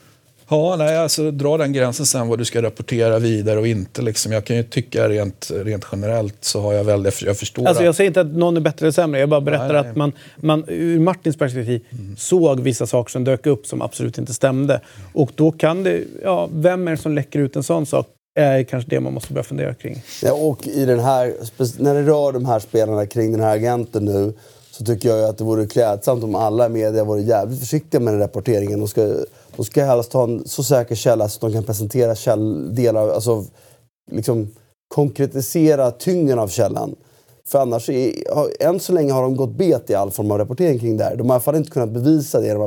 Ja, nej, alltså dra den gränsen sen vad du ska rapportera vidare och inte. Liksom. Jag kan ju tycka rent, rent generellt så har jag väl, jag förstår. Alltså jag säger inte att någon är bättre eller sämre, jag bara berättar nej, nej. att man, man ur Martins perspektiv mm. såg vissa saker som dök upp som absolut inte stämde. Mm. Och då kan det, ja, vem är det som läcker ut en sån sak? Är kanske det man måste börja fundera kring. Ja, och i den här, när det rör de här spelarna kring den här agenten nu så tycker jag att det vore klädsamt om alla media vore jävligt försiktiga med den rapporteringen. De ska, de ska helst ha en så säker källa så att de kan presentera källdelar, alltså liksom konkretisera tyngden av källan. För annars, är, än så länge har de gått bet i all form av rapportering kring det här. De har i alla fall inte kunnat bevisa det de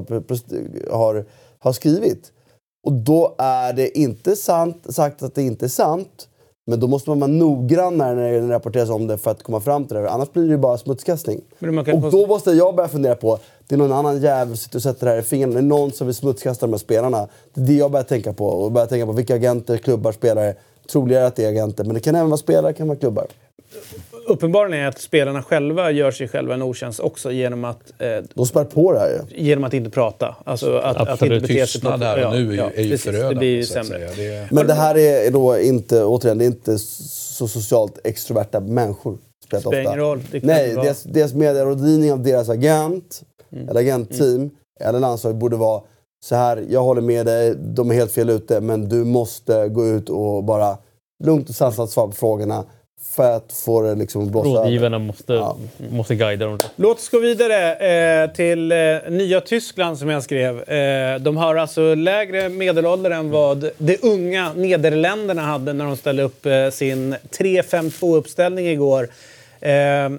har, har skrivit. Och då är det inte sant, sagt att det inte är sant. Men då måste man vara noggrannare när det rapporteras om det för att komma fram till det. Annars blir det ju bara smutskastning. Och då måste jag börja fundera på, det är någon annan jävel som sitter och sätter det här i fingrarna. Det är någon som vill smutskasta de här spelarna. Det är det jag börjar tänka på. Och börjar tänka på vilka agenter, klubbar, spelare. Troligare att det är agenter. Men det kan även vara spelare, kan vara klubbar. Uppenbarligen är att spelarna själva gör sig själva en otjänst också genom att... Eh, de spär på det här ju. Genom att inte prata. Alltså att, att inte bete sig på... där och nu är, ja, är ju förödande. Det blir ju sämre. Det är... Men det här är då inte, återigen, det är inte så socialt extroverta människor. Det spelar ingen roll. Det Nej, deras, deras medierådgivning av deras agent mm. eller agentteam eller landslag borde vara så här, jag håller med dig, de är helt fel ute, men du måste gå ut och bara lugnt och sansat svara på frågorna för att få det liksom blåsa över. Rådgivarna måste, ja. måste guida dem. Låt oss gå vidare eh, till eh, nya Tyskland som jag skrev. Eh, de har alltså lägre medelålder än vad de unga Nederländerna hade när de ställde upp eh, sin tre fem två-uppställning igår. Eh,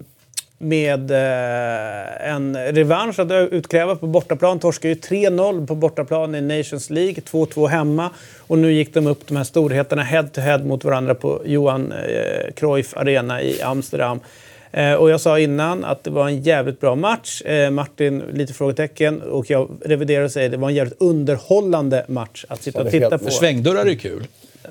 med eh, en revansch att utkräva på bortaplan. Torskade ju tre noll på bortaplan i Nations League, två två hemma. Och nu gick de upp de här storheterna head to head mot varandra på Johan eh, Cruyff Arena i Amsterdam. Eh, och jag sa innan att det var en jävligt bra match. Eh, Martin, lite frågetecken. Och jag reviderar och säger att det var en jävligt underhållande match att sitta och titta på. Svängdörrar är kul.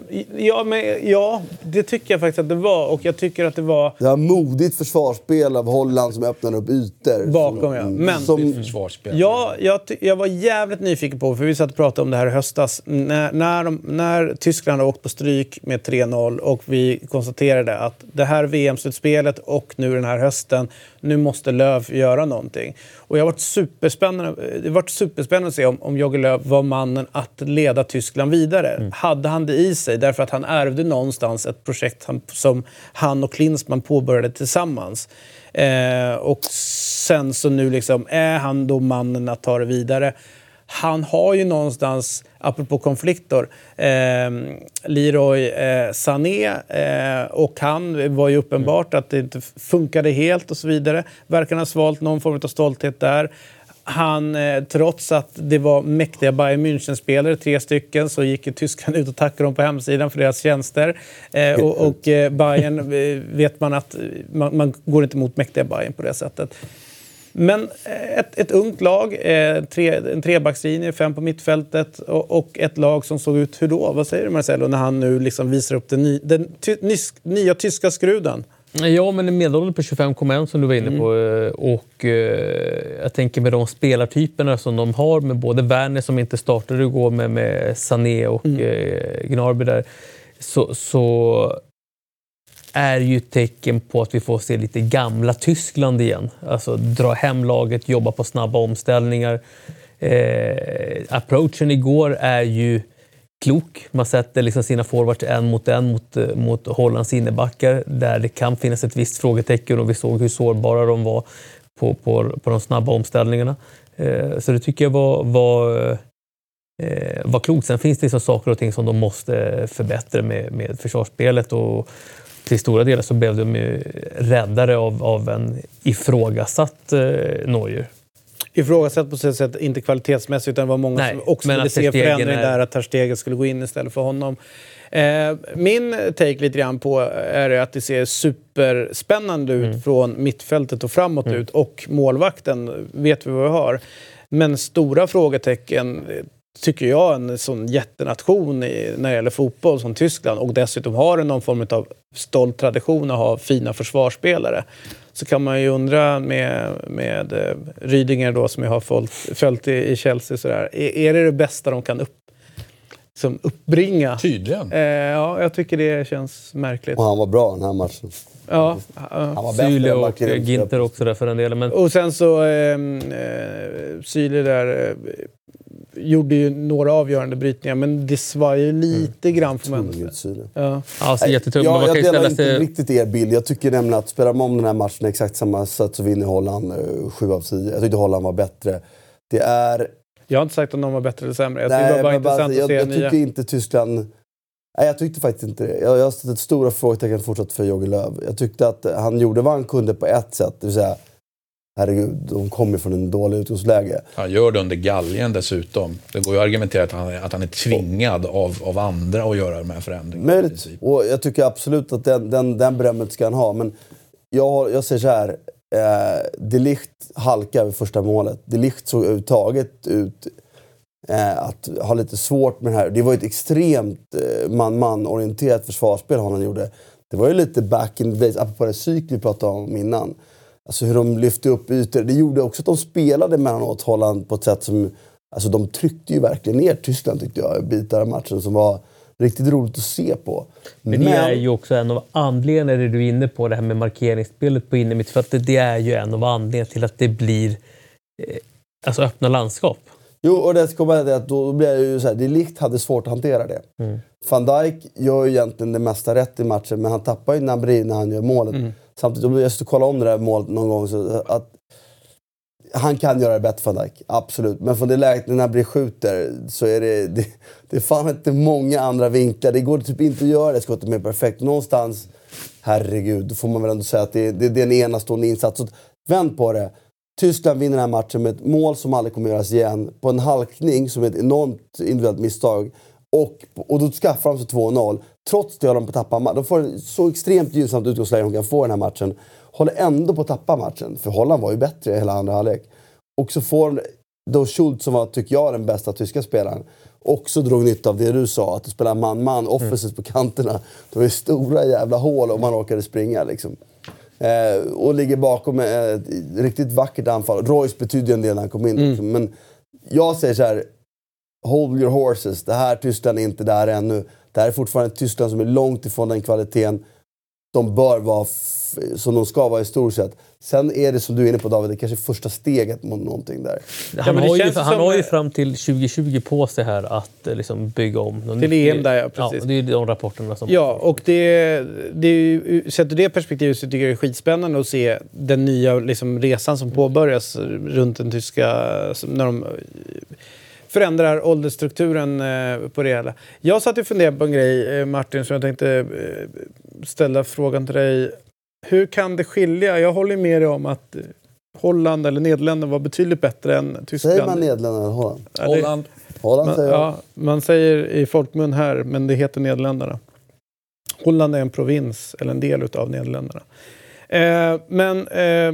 Ja, men, ja, det tycker jag faktiskt att det var. Och jag tycker att det var... Det var modigt försvarsspel av Holland som öppnade upp ytor. Bakom, ja. Men, som... försvarsspel. Ja, jag, jag var jävligt nyfiken på, för vi satt och pratade om det här i höstas. När, när, de, när Tyskland har åkt på stryk med tre noll och vi konstaterade att det här V M-slutspelet och nu den här hösten, nu måste Löw göra någonting. Och jag har varit superspännande, det har varit superspännande att se om, om Jogi Löw var mannen att leda Tyskland vidare. Mm. Hade han det i sig, därför att han ärvde någonstans ett projekt han, som han och Klinsmann påbörjade tillsammans. Eh, och sen så nu liksom, är han då mannen att ta det vidare? Han har ju någonstans, apropå konflikter, eh, Leroy eh, Sané eh, och han var ju uppenbart att det inte funkade helt och så vidare. Verkar ha svalt någon form av stolthet där. Han, eh, trots att det var mäktiga Bayern München-spelare, tre stycken, så gick Tyskland ut och tackade dem på hemsidan för deras tjänster. Eh, och och eh, Bayern eh, vet man att man, man går inte mot mäktiga Bayern på det sättet. Men ett, ett ungt lag, eh, tre, en trebackslinje, fem på mittfältet och, och ett lag som såg ut hur då? Vad säger du, Marcelo, när han nu liksom visar upp den, ny, den ty, nys, nya tyska skruden? Ja, men en medelålder på tjugofem komma ett som du var inne Mm. på. Och eh, jag tänker med de spelartyperna som de har, med både Werner som inte startade igår med, med Sané och mm. eh, Gnabry där, så... så är ju tecken på att vi får se lite gamla Tyskland igen. Alltså dra hem laget, jobba på snabba omställningar. Eh, approachen igår är ju klok. Man sätter liksom sina forwards en mot en mot, mot Hollands innebackar där det kan finnas ett visst frågetecken, och vi såg hur sårbara de var på, på, på de snabba omställningarna. Eh, så det tycker jag var... var eh, var klokt. Sen finns det liksom saker och ting som de måste förbättra med, med försvarsspelet, och till stora delar så blev de ju räddare av, av en ifrågasatt eh, Neuer. Ifrågasatt på så sätt, inte kvalitetsmässigt, utan det var många Nej, som också ville se förändring är... där, att Ter Stegen skulle gå in istället för honom. Eh, min take lite grann på är att det ser superspännande ut mm. från mittfältet och framåt mm. ut, och målvakten vet vi vad vi har. Men stora frågetecken tycker jag, en sån jättenation i, när det gäller fotboll som Tyskland, och dessutom har någon form av stolt tradition att ha fina försvarsspelare, så kan man ju undra med, med eh, Rydiger då, som jag har följt, följt i, i Chelsea sådär. Är, är det det bästa de kan upp, som uppbringa? Tydligen. Eh, ja, jag tycker det känns märkligt. Och han var bra den här matchen. Ja, han var Syle och Ginter också där för den delen. Men... Och sen så eh, Syle där eh, gjorde ju några avgörande brytningar, men det var ju lite mm. grann för människor. Ja, alltså jättetungt. Jag, man jag kan delar ställa inte sig... riktigt er bild. Jag tycker nämligen att spelar man om den här matchen exakt samma sätt så vinner Holland sju av tio. Jag tyckte Holland var bättre. Det är... Jag har inte sagt att de var bättre eller sämre. Jag tycker det var bara intressant bara, jag, att se jag, nya. Jag tycker inte Tyskland... Nej, jag tyckte faktiskt inte det. Jag, jag har ställt ett stora frågetecken fortsatt för Jogi Löw. Jag tyckte att han gjorde vad han kunde på ett sätt. Det vill säga, herregud, de kommer från en dålig utgångsläge. Han gör det under galgen dessutom. Det går ju att argumentera att han, att han är tvingad av, av andra att göra de här förändringarna. Möjligt. Och jag tycker absolut att den, den, den berömmet ska han ha. Men jag, jag säger så här. Eh, De Ligt halkar vid första målet. De Ligt såg överhuvudtaget ut eh, att ha lite svårt med det här. Det var ett extremt eh, man-man-orienterat försvarsspel han gjorde. Det var ju lite back in the days, apropå det psyk vi pratade om innan. Alltså hur de lyfte upp ytor. Det gjorde också att de spelade mellanåt Holland på ett sätt som... Alltså de tryckte ju verkligen ner Tyskland, tyckte jag, bitar av matchen som var riktigt roligt att se på. Men, Men det är ju också en av anledningarna, det du är inne på, det här med markeringsspelet på innermittfältet. Det är ju en av anledningarna till att det blir Alltså öppna landskap. Jo, och det ska bara att då blir det ju så här, det Ligt hade svårt att hantera det. Mm. Van Dijk gör ju egentligen det mesta rätt i matchen, men han tappar ju Gnabry när han gör målet. Mm. Samtidigt, om jag ska kolla om det där målet någon gång, så att han kan göra det bättre, Van Dijk, absolut. Men från det läget när Gnabry skjuter så är det, det, det är fan inte många andra vinklar. Det går typ inte att göra det skottet mer perfekt. Någonstans, herregud, då får man väl ändå säga att det, det, det är en enastående insats. Så vänd på det. Tyskland vinner den här matchen med ett mål som aldrig kommer göras igen. På en halkning som är ett enormt individuellt misstag. Och, och då skaffar de sig två noll. Trots det har de på att tappa matchen. De får så extremt gynnsamt utgångsläge de kan få den här matchen. Håller ändå på att tappa matchen. För Holland var ju bättre i hela andra halvlek. Och så får då Schultz, som var, tycker jag, den bästa tyska spelaren, också drog nytta av det du sa. Att du spelar man-man, offensivt på kanterna. Det var ju stora jävla hål om man orkade springa liksom. Eh, och ligger bakom ett riktigt vackert anfall. Royce betyder en del när han kom in. Mm. Men jag säger så här: hold your horses. Det här Tyskland är inte där ännu. Det här är fortfarande Tyskland som är långt ifrån den kvaliteten de bör vara f- som de ska vara i stort sett. Sen är det, som du är inne på, David, det kanske är första steget mot någonting där. Han, ja, har, ju, han har ju fram till tjugo tjugo på sig här att liksom bygga om. Till E M där, ja, precis. Ja, det är de rapporterna som... Ja, och det, det är ju, sett ur det perspektivet så tycker jag det är skitspännande att se den nya liksom, resan som påbörjas runt den tyska, när de förändrar åldersstrukturen eh, på det hela. Jag satt och funderade på en grej, eh, Martin, som jag tänkte eh, ställa frågan till dig. Hur kan det skilja? Jag håller med dig om att Holland eller Nederländerna var betydligt bättre än Tyskland. Säger man Nederländerna eller Holland? Holland. Holland man, säger jag. Ja, man säger i folkmun här, men det heter Nederländerna. Holland är en provins eller en del av Nederländerna. Eh, men eh,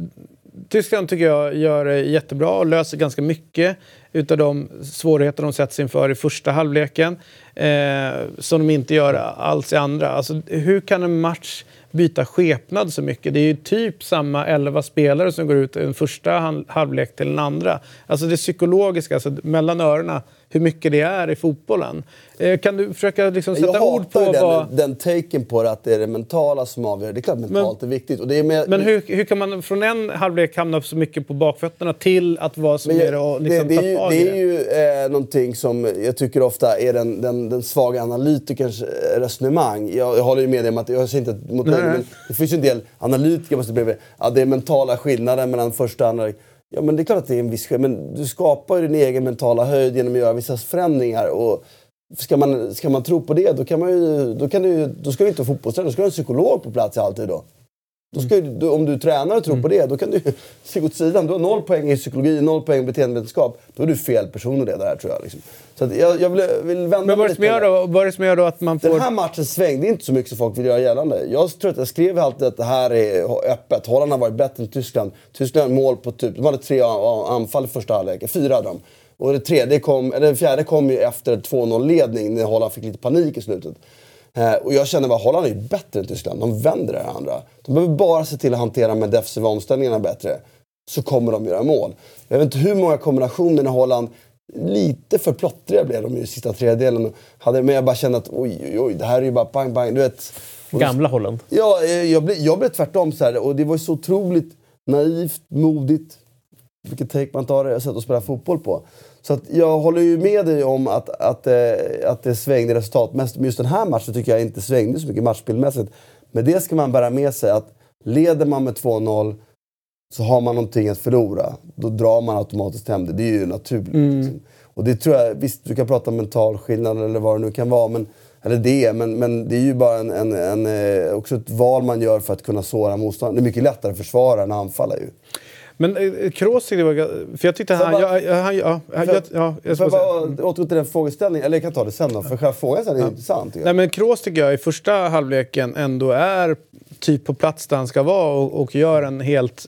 Tyskland tycker jag gör det jättebra och löser ganska mycket utav de svårigheter de sätts inför i första halvleken eh, som de inte gör alls i andra. Alltså, hur kan en match byta skepnad så mycket? Det är ju typ samma elva spelare som går ut i den första halvlek till den andra. Alltså det psykologiska, alltså mellan öronen, hur mycket det är i fotbollen. Eh, kan du försöka liksom sätta jag ord på den, vad... den taken på det, att det är det mentala som avgör. Det är klart mentalt men, är viktigt. Och det är med... Men hur, hur kan man från en halvlek hamna så mycket på bakfötterna till att vara som är och liksom det, det, är ju, det är ju eh, någonting som jag tycker ofta är den, den, den svaga analytikers resonemang. Jag, jag håller ju med dig om att, jag säger inte mot dig, men det finns ju en del analytiker måste bli, ja, det är mentala skillnader mellan första och andra. Ja, men det är klart att det är en viss skillnad, men du skapar ju din egen mentala höjd genom att göra vissa förändringar. Och ska man, ska man tro på det, då kan man ju, då kan du, då ska du inte vara fotbollstränare, då ska du ha en psykolog på plats alltid då. Då ska mm. du, om du tränar och tror mm. på det, då kan du se åt sidan. Du har noll poäng i psykologi, noll poäng i beteendevetenskap. Då är du fel person i det där, tror jag. Liksom. Så att jag, jag vill, vill vända Men vad är det som gör då, vad är det som gör då att man får... Den här matchen svängde inte så mycket som folk vill göra gällande. Jag tror att jag skrev alltid att det här är öppet. Holland har varit bättre än Tyskland. Tyskland har mål på typ... De hade tre anfall i första halvlek. Fyra av dem. Och det tredje kom, eller det fjärde kom ju efter två noll-ledning när Holland fick lite panik i slutet. Eh, och jag känner att Holland är bättre än Tyskland. De vänder det här andra. De behöver bara se till att hantera med defensiva omställningarna bättre. Så kommer de göra mål. Jag vet inte hur många kombinationer när Holland... Lite för plottriga blev de ju i sista tredjedelen. Hade, men jag bara kände att oj, oj, oj, det här är ju bara bang, bang. Du vet, Gamla Holland. Ja, jag blev, jag blev tvärtom så här. Och det var ju så otroligt naivt, modigt. Vilket take man tar det sätt att spela fotboll på. Så att jag håller ju med dig om att, att, att det svängde resultatmässigt. Men just den här matchen tycker jag inte svängde så mycket matchspelmässigt. Men det ska man bära med sig, att leder man med två noll så har man någonting att förlora. Då drar man automatiskt hem det. Det är ju naturligt. Mm. Liksom. Och det tror jag, visst du kan prata om mental skillnad eller vad det nu kan vara. Men, eller det, men, men det är ju bara en, en, en, också ett val man gör för att kunna såra motståndaren. Det är mycket lättare att försvara än att anfalla ju. Men eh, Kroos tyckte det var... För jag tyckte han... Bara, jag, han ja, jag, jag, ja, jag ska bara återgå till den frågeställningen. Eller jag kan ta det sen då. För själva frågan sen är ja. intressant. Nej, men Kroos tycker jag i första halvleken ändå är typ på plats där han ska vara. Och, och gör en helt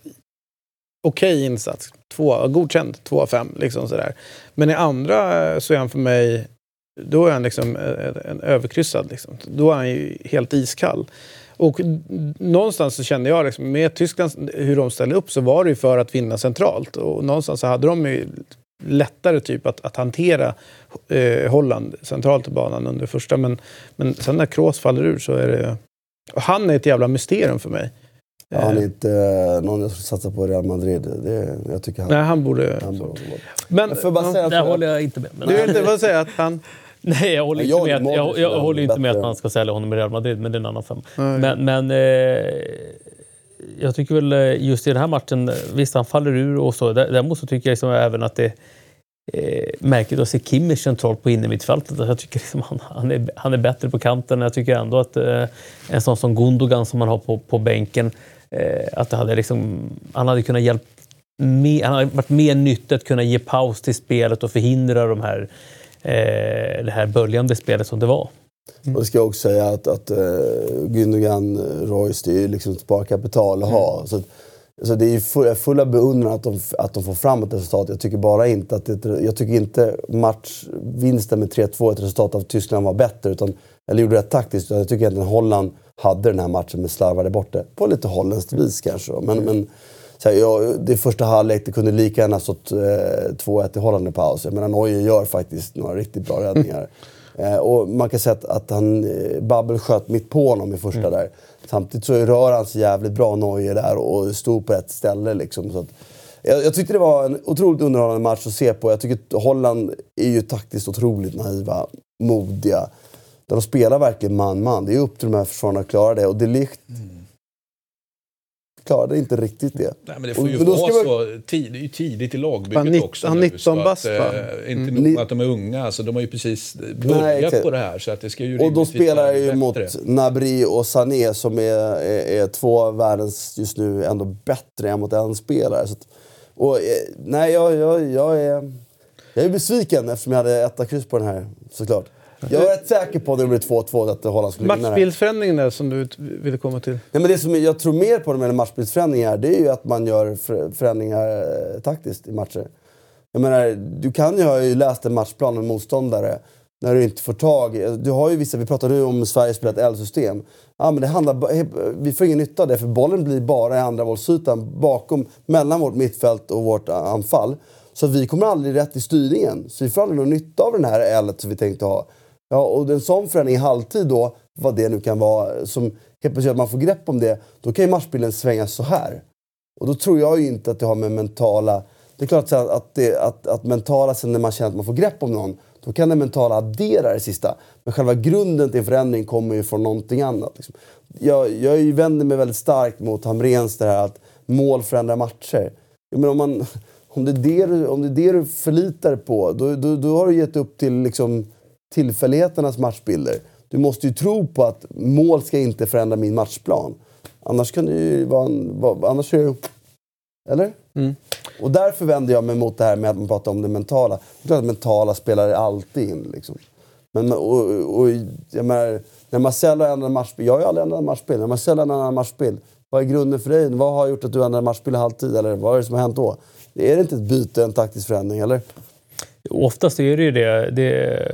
okej okay insats. Två, godkänd. Två av fem. Liksom sådär. Men i andra så är han för mig... Då är han liksom en överkryssad. Liksom. Då är han ju helt iskall. Och någonstans så kände jag liksom, med Tyskland, hur de ställde upp så var det ju för att vinna centralt. Och någonstans så hade de ju lättare typ att, att hantera eh, Holland centralt i banan under första. Men, men sen när Kroos faller ur så är det... Och han är ett jävla mysterium för mig. Ja, han är inte någon jag skulle satsa på Real Madrid. Det, jag tycker han, Nej, han borde... han borde men, jag får bara säga där håller jag inte med. Men, du vill inte bara säga att han... Nej, jag håller inte, jag med, att, jag, jag håller inte med bättre. att man ska sälja honom i Real Madrid, men det är en annan fem. Men, men eh, jag tycker väl just i den här matchen, visst han faller ur och så. Däremot så tycker jag liksom även att det eh, märkligt att se Kimmich centralt på innermittfältet. Jag tycker liksom han, han, är, han är bättre på kanten. Jag tycker ändå att eh, en sån som Gundogan som man har på, på bänken, eh, att det hade liksom, han hade kunnat hjälpa med, han hade varit mer nyttigt att kunna ge paus till spelet och förhindra de här Eh, det här böljande spelet som det var. Mm. Och det ska jag också säga att, att uh, Gündogan, Royce, det är ju liksom ett sparkapital att ha. Mm. Så, så det är ju full, fulla beundran att de, att de får fram ett resultat. Jag tycker bara inte att det, jag tycker inte matchvinsten med tre två, ett resultat av Tyskland var bättre, utan eller gjorde det taktiskt. Jag tycker att Holland hade den här matchen med slarvade borta på lite holländskt vis kanske. Men, men så här, ja, det första halvlek, det kunde lika gärna stått eh, två ett i Holland i paus. Men Neuer gör faktiskt några riktigt bra räddningar. eh, och man kan säga att, att han eh, Babbel sköt mitt på honom i första mm. där. Samtidigt så rör han sig jävligt bra, Neuer där, och stod på ett ställe liksom. Så att, jag, jag tyckte det var en otroligt underhållande match att se på. Jag tycker att Holland är ju taktiskt otroligt naiva, modiga. Där de spelar verkligen man-man. Det är upp till de här försvararna att klara det. Och det likt mm. klarade inte riktigt det. Nej, men det får ju och, vara så man... tid, tidigt i lagbygget han också. Han nitton bast, va? Äh, inte mm. nog att de är unga. Alltså, de har ju precis börjat Nej, på det här. Så att det ska ju och då spelar jag ju mot Gnabry och Sané som är, är, är två av världens just nu ändå bättre än mot en spelare. Så att, och, nej, jag, jag, jag, är, jag är besviken eftersom jag hade etta kryss på den här, såklart. Jag är rätt säker på att det blir två två att Holland skulle vinna. Matchbildsförändringen där som du ville komma till. Nej, men det som jag tror mer på med matchbildsförändringar, det är ju att man gör förändringar eh, taktiskt i matcher. Jag menar, du kan ju ha ju läst en matchplan med motståndare när du inte får tag. Du har ju vissa, vi pratar nu om Sverige spelar ett L-system. Ja, men det handlar, vi får ingen nytta av det, för bollen blir bara i andra våldsytan bakom, mellan vårt mittfält och vårt anfall. Så vi kommer aldrig rätt i styrningen. Så vi får aldrig någon nytta av den här L-et som vi tänkte ha. Ja, och en sån förändring i halvtid då, vad det nu kan vara, som helt plötsligt att man får grepp om det, då kan ju matchbilden svänga så här. Och då tror jag ju inte att det har med mentala... Det är klart att, att, det, att, att mentala, sen när man känner att man får grepp om någon, då kan det mentala addera det sista. Men själva grunden till en förändring kommer ju från någonting annat. Liksom. Jag, jag vänder mig väldigt starkt mot Hamrens det här att mål förändrar matcher. Jag menar, om, man, om, det är det du, om det är det du förlitar på, då, då, då har du gett upp till... Liksom, tillfälligheternas matchbilder. Du måste ju tro på att mål ska inte förändra min matchplan. Annars kan det ju vara en... Annars är det, eller? Mm. Och därför vänder jag mig mot det här med att man pratar om det mentala. Det är klart att mentala spelar alltid in. Liksom. Men, och, och, jag menar, när Marcelo ändrar matchbild... Jag har ju aldrig ändrat matchbild. När Marcelo ändrar matchbild, vad är grunden för dig? Vad har gjort att du ändrar matchbild halvtid? Eller vad är det som har hänt då? Är det inte ett byte, en taktisk förändring, eller? Oftast är det ju det, det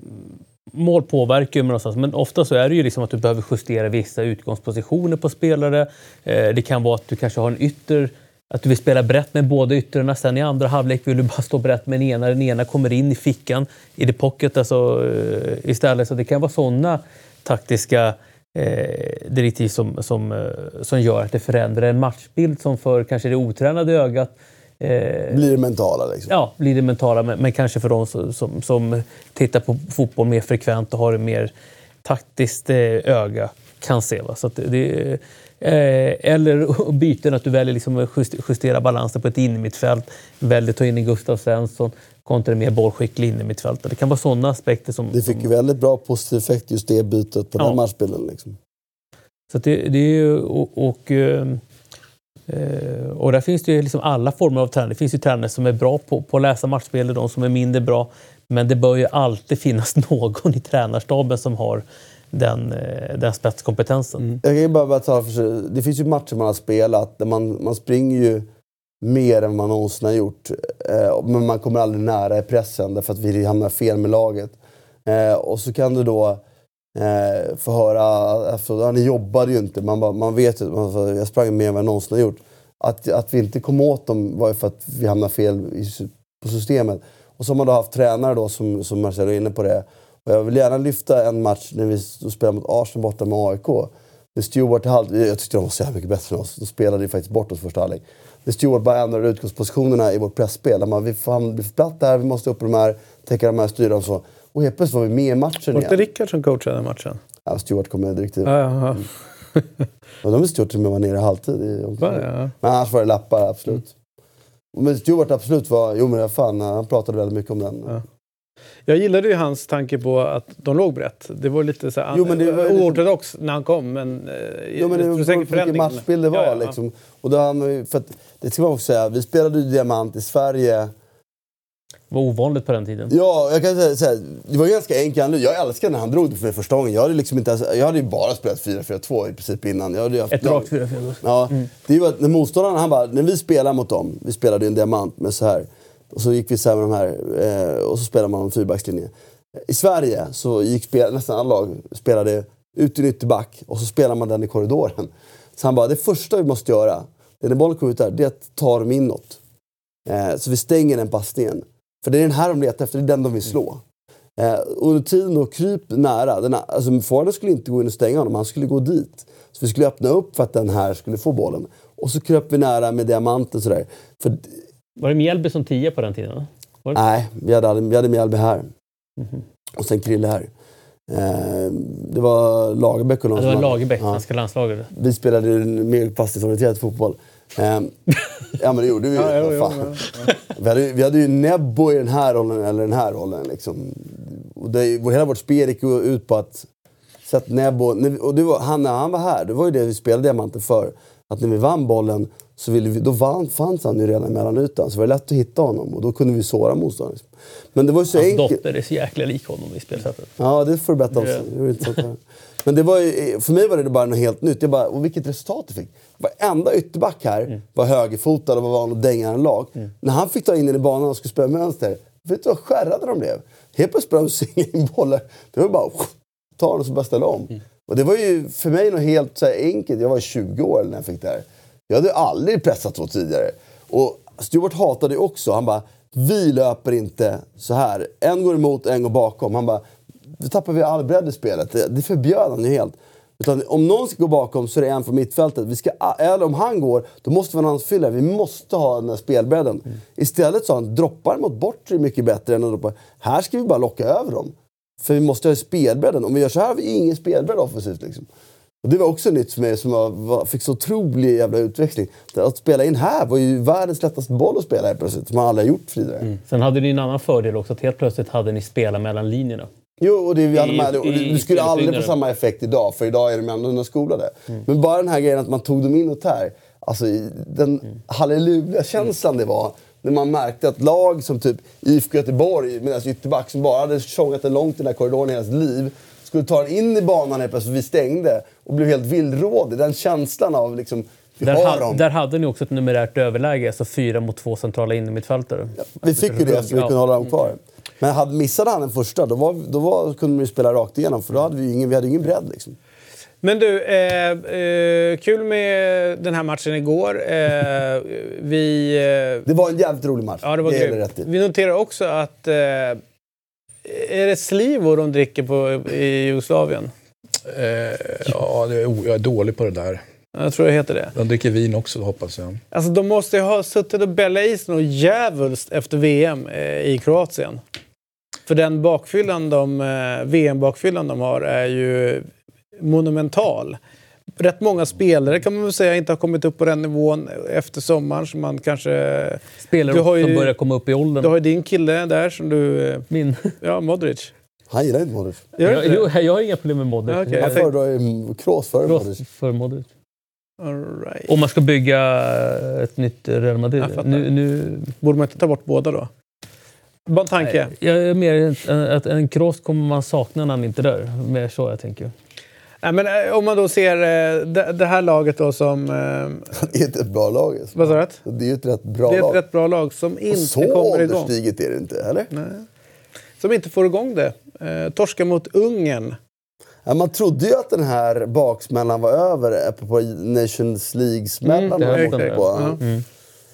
mål påverkar ju någonstans, men ofta så är det ju liksom att du behöver justera vissa utgångspositioner på spelare. Det kan vara att du kanske har en ytter, att du vill spela brett med båda ytterna, sen i andra halvlek vill du bara stå brett med den ena, den ena kommer in i fickan i det pocket alltså, istället. Så det kan vara sådana taktiska eh, direktiv som, som, som gör att det förändrar en matchbild som för kanske det otränade ögat. Eh, blir det mentala liksom? Ja, blir det mentala, men, men kanske för de som, som, som tittar på fotboll mer frekvent och har ett mer taktiskt eh, öga kan se. Va? Så att det, eh, eller byten, att du väljer liksom justera balansen på ett innermittfält, väljer ta in en Gustav Svensson kontra en mer bollskicklig innermittfält. Det kan vara sådana aspekter som... Det fick ju väldigt bra positiv effekt just det bytet på ja. Den matchbilden. Liksom. Så att det, det är ju... Och, och, och där finns det ju liksom alla former av tränare. Det finns ju tränare som är bra på, på att läsa matchspel och de som är mindre bra. Men det bör ju alltid finnas någon i tränarstaben som har den, den spetskompetensen. Mm. Jag kan ju bara, bara ta för sig. Det finns ju matcher man har spelat där man, man springer ju mer än man någonsin har gjort. Eh, men man kommer aldrig nära i pressen därför att vi hamnar fel med laget. Eh, och så kan du då eh, få höra, efter, ja, ni jobbade ju inte, man, bara, man vet ju, man, jag sprang mer än vad jag någonsin har gjort. Att, att vi inte kom åt dem var ju för att vi hamnade fel i, på systemet. Och så har man då haft tränare då som, som Marcelo är inne på det. Och jag vill gärna lyfta en match när vi spelade mot Arsenal borta med A I K. när Stewart halv, jag tyckte de var så här mycket bättre än oss. Då spelade vi faktiskt bort oss första halvlek. När Stewart bara ändrade utgångspositionerna i vårt pressspel. Där man, vi fan blir för platt där, vi måste upp på de här, täcka de här styren och så. Och helt plötsligt var vi med i matchen var igen. Var det Rickard som coachade matchen? Ja, Stewart kom med direktiv. Ja, ja, ja. Mm. Och de Stewart som var nere i halvtid. I ja, ja. Men annars var det lappar, absolut. Mm. Men Stewart absolut var, jo men fan, han pratade väldigt mycket om den. Ja. Jag gillade ju hans tanke på att de låg brett. Det var lite så jo, men det var oortodox lite... när han kom, men, jo, men det var säkert mycket matchbild det var. Ja, ja. Liksom. Och då han, för att, det ska man också säga, vi spelade ju diamant i Sverige. Det var ovanligt på den tiden. Ja, jag kan säga så här, det var ganska enkelt. Jag älskade när han drog det för mig första gången. Jag hade, liksom inte, jag hade ju bara spelat fyra fyra två i princip innan. Jag hade haft, ett rakt fyra fyra. Ja, mm. Det var när motståndarna, han bara, när vi spelar mot dem, vi spelade ju en diamant med så här. Och så gick vi så här med de här, eh, och så spelade man en fyrbackslinje. I Sverige så gick spel, nästan alla lag spelade ut i en ytterback och så spelar man den i korridoren. Så han bara, det första vi måste göra, när bollen kommer ut där, det är att ta dem inåt. Eh, så vi stänger den passningen. För det är den här de letar efter, det är den de vill slå. Eh, under tiden då kryp nära, den här, alltså forwarden skulle inte gå in och stänga honom, han skulle gå dit. Så vi skulle öppna upp för att den här skulle få bollen. Och så kröp vi nära med diamanten sådär. För, var det Mjällby som tio på den tiden? Var det? Nej, vi hade, vi hade Mjällby här. Mm-hmm. Och sen Krille här. Eh, det var Lagerbäck och någon. Ja, det var Lagerbäck, ja. Svenska landslaget. Vi spelade mer fastighetsorienterad fotboll. Eh, ja, men det gjorde vi. Ja, ja, ja, ja. Vi, hade, vi hade ju Nebbo i den här rollen eller den här rollen. Liksom. Och det, hela vårt spel gick ut på att sätta Nebbo. Och det var, han, när han var här, det var ju det vi spelade diamanten för. Att när vi vann bollen så ville vi, då vann, fanns han ju redan i mellanytan. Så det var lätt att hitta honom och då kunde vi såra motståndaren. Men det var ju så Hans enkelt. dotter är så jäkla lik honom i spelsättet. Ja, det får du berätta om. Det Men det var ju, för mig var det bara något helt nytt. Jag bara, och vilket resultat det fick. Varenda ytterback här mm. var högerfotad och var van att dänga en lag. Mm. När han fick ta in den i banan och skulle spela med vänster, vet du vad skärrade de blev? Helt plötsligt började de singa in bollar. Det var bara ta den och så bara ställa om. Mm. Och det var ju för mig något helt så här enkelt. Jag var tjugo år när jag fick det här. Jag hade aldrig pressat så tidigare. Och Stewart hatade det också. Han bara, vi löper inte så här. En går emot, en går bakom. Han bara, då tappar vi all bredd i spelet. Det, det förbjöd han ju helt. Utan om någon ska gå bakom så är det en från mittfältet. Vi ska, eller om han går, då måste vi ha en anfyllare. Vi måste ha den här spelbredden. Mm. Istället så han droppar mot bort är mycket bättre än att droppa. Här ska vi bara locka över dem. För vi måste ha spelbredden. Om vi gör så här har vi ingen spelbredd offensivt liksom. Och det var också nytt för mig som var, var, fick så otrolig jävla utväxling. Att spela in här var ju världens lättaste boll att spela här plötsligt. Som man aldrig har gjort tidigare. Mm. Sen hade ni en annan fördel också. Att helt plötsligt hade ni spelat mellan linjerna. Jo, och det, vi hade med, och det, det skulle aldrig få samma effekt idag. För idag är de ändå underskolade. Mm. Men bara den här grejen att man tog dem inåt här. Alltså den mm. halleluja-känslan det var. När man märkte att lag som typ I F K Göteborg med deras ytterback som bara hade tjongat det långt i den här korridoren i deras liv. Skulle ta den in i banan helt plötsligt, vi stängde. Och blev helt villrådig. Den känslan av liksom... Där, ha, där hade ni också ett numerärt överläge. Alltså fyra mot två centrala innermittfältare. Ja, vi fick ju det så vi kunde hålla dem kvar. Men hade missade han den första, då, var, då var, kunde vi spela rakt igenom. För då hade vi ingen, vi hade ingen bredd liksom. Men du, eh, eh, kul med den här matchen igår. Eh, vi, eh, det var en jävligt rolig match. Ja, det var det rätt. Vi noterar också att... Eh, är det Slivo de dricker på, i Jugoslavien? Eh, ja, det är, jag är dålig på det där. Jag tror det heter det. De dricker vin också, hoppas jag. Alltså, de måste ju ha suttit och bällat i sig något djävulskt efter V M eh, i Kroatien. För den bakfyllan de, eh, V M-bakfyllan de har är ju monumental. Rätt många spelare kan man väl säga inte har kommit upp på den nivån efter sommaren som man kanske... Spelare som ju, börjar komma upp i åldern. Du har ju din kille där som du... Min? Ja, Modric. Han gillar inte Modric. Jag, jag, jag har inga problem med Modric. Ja, okay, jag föredrar Kroos före Modric. För Modric. All right. Om man ska bygga ett nytt Real Madrid. Nu, nu... Borde man inte ta bort båda då? Bara en tanke. Nej, jag är mer att en Kroos kommer man sakna när han inte dör. Mer så jag tänker. Nej, men om man då ser det, det här laget då som... Det är ett bra lag. Vad sa du? Det är ett rätt bra lag. Det är ett lag. rätt bra lag som inte så kommer igång. Så ålderstiget är det inte, eller? Nej. Som inte får igång det. Eh, torska mot Ungern. Ja, man trodde ju att den här baksmällan var över på Nations League-smällan. Mm, det på. Mm.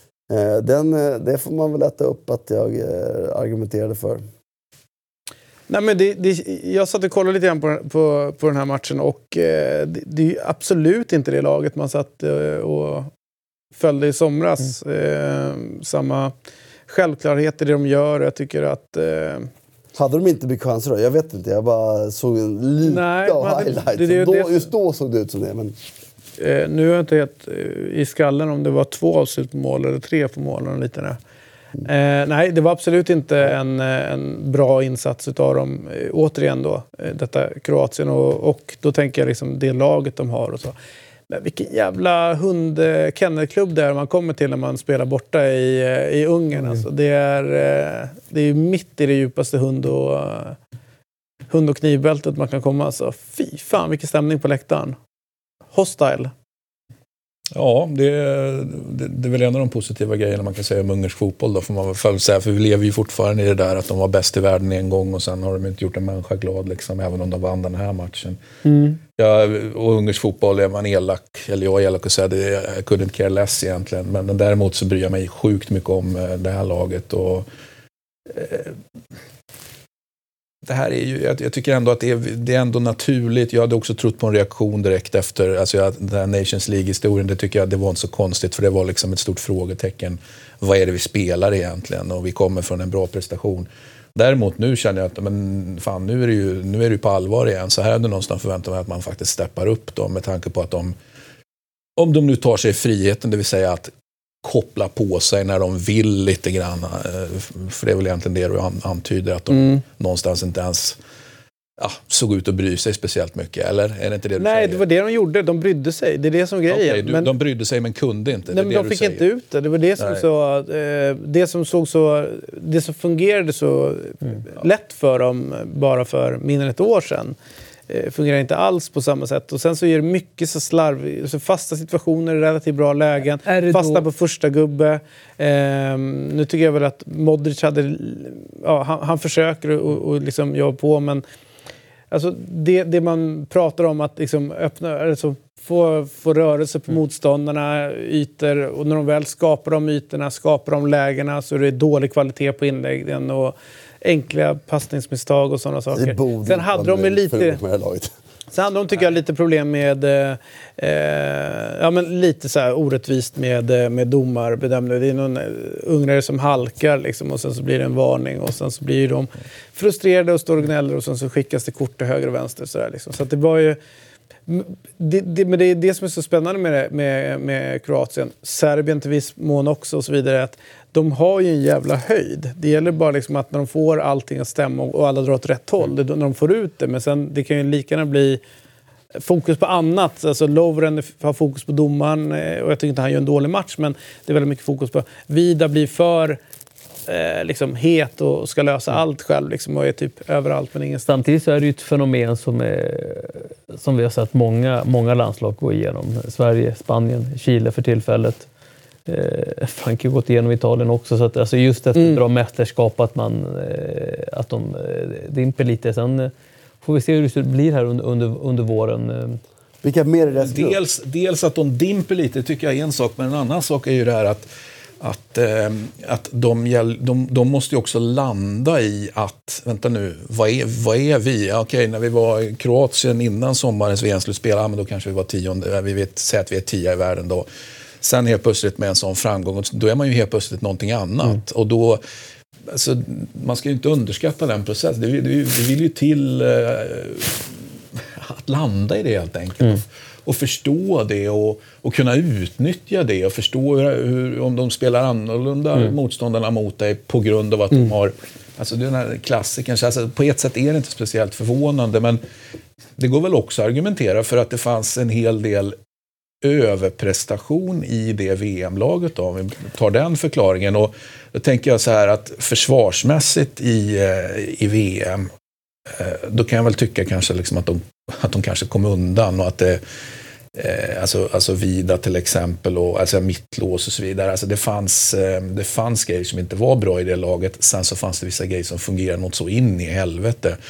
Den, det får man väl äta upp att jag argumenterade för. Nej, men det, det, jag satt och kollade lite grann på, på, på den här matchen och eh, det, det är absolut inte det laget man satt eh, och följde i somras. Mm. Eh, samma självklarhet i det de gör. Jag tycker att... Eh, hade de inte mycket chanser då? Jag vet inte, jag bara såg en lite Nej, av highlights. Det, det, då, det, just då såg det ut som det, men... Eh, nu är jag inte helt eh, i skallen om det var två avslut på mål eller tre på mål. Och lite där. Eh, nej, det var absolut inte en, en bra insats utav dem. Eh, återigen då, eh, detta Kroatien. Och, och då tänker jag liksom det laget de har och så. Men vilken jävla hund-kennelklubb där man kommer till när man spelar borta i, i Ungern. Mm. Alltså, det är, eh, det är mitt i det djupaste hund- och, hund- och knivbältet man kan komma. Alltså, fy fan, vilken stämning på läktaren. Hostile. Ja, det, det, det är väl en av de positiva grejerna man kan säga om ungersk fotboll då, får man väl säga, för vi lever ju fortfarande i det där att de var bäst i världen en gång och sen har de inte gjort en människa glad liksom, även om de vann den här matchen. Mm. Ja, och ungersk fotboll är man elak, eller jag är elak och säger det, jag couldn't care less egentligen, men däremot så bryr jag mig sjukt mycket om det här laget och eh, det här är ju, jag, jag tycker ändå att det är, det är ändå naturligt. Jag hade också trott på en reaktion direkt efter alltså jag, den här Nations League-historien. Det tycker jag det var inte så konstigt, för det var liksom ett stort frågetecken. Vad är det vi spelar egentligen? Och vi kommer från en bra prestation. Däremot nu känner jag att men fan, nu är det ju, nu är det ju på allvar igen. Så här hade någonstans förväntat mig att man faktiskt steppar upp dem med tanke på att de, om de nu tar sig friheten, det vill säga att koppla på sig när de vill lite grann, för det är väl egentligen det du antyder, att de mm. någonstans inte ens ja, såg ut att bry sig speciellt mycket, eller? Är det inte det du Nej, säger? Det var det de gjorde, de brydde sig, det är det som är grejen. Okay, du, men, de brydde sig men kunde inte, nej, det är men det de fick säger. inte ut det, det var det som, så, eh, det som såg så, det som fungerade så mm. lätt för dem bara för mindre än ett år sedan. Fungerar inte alls på samma sätt. Och sen så är det mycket så slarv, så fasta situationer, relativt bra lägen, fasta då... på första gubbe. Ehm, nu tycker jag väl att Modric hade, ja, han, han försöker och, och liksom jobba på, men alltså det, det man pratar om att liksom öppna, alltså få, få rörelse på mm. motståndarna, ytor, och när de väl skapar de ytorna, skapar de lägena, så är det dålig kvalitet på inläggen och enkla passningsmisstag och sådana saker. Sen hade de lite Sen hade de tycker jag lite problem med eh, ja men lite så här orättvist med med domarbedömning. Det är någon ungrare som halkar liksom, och sen så blir det en varning och sen så blir de frustrerade och står och gnäller och sen så skickas det kort till höger och vänster så där liksom. Så att det var ju det, det, men det är det som är så spännande med, det, med, med Kroatien. Serbien till viss mån också och så vidare, att de har ju en jävla höjd. Det gäller bara liksom att när de får allting att stämma och alla drar åt rätt håll, det, när de får ut det. Men sen det kan ju lika gärna bli fokus på annat. Alltså Lovren har fokus på domaren och jag tycker inte han gör en dålig match, men det är väldigt mycket fokus på Vida blir för eh, liksom het och ska lösa mm. allt själv liksom, och är typ överallt men ingenstans. Samtidigt så är det ju ett fenomen som, är, som vi har sett många, många landslag gå igenom. Sverige, Spanien, Chile för tillfället. Eh, Frankrike har gått igenom Italien också, så att alltså just efter mm. bra mästerskap att man eh, att de eh, dimper lite. Sen eh, får vi se hur det blir här under, under, under våren. Eh. Vilka mer är det? Dels, dels att de dimper lite tycker jag är en sak, men en annan sak är ju det här att att, eh, att de, de, de måste ju också landa i att, vänta nu, vad är, vad är vi? Ja, okej, när vi var i Kroatien innan sommarens V M-slutspel, ja, men då kanske vi var tionde, vi vet, säger att vi är tio i världen då. Sen helt plötsligt med en sån framgång, då är man ju helt plötsligt någonting annat. Mm. Och då, alltså, man ska ju inte underskatta den processen. Det, det, det vill ju till eh, att landa i det helt enkelt. Mm. Och förstå det och, och kunna utnyttja det och förstå hur, hur, om de spelar annorlunda mm. motståndarna mot dig på grund av att mm. de har, alltså det är den här klassikern, alltså på ett sätt är det inte speciellt förvånande, men det går väl också att argumentera för att det fanns en hel del överprestation i det V M-laget då, om vi tar den förklaringen. Och då tänker jag så här att försvarsmässigt i, i V M, då kan jag väl tycka kanske liksom att de, att de kanske kom undan och att det, alltså, alltså Vida till exempel och alltså mittlås och så vidare. Alltså det fanns, det fanns grejer som inte var bra i det laget. Sen så fanns det vissa grejer som fungerade något så in i helvete.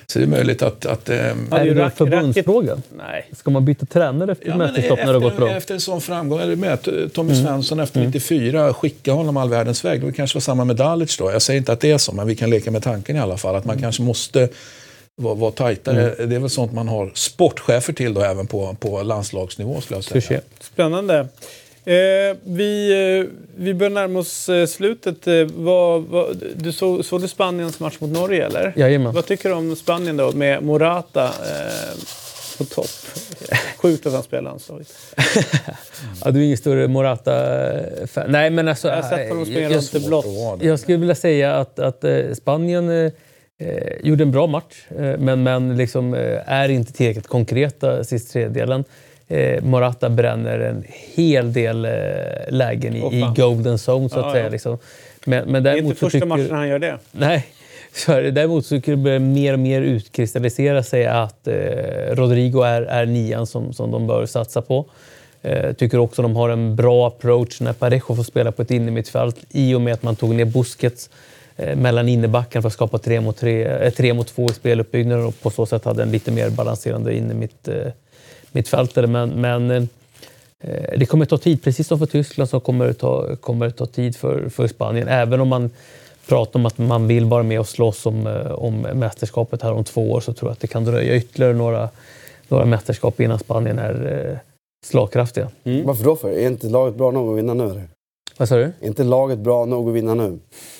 Så det är möjligt att... att eh, är det då en förbundsfråga? Nej. Ska man byta tränare efter ja, mästerskap när det har gått bra? Efter en sån framgång, eller med Tommy Svensson mm. efter nittiofyra, skicka honom all världens väg. Det kanske var samma med Dalic då. Jag säger inte att det är så, men vi kan leka med tanken i alla fall. Att man mm. kanske måste vara, vara tajtare. Mm. Det är väl sånt man har sportchefer till då, även på, på landslagsnivå, skulle jag säga. Spännande. Eh, vi, eh, vi börjar närma oss eh, slutet. Eh, vad, vad, du så, såg du Spaniens match mot Norge, eller? Jajamän. Vad tycker du om Spanien då, med Morata eh, på topp? Sjukt att han spelar landslaget. Ja, du är ingen större Morata-fan. Nej, men alltså... Jag har sett honom spela inte blått. Jag skulle vilja säga att, att eh, Spanien eh, gjorde en bra match, eh, men, men liksom, eh, är inte tillräckligt konkreta sist tredjedelen. Eh, Morata bränner en hel del eh, lägen i, oh, i golden zone, så att ja, säga. Ja. Liksom. Men, men det är inte första tycker, matchen han gör det. Nej, så är det. Däremot så börjar det mer och mer utkristallisera sig att eh, Rodrigo är, är nian som, som de bör satsa på. Eh, tycker också de har en bra approach när Parejo får spela på ett innermittfält, i och med att man tog ner Busquets eh, mellan innebacken för att skapa tre mot tre, eh, tre mot två i speluppbyggnaden, och på så sätt hade en lite mer balanserande innermitt eh, mittfältare, men, men eh, det kommer ta tid, precis som för Tyskland så kommer det ta, kommer det ta tid för, för Spanien, även om man pratar om att man vill vara med och slåss om, om mästerskapet här om två år, så tror jag att det kan dröja ytterligare några, några mästerskap innan Spanien är eh, slagkraftiga. Mm. Varför då för? Är inte laget bra nog att vinna nu? Eller? Vad sa du? Är inte laget bra nog att vinna nu?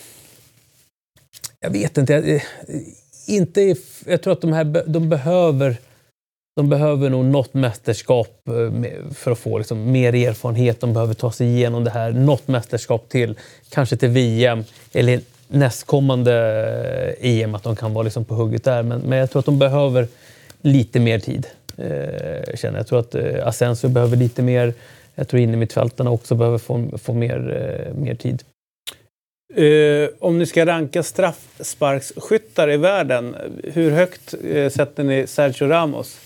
Jag vet inte. Jag, inte jag tror att de här de behöver De behöver nog något mästerskap för att få liksom mer erfarenhet. De behöver ta sig igenom det här. Något mästerskap till. Kanske till V M. Eller nästkommande E M. Att de kan vara liksom på hugget där. Men, men jag tror att de behöver lite mer tid. Eh, känner. Jag tror att eh, Asensio behöver lite mer. Jag tror inne mittfältarna också behöver få, få mer, eh, mer tid. Uh, om ni ska ranka straffsparksskyttar i världen. Hur högt uh, sätter ni Sergio Ramos?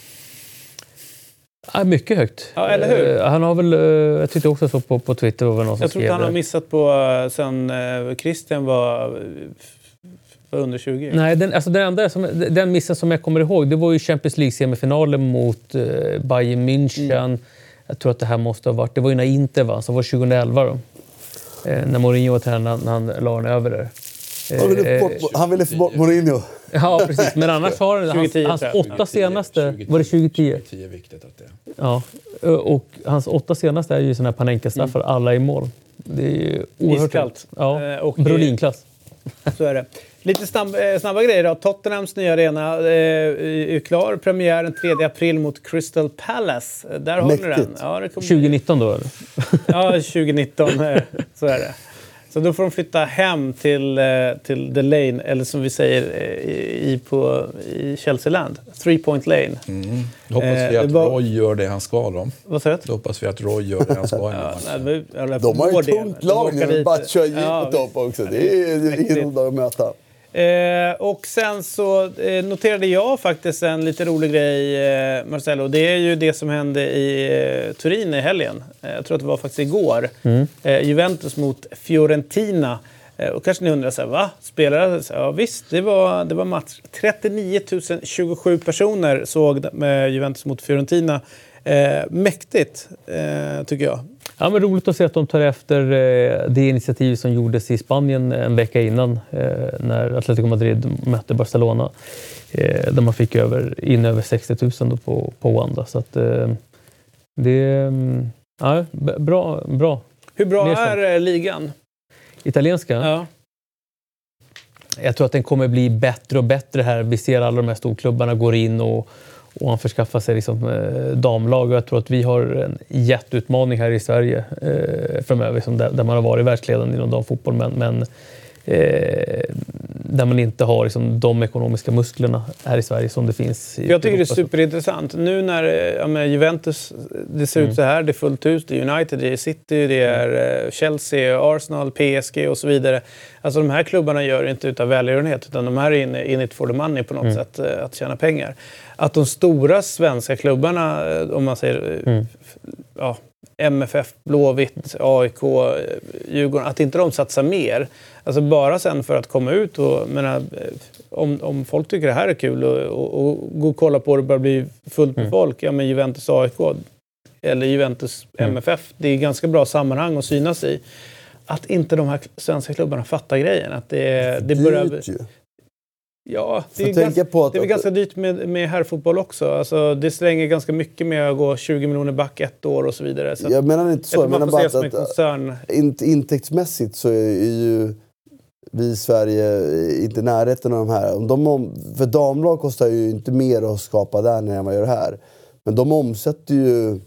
Ja, mycket högt. Ja, eller hur? Uh, han har väl, uh, jag tyckte också så på, på Twitter. Var någon jag tror att han har missat på uh, sen uh, Christian var, uh, var under tjugo. Nej, den, alltså den, enda som, den missen som jag kommer ihåg, det var ju Champions League-semifinalen mot uh, Bayern München. Mm. Jag tror att det här måste ha varit, det var ju när Inter vann, så var det tjugoelva då. Uh, när Mourinho var tränare, när han la den över där. Han ville få bort, han ville få bort Mourinho. Ja, precis. Men annars har han hans, hans åtta senaste... tjugo tio, var det tjugo tio? tjugo tio är viktigt att det är. Ja, och hans åtta senaste är ju såna här Panenka-straffar, mm. alla i mål. Det är ju oerhört kallt. Ja, och Brolin-klass. Så är det. Lite snabb, snabba grejer då. Tottenhams nya arena eh, är klar. Premiär den tredje april mot Crystal Palace. Där har ni den. Ja, det kommer... tjugo nitton då, eller? Ja, tjugo nitton. Så är det. Så då får de flytta hem till, till The Lane, eller som vi säger i, på, i Chelsea-land. Three Point Lane. Mm. Då hoppas vi att bara... Roy gör det han ska då. Vad sa du? Då hoppas vi att Roy gör det han ska. Ja, nej, men, de har ju tungt lag nu. Batcha ja, på topp också. Det är ingen roligt att möta. Eh, och sen så eh, noterade jag faktiskt en lite rolig grej, eh, Marcelo. Det är ju det som hände i eh, Turin i helgen. Eh, jag tror att det var faktiskt igår. Mm. Eh, Juventus mot Fiorentina. Eh, och kanske ni undrar så här, va? Spelare? Ja visst, det var, det var match. trettionio tusen tjugosju personer såg med Juventus mot Fiorentina. Eh, mäktigt, eh, tycker jag. Ja, men roligt att se att de tar efter eh, det initiativ som gjordes i Spanien en vecka innan eh, när Atletico Madrid mötte Barcelona. Eh, där man fick över, in över sextio tusen då på, på Wanda. Så att eh, det ja, bra, bra. Hur bra är eh, ligan? Italienska? Ja. Jag tror att den kommer bli bättre och bättre här. Vi ser alla de här storklubbarna går in och Och han förskaffar sig liksom, eh, damlag. Och jag tror att vi har en jätteutmaning här i Sverige eh, framöver. Liksom, där, där man har varit världsledande inom damfotboll. Men, men eh, där man inte har liksom, de ekonomiska musklerna här i Sverige som det finns i Jag tycker Europa. Det är superintressant. Nu när ja, med Juventus, det ser mm. ut så här. Det är fullt hus. Det är United, det är City, det är eh, Chelsea, Arsenal, P S G och så vidare. Alltså de här klubbarna gör det inte utav välgörenhet. Utan de här är in, in it for the money på något mm. sätt. Eh, att tjäna pengar. Att de stora svenska klubbarna, om man säger mm. ja, M F F, Blåvitt, A I K, Djurgården, att inte de satsar mer. Alltså bara sen för att komma ut och menar, om, om folk tycker det här är kul och, och, och gå och kolla på det och börjar bli fullt med mm. folk, ja men Juventus A I K eller Juventus mm. M F F, det är ganska bra sammanhang att synas i. Att inte de här svenska klubbarna fattar grejen. Att det, det börjar... Ja, det är, ganska, på att, det är väl ganska dyrt med, med herrfotboll också. Alltså, det slänger ganska mycket med att gå tjugo miljoner back ett år och så vidare. Så jag menar inte så. Jag menar bara att, att koncern... in, intäktsmässigt så är ju vi i Sverige inte närheten av de här. Om de, för damlag kostar ju inte mer att skapa där än man gör här. Men de omsätter ju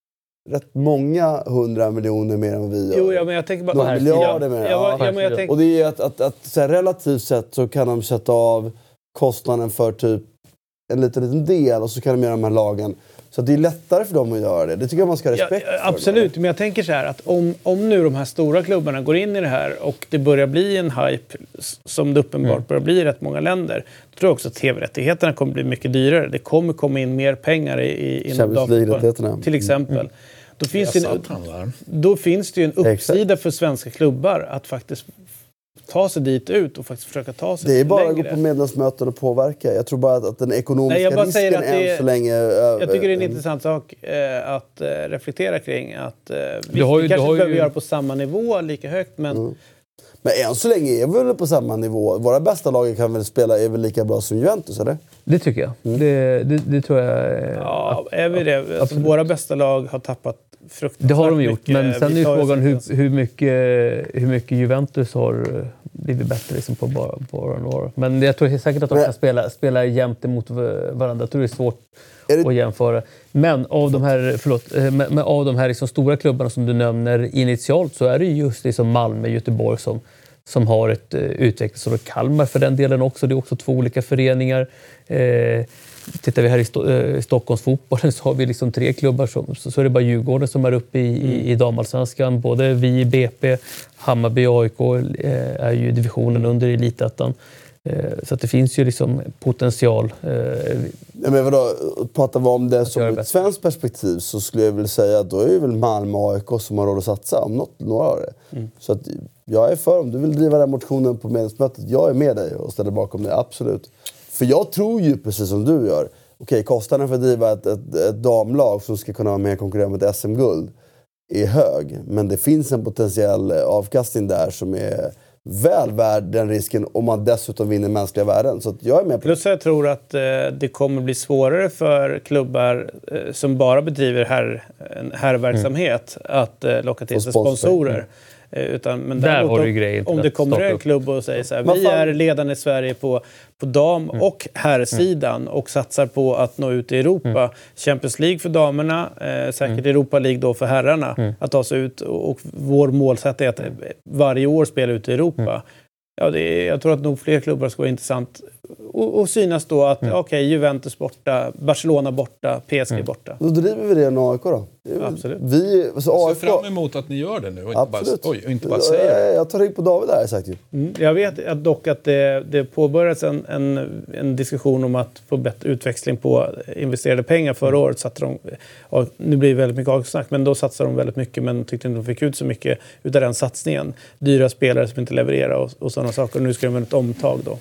rätt många hundra miljoner mer än vad vi gör. Jo, ja, men jag tänker bara... Några miljarder mer. Ja, ja, men jag tänk... Och det är ju att, att, att så här, relativt sett så kan de sätta av kostnaden för typ en liten, liten del och så kan de göra de här lagen. Så det är lättare för dem att göra det. Det tycker jag man ska ha respekt ja, absolut, för. Men jag tänker så här att om, om nu de här stora klubbarna går in i det här och det börjar bli en hype som det uppenbart mm. börjar bli i rätt många länder, då tror jag också att tv-rättigheterna kommer bli mycket dyrare. Det kommer komma in mer pengar i, i Champions League-rättigheterna. Till exempel. Mm. Då finns, det en, då finns det ju en uppsida för svenska klubbar att faktiskt ta sig dit ut och faktiskt försöka ta sig längre. Det är bara längre. att gå på medlemsmöten och påverka. Jag tror bara att, att den ekonomiska Nej, jag bara risken att det är, än så länge... Jag tycker det är en äh, intressant sak äh, att äh, reflektera kring. Att, äh, vi ju, kanske behöver ju... göra på samma nivå, lika högt, men... Mm. Men än så länge är vi väl på samma nivå. Våra bästa lag kan väl spela är väl lika bra som Juventus, eller? Det tycker jag. Mm. Det, det, det tror jag... Är, ja, är vi det? Alltså, våra bästa lag har tappat fruktansvärt. Det har de gjort, men sen är ju frågan hur, hur, mycket, hur mycket Juventus har blivit bättre liksom på bara, bara några år. Men jag tror säkert att de kan spela, spela jämnt emot varandra. Jag tror det är svårt är det... att jämföra. Men av de här, förlåt, men av de här liksom stora klubbarna som du nämner initialt så är det just liksom Malmö, Göteborg som, som har ett uh, utvecklingsråd. Kalmar för den delen också. Det är också två olika föreningar. Eh, Tittar vi här i, Sto- i Stockholmsfotbollen så har vi liksom tre klubbar. Som, så, så är det bara Djurgården som är uppe i, mm. i, i damallsvenskan. Både vi, B P, Hammarby och A I K eh, är ju divisionen under elitettan. Eh, så att det finns ju liksom potential. Eh, ja, men vadå, pratar vi om det som ett svenskt perspektiv så skulle jag vilja säga att då är det väl Malmö och A I K som har råd att satsa om något, några av det. Mm. Så att jag är för, om du vill driva den motionen på medlemsmötet, jag är med dig och ställer bakom det, absolut. För jag tror ju precis som du gör. Okej, kostnaden för att driva ett, ett, ett damlag som ska kunna vara med och konkurrera med ett S M-guld är hög. Men det finns en potentiell avkastning där som är väl värd den risken om man dessutom vinner mänskliga värden. Så att jag är med på Plus jag tror att eh, det kommer bli svårare för klubbar eh, som bara bedriver här, en herrverksamhet mm. att eh, locka till sig sponsorer. Mm. Utan, men där har du grejen. Om det kommer en klubb och säger så här, vi är ledande i Sverige på, på dam- mm. och herrsidan mm. och satsar på att nå ut i Europa. Mm. Champions League för damerna, eh, säkert mm. Europa League då för herrarna mm. att ta sig ut. Och, och vår målsättning är att varje år spela ut i Europa. Mm. Ja, det är, jag tror att nog fler klubbar ska vara intressant. Och, och synas då att mm. okej, okay, Juventus borta, Barcelona borta, P S G mm. borta. Då driver vi det i A I K då. Absolut. Vi, alltså A I K... ser fram emot att ni gör det nu och inte bara, oj, och inte bara säger det. Jag tar rygg på David där, jag sagt ju. Mm. Jag vet att dock att det, det påbörjats en, en, en diskussion om att få bättre utväxling på investerade pengar. Förra året satte de, och nu blir det väldigt mycket avsnack, men då satsade de väldigt mycket men tyckte inte de fick ut så mycket utav den satsningen. Dyra spelare som inte levererar och, och sådana saker. Och nu ska de göra ett omtag då.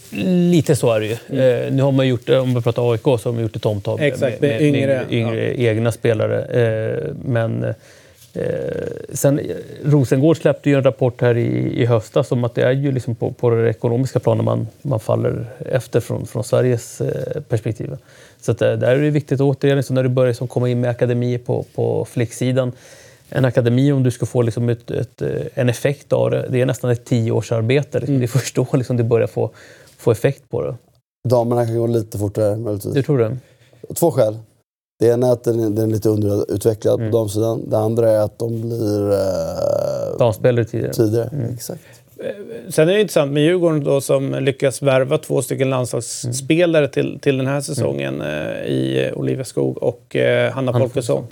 Lite så är det ju. Mm. Eh, nu har man gjort, om vi pratar A I K så har man gjort ett omtag med, Exakt, med, med yngre, med yngre ja. egna spelare. Eh, men eh, sen Rosengård släppte ju en rapport här i, i höstas om att det är ju liksom på, på det ekonomiska planen man, man faller efter från, från Sveriges eh, perspektiv. Så att, där är det viktigt återigen så när du börjar som komma in med akademi på, på flicksidan. En akademi, om du ska få liksom ett, ett, en effekt av det, det är nästan ett tioårsarbete. Liksom. Mm. Det är först då liksom det börjar få, få effekt på det. Damerna kan gå lite fortare möjligtvis. Du tror det? Två skäl. Det ena är att den är, den är lite underutvecklad mm. på damsidan. Det andra är att de blir... Eh, damspelare tidigare. tidigare. Mm. Exakt. Sen är det intressant med Djurgården då, som lyckas värva två stycken landslagsspelare mm. till, till den här säsongen mm. eh, i Olivia Skog och eh, Hanna Folkesson.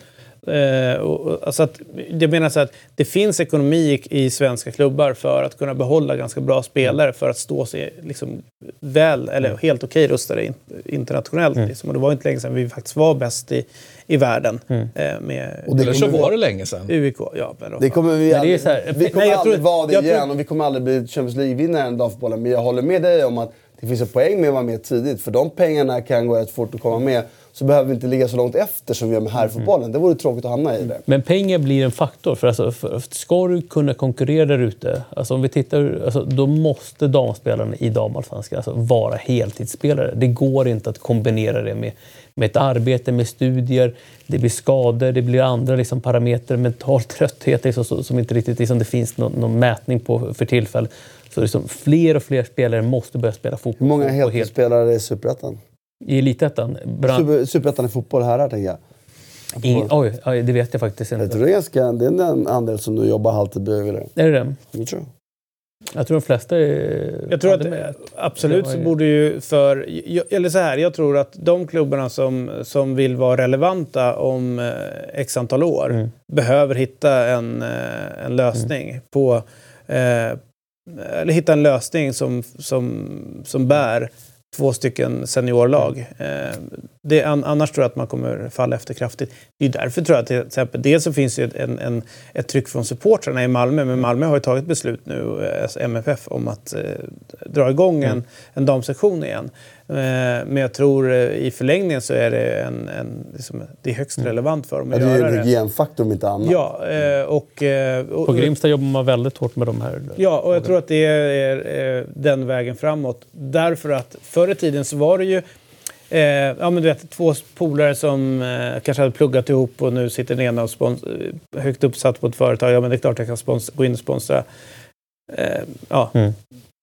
Eh, och, alltså att, jag menar så att det finns ekonomi i svenska klubbar för att kunna behålla ganska bra spelare för att stå sig liksom väl, eller mm. helt okej rustade in, internationellt. Mm. Liksom. Och det var inte länge sedan vi faktiskt var bäst i, i världen. Mm. Eh, med och det eller så var det länge sedan. U I K, ja. Men det kommer vi aldrig, det är så här, vi kommer nej, aldrig tror, vara det igen tror, och vi kommer aldrig bli Champions League-vinnare en dag för bollen. Men jag håller med dig om att det finns en poäng med att vara med tidigt. För de pengarna kan gå rätt fort att komma med. Så behöver vi inte ligga så långt efter som vi gör med herrfotbollen. Mm. Det vore tråkigt att hamna i det. Men pengar blir en faktor. För, alltså, för ska du kunna konkurrera där ute, alltså om vi tittar, alltså, då måste damspelarna i damallsvenskan alltså, vara heltidsspelare. Det går inte att kombinera det med, med ett arbete, med studier. Det blir skador, det blir andra liksom, parametrar, mental trötthet liksom, så, som inte riktigt liksom, det finns någon, någon mätning på för tillfället. Så liksom, fler och fler spelare måste börja spela fotboll. Hur många heltidsspelare i Superettan? I Elitettan? Brand... Super, Superettan i fotboll här, tänker jag. In, oj, oj, det vet jag faktiskt inte. Jag tror det är, ganska, det är en andel som du jobbar halvtid bredvid det. Är det det? Jag tror. Jag tror de flesta är... Jag tror att med, absolut så borde ju för... Eller så här, jag tror att de klubbarna som, som vill vara relevanta om eh, x antal år mm. behöver hitta en, eh, en lösning mm. på... Eh, eller hitta en lösning som, som, som bär två stycken seniorlag. Eh, det, annars tror jag att man kommer falla efter kraftigt. Det är därför tror jag att till exempel, dels så finns det en, en, ett tryck från supportrarna i Malmö, men Malmö har ju tagit beslut nu, alltså M F F, om att eh, dra igång en, en damsektion igen. Eh, men jag tror eh, i förlängningen så är det en, en liksom, det är högst relevant för dem att ja, göra det. Det är en hygienfaktor om inte annat. Ja, eh, och, eh, och... På Grimsta jobbar man väldigt hårt med de här. Ja, och jag tror att det är, är den vägen framåt. Därför att förr i tiden så var det ju eh, ja, men du vet, två polare som eh, kanske hade pluggat ihop och nu sitter den ena och spons- högt uppsatt på ett företag. Ja, men det är klart att jag kan spons- gå in och sponsra eh, ja, mm.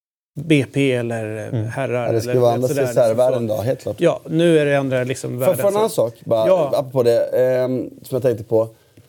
B P eller mm. herrar. Ja, det ska eller, vara andra reservvärlden då, helt klart. Ja, nu är det andra liksom världen. För en annan sak, bara ja. apropå det, eh, som jag tänkte på.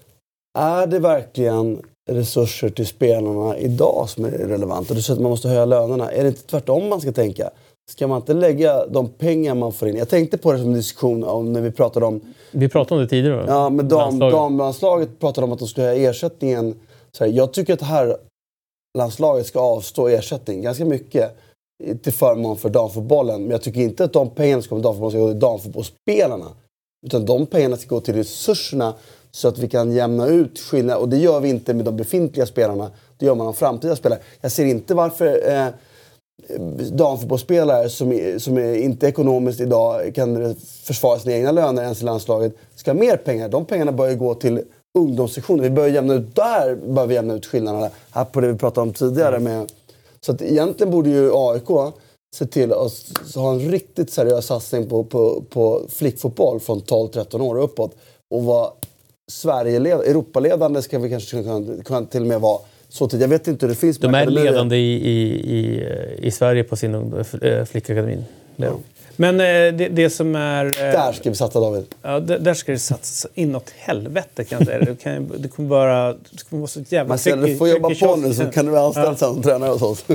Är det verkligen resurser till spelarna idag som är relevant? Och du säger att man måste höja lönerna. Är det inte tvärtom man ska tänka? Ska man inte lägga de pengar man får in? Jag tänkte på det som en diskussion om när vi pratade om... Vi pratade om det tidigare. Ja, men dam, damlandslaget pratade om att de skulle höja ersättningen. Så här, jag tycker att det här landslaget ska avstå ersättning ganska mycket till förmån för damfotbollen. Men jag tycker inte att de pengarna ska gå till damfotbollen, ska gå till damfotbollsspelarna. Utan de pengarna ska gå till resurserna så att vi kan jämna ut skillnad. Och det gör vi inte med de befintliga spelarna. Det gör man med de framtida spelare. Jag ser inte varför eh, damfotbollsspelare som, är, som är inte ekonomiskt idag kan försvara sina egna löner ens i landslaget ska ha mer pengar. De pengarna bör ju gå till ungdomssektionen. Vi bör jämna ut där, bör vi jämna ut skillnaderna. Här på det vi pratade om tidigare. Med, så att egentligen borde ju A I K se till att ha en riktigt seriös satsning på, på, på flickfotboll från tolv tretton år och uppåt. Och vara Sverige-ledande, Europaledande ska vi kanske kunna, kunna till och med vara så tid. Jag vet inte hur det finns. De är ledande i, i, i, i Sverige på sin äh, flickakademin. Ja. Men eh, det, det som är... Eh, där ska vi satsa, David. Ja, där, där ska det satsas inåt helvete kan jag säga. Det, kan, det kommer bara... Det kommer vara så jävla... Men sen du får jobba på nu så kan du vara anställd ja. som tränare hos oss.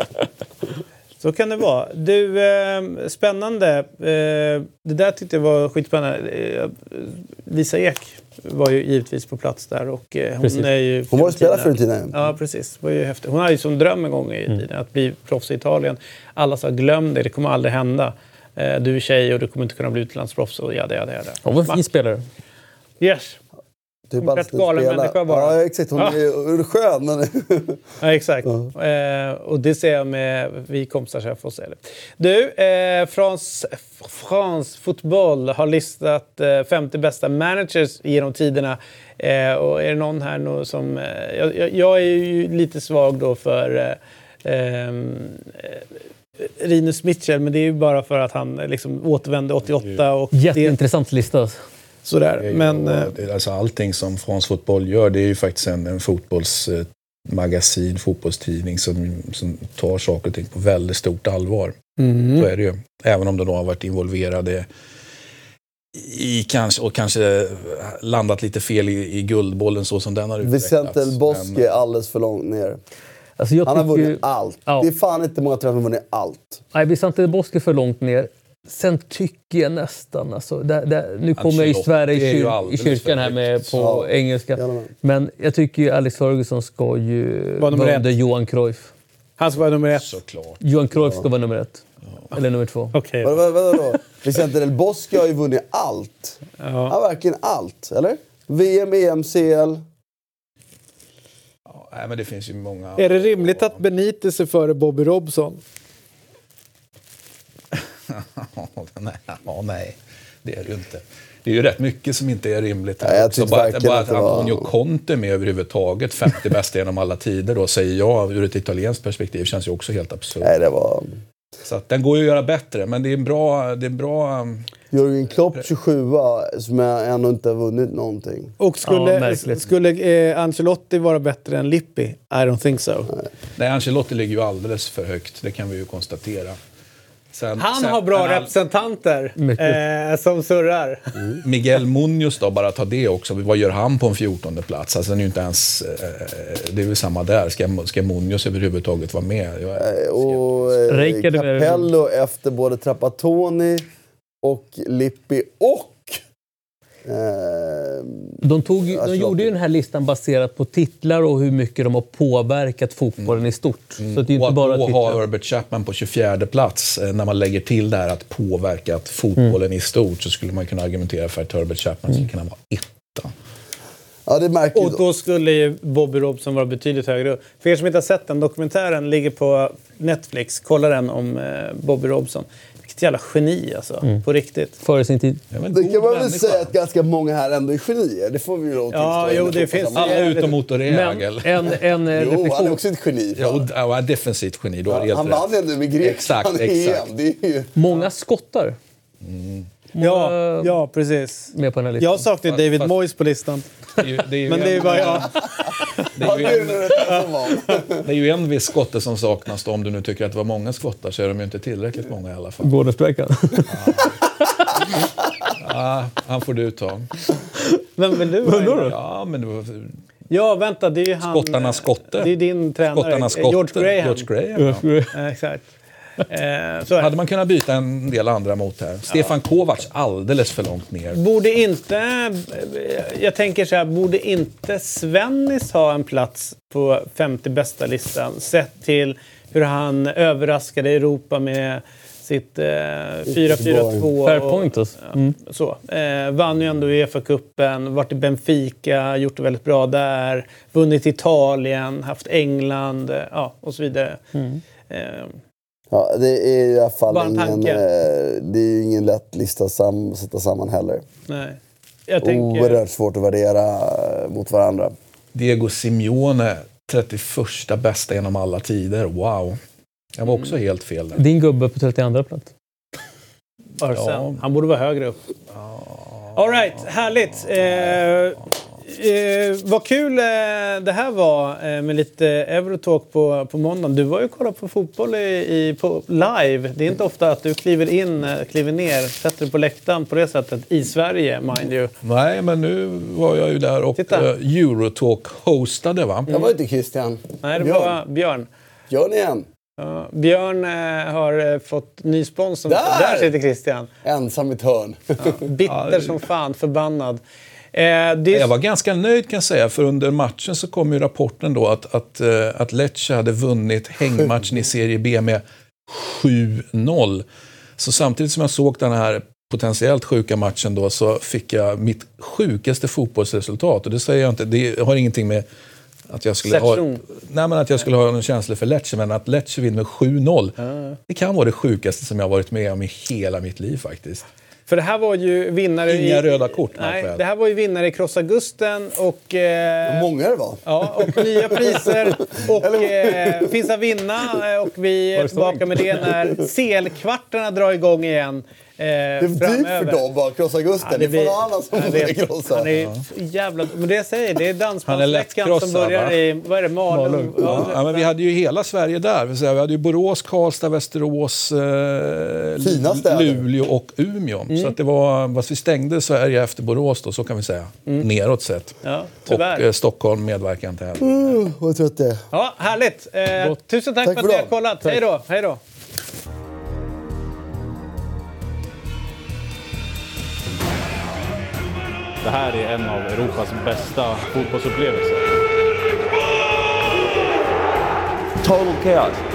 Så kan det vara. Du, eh, spännande. Eh, det där tyckte jag var skitspännande. Eh, Lisa Ek var ju givetvis på plats där. Och, eh, hon, är ju hon var ju spelare för en tid. Ja, precis. Det var ju häftigt. Hon hade ju som dröm en gång i tiden mm. att bli proffs i Italien. Alla sa glöm det, det kommer aldrig hända. Eh, du är tjej och du kommer inte kunna bli utlandsproffs. Och ja, det, ja, det, det. Hon var en fin spelare. Yes. Typ rätt galen människa bara. Ja, exakt. Hon ja. är skön. Men... ja, exakt. Ja. Eh, och det ser jag med vi kompisar så jag får säga det. Du, eh, France, France Football har listat eh, femtio bästa managers genom tiderna. Eh, och är det någon här nu som... Eh, jag, jag är ju lite svag då för... Eh, eh, Rinus Mitchell, men det är ju bara för att han liksom återvände åttioåtta. Och jätteintressant det... lista. Sådär, men... Ju, alltså allting som France Football gör, det är ju faktiskt en, en fotbollsmagasin, fotbollstidning som, som tar saker och ting på väldigt stort allvar. Mm. Så är det ju. Även om de då har varit involverade i kanske, och kanske landat lite fel i, i guldbollen så som den har utvecklats. Vicente El Bosque är alldeles för långt ner. Alltså jag han har vunnit ju... allt. Ja. Det är fan inte många tränare som har vunnit allt. Nej, Vicente El Bosque är för långt ner. Sen tycker jag nästan, alltså, där, där, nu kommer jag ju svära i, kyr, i kyrkan här med på ja. engelska. Men jag tycker ju Alex Ferguson ska ju vara under Johan Cruyff. Han ska vara nummer ett. Såklart. Johan Cruyff ska vara nummer ett. Ja. Eller nummer två. Okay. Vad, vad, vad då? Vicente Del Bosque har ju vunnit allt. Ja. Ja, verkligen allt, eller? V M, E M, C L. Ja, nej, men det finns ju många. Är det rimligt att Benitez är före Bobby Robson? nej, ja, nej, det är det ju inte. Det är ju rätt mycket som inte är rimligt. Ja, jag så bara, bara att Antonio var... Conte med överhuvudtaget femtio bästa genom alla tider då, säger jag ur ett italienskt perspektiv, känns ju också helt absurd. Nej, det var... Så att den går ju att göra bättre, men det är en bra... Det är en bra Jürgen Klopp tjugosjua som jag ännu inte har vunnit någonting. Och skulle, ja, skulle eh, Ancelotti vara bättre än Lippi? I don't think so. Nej. Nej, Ancelotti ligger ju alldeles för högt, det kan vi ju konstatera. Sen, han sen, har bra all... representanter eh, som surrar. Mm. Miguel Munoz då, bara ta det också. Vad gör han på en fjortonde plats? Alltså, den är ju inte ens, eh, det är väl samma där. Ska, ska Munoz överhuvudtaget vara med? Jag är, och eh, Capello efter både Trapattoni och Lippi och Eh, de, tog, de gjorde ju den här listan baserat på titlar och hur mycket de har påverkat fotbollen mm. i stort. Mm. Så det är inte och bara att då titlar. ha Herbert Chapman på tjugofjärde plats eh, när man lägger till det här att påverkat fotbollen mm. i stort, så skulle man kunna argumentera för att Herbert Chapman mm. skulle kunna vara etta. Ja, det märker och då skulle ju Bobby Robson vara betydligt högre upp. För er som inte har sett den, dokumentären ligger på Netflix. Kolla den om eh, Bobby Robson. Vilket jävla geni alltså, mm. på riktigt. Före sin tid. Ja, det kan man väl säga att ganska många här ändå är genier. Det får vi ju låta ja, jo, det finns alla utom Motorregel. En, en, en jo, han är också ett geni. Ja, ja, defensivt geni. Du har ja, helt han vann ändå med Grekland i E M. Det är ju... Många skottar. Mm. Många... Ja, ja, precis. Med på den här listan. Jag saknar fast, David fast... Moyes på listan. Det är ju, det är ju men det är ju bara jag. Det är, ju en, det är ju en viss skotte som saknas då. Om du nu tycker att det var många skottar så är de ju inte tillräckligt många i alla fall. Gårdesträckan. Ja. Ja, han får du ta. Vem vill du? Vem då? Ja, men det var... Ja, vänta, det är ju han... Skottarnas skotte. Det är din tränare. Skottarnas skotte. George Graham. George Graham, ja. Exakt. Eh, så hade man kunnat byta en del andra mot här. Stefan ja. Kovacs alldeles för långt ner. Borde inte, jag tänker så här, borde inte Svennis ha en plats på femtio bästa listan sett till hur han överraskade Europa med sitt eh, fyra fyra två. Fair point. Och, mm. ja, så. Eh, vann ju ändå UEFA-cupen, varit i Benfica, gjort det väldigt bra där, vunnit Italien, haft England, eh, ja, och så vidare. Mm. Eh, Ja, det är i alla fall ingen, det är ju ingen lätt lista att sam, sätta samman heller. Nej. Jag tänker... Oerhört svårt att värdera mot varandra. Diego Simeone, trettioförsta bästa genom alla tider. Wow. Jag var också mm. helt fel där. Din gubbe på trettioandra plats. Ja. Han borde vara högre upp. Ja. All right, härligt. Eh, Eh, vad kul eh, det här var eh, med lite Eurotalk på, på måndagen. Du var ju och kollade på fotboll i, i, på live. Det är inte ofta att du kliver in, eh, kliver ner, sätter dig på läktaren på det sättet i Sverige, mind you. Nej, men nu var jag ju där och uh, Eurotalk hostade, va? Mm. Jag var inte Christian. Nej, det var Björn. Björn igen. Uh, Björn uh, har uh, fått ny sponsor. Där! Där sitter Christian. Ensam i ett hörn. Uh, bitter ja, som fan, förbannad. Eh, det... Jag var ganska nöjd kan jag säga, för under matchen så kom ju rapporten då att, att, att Lecce hade vunnit hängmatchen i Serie B med sju noll. Så samtidigt som jag såg den här potentiellt sjuka matchen då, så fick jag mitt sjukaste fotbollsresultat. Och det säger jag inte, det har ingenting med att jag skulle ha, nej, men att jag skulle ha någon känsla för Lecce, men att Lecce vinner med sju noll. Mm. Det kan vara det sjukaste som jag har varit med om i hela mitt liv faktiskt. För det här var ju vinnare Inga i... röda kort. Nej, det här var ju vinnare i Cross Augusten och... Eh, många det var. Ja, och nya priser. Och eh, finns att vinna. Och vi är tillbaka med det när selkvartarna drar igång igen. Eh, det är dyrt för dem bara, Cross Augusten. Ja, det, det är fan annan som får krossa. Han är ja. jävla... Men det jag säger, det är dansbandsveckan som börjar i... Vad är det? Malung? Malung. Ja, ja, men vi hade ju hela Sverige där. Vi hade ju Borås, Karlstad, Västerås, eh, Luleå och Umeå. Mm. Så att det var... Vad vi stängde Sverige efter Borås då, så kan vi säga. Mm. Neråt sett. Ja, och eh, Stockholm medverkar inte heller. Uh, vad trött det är. Ja, härligt. Eh, tusen tack, tack för att ni har kollat. Hej då. Hej då. det här är en av Europas bästa fotbollsupplevelser. Total chaos.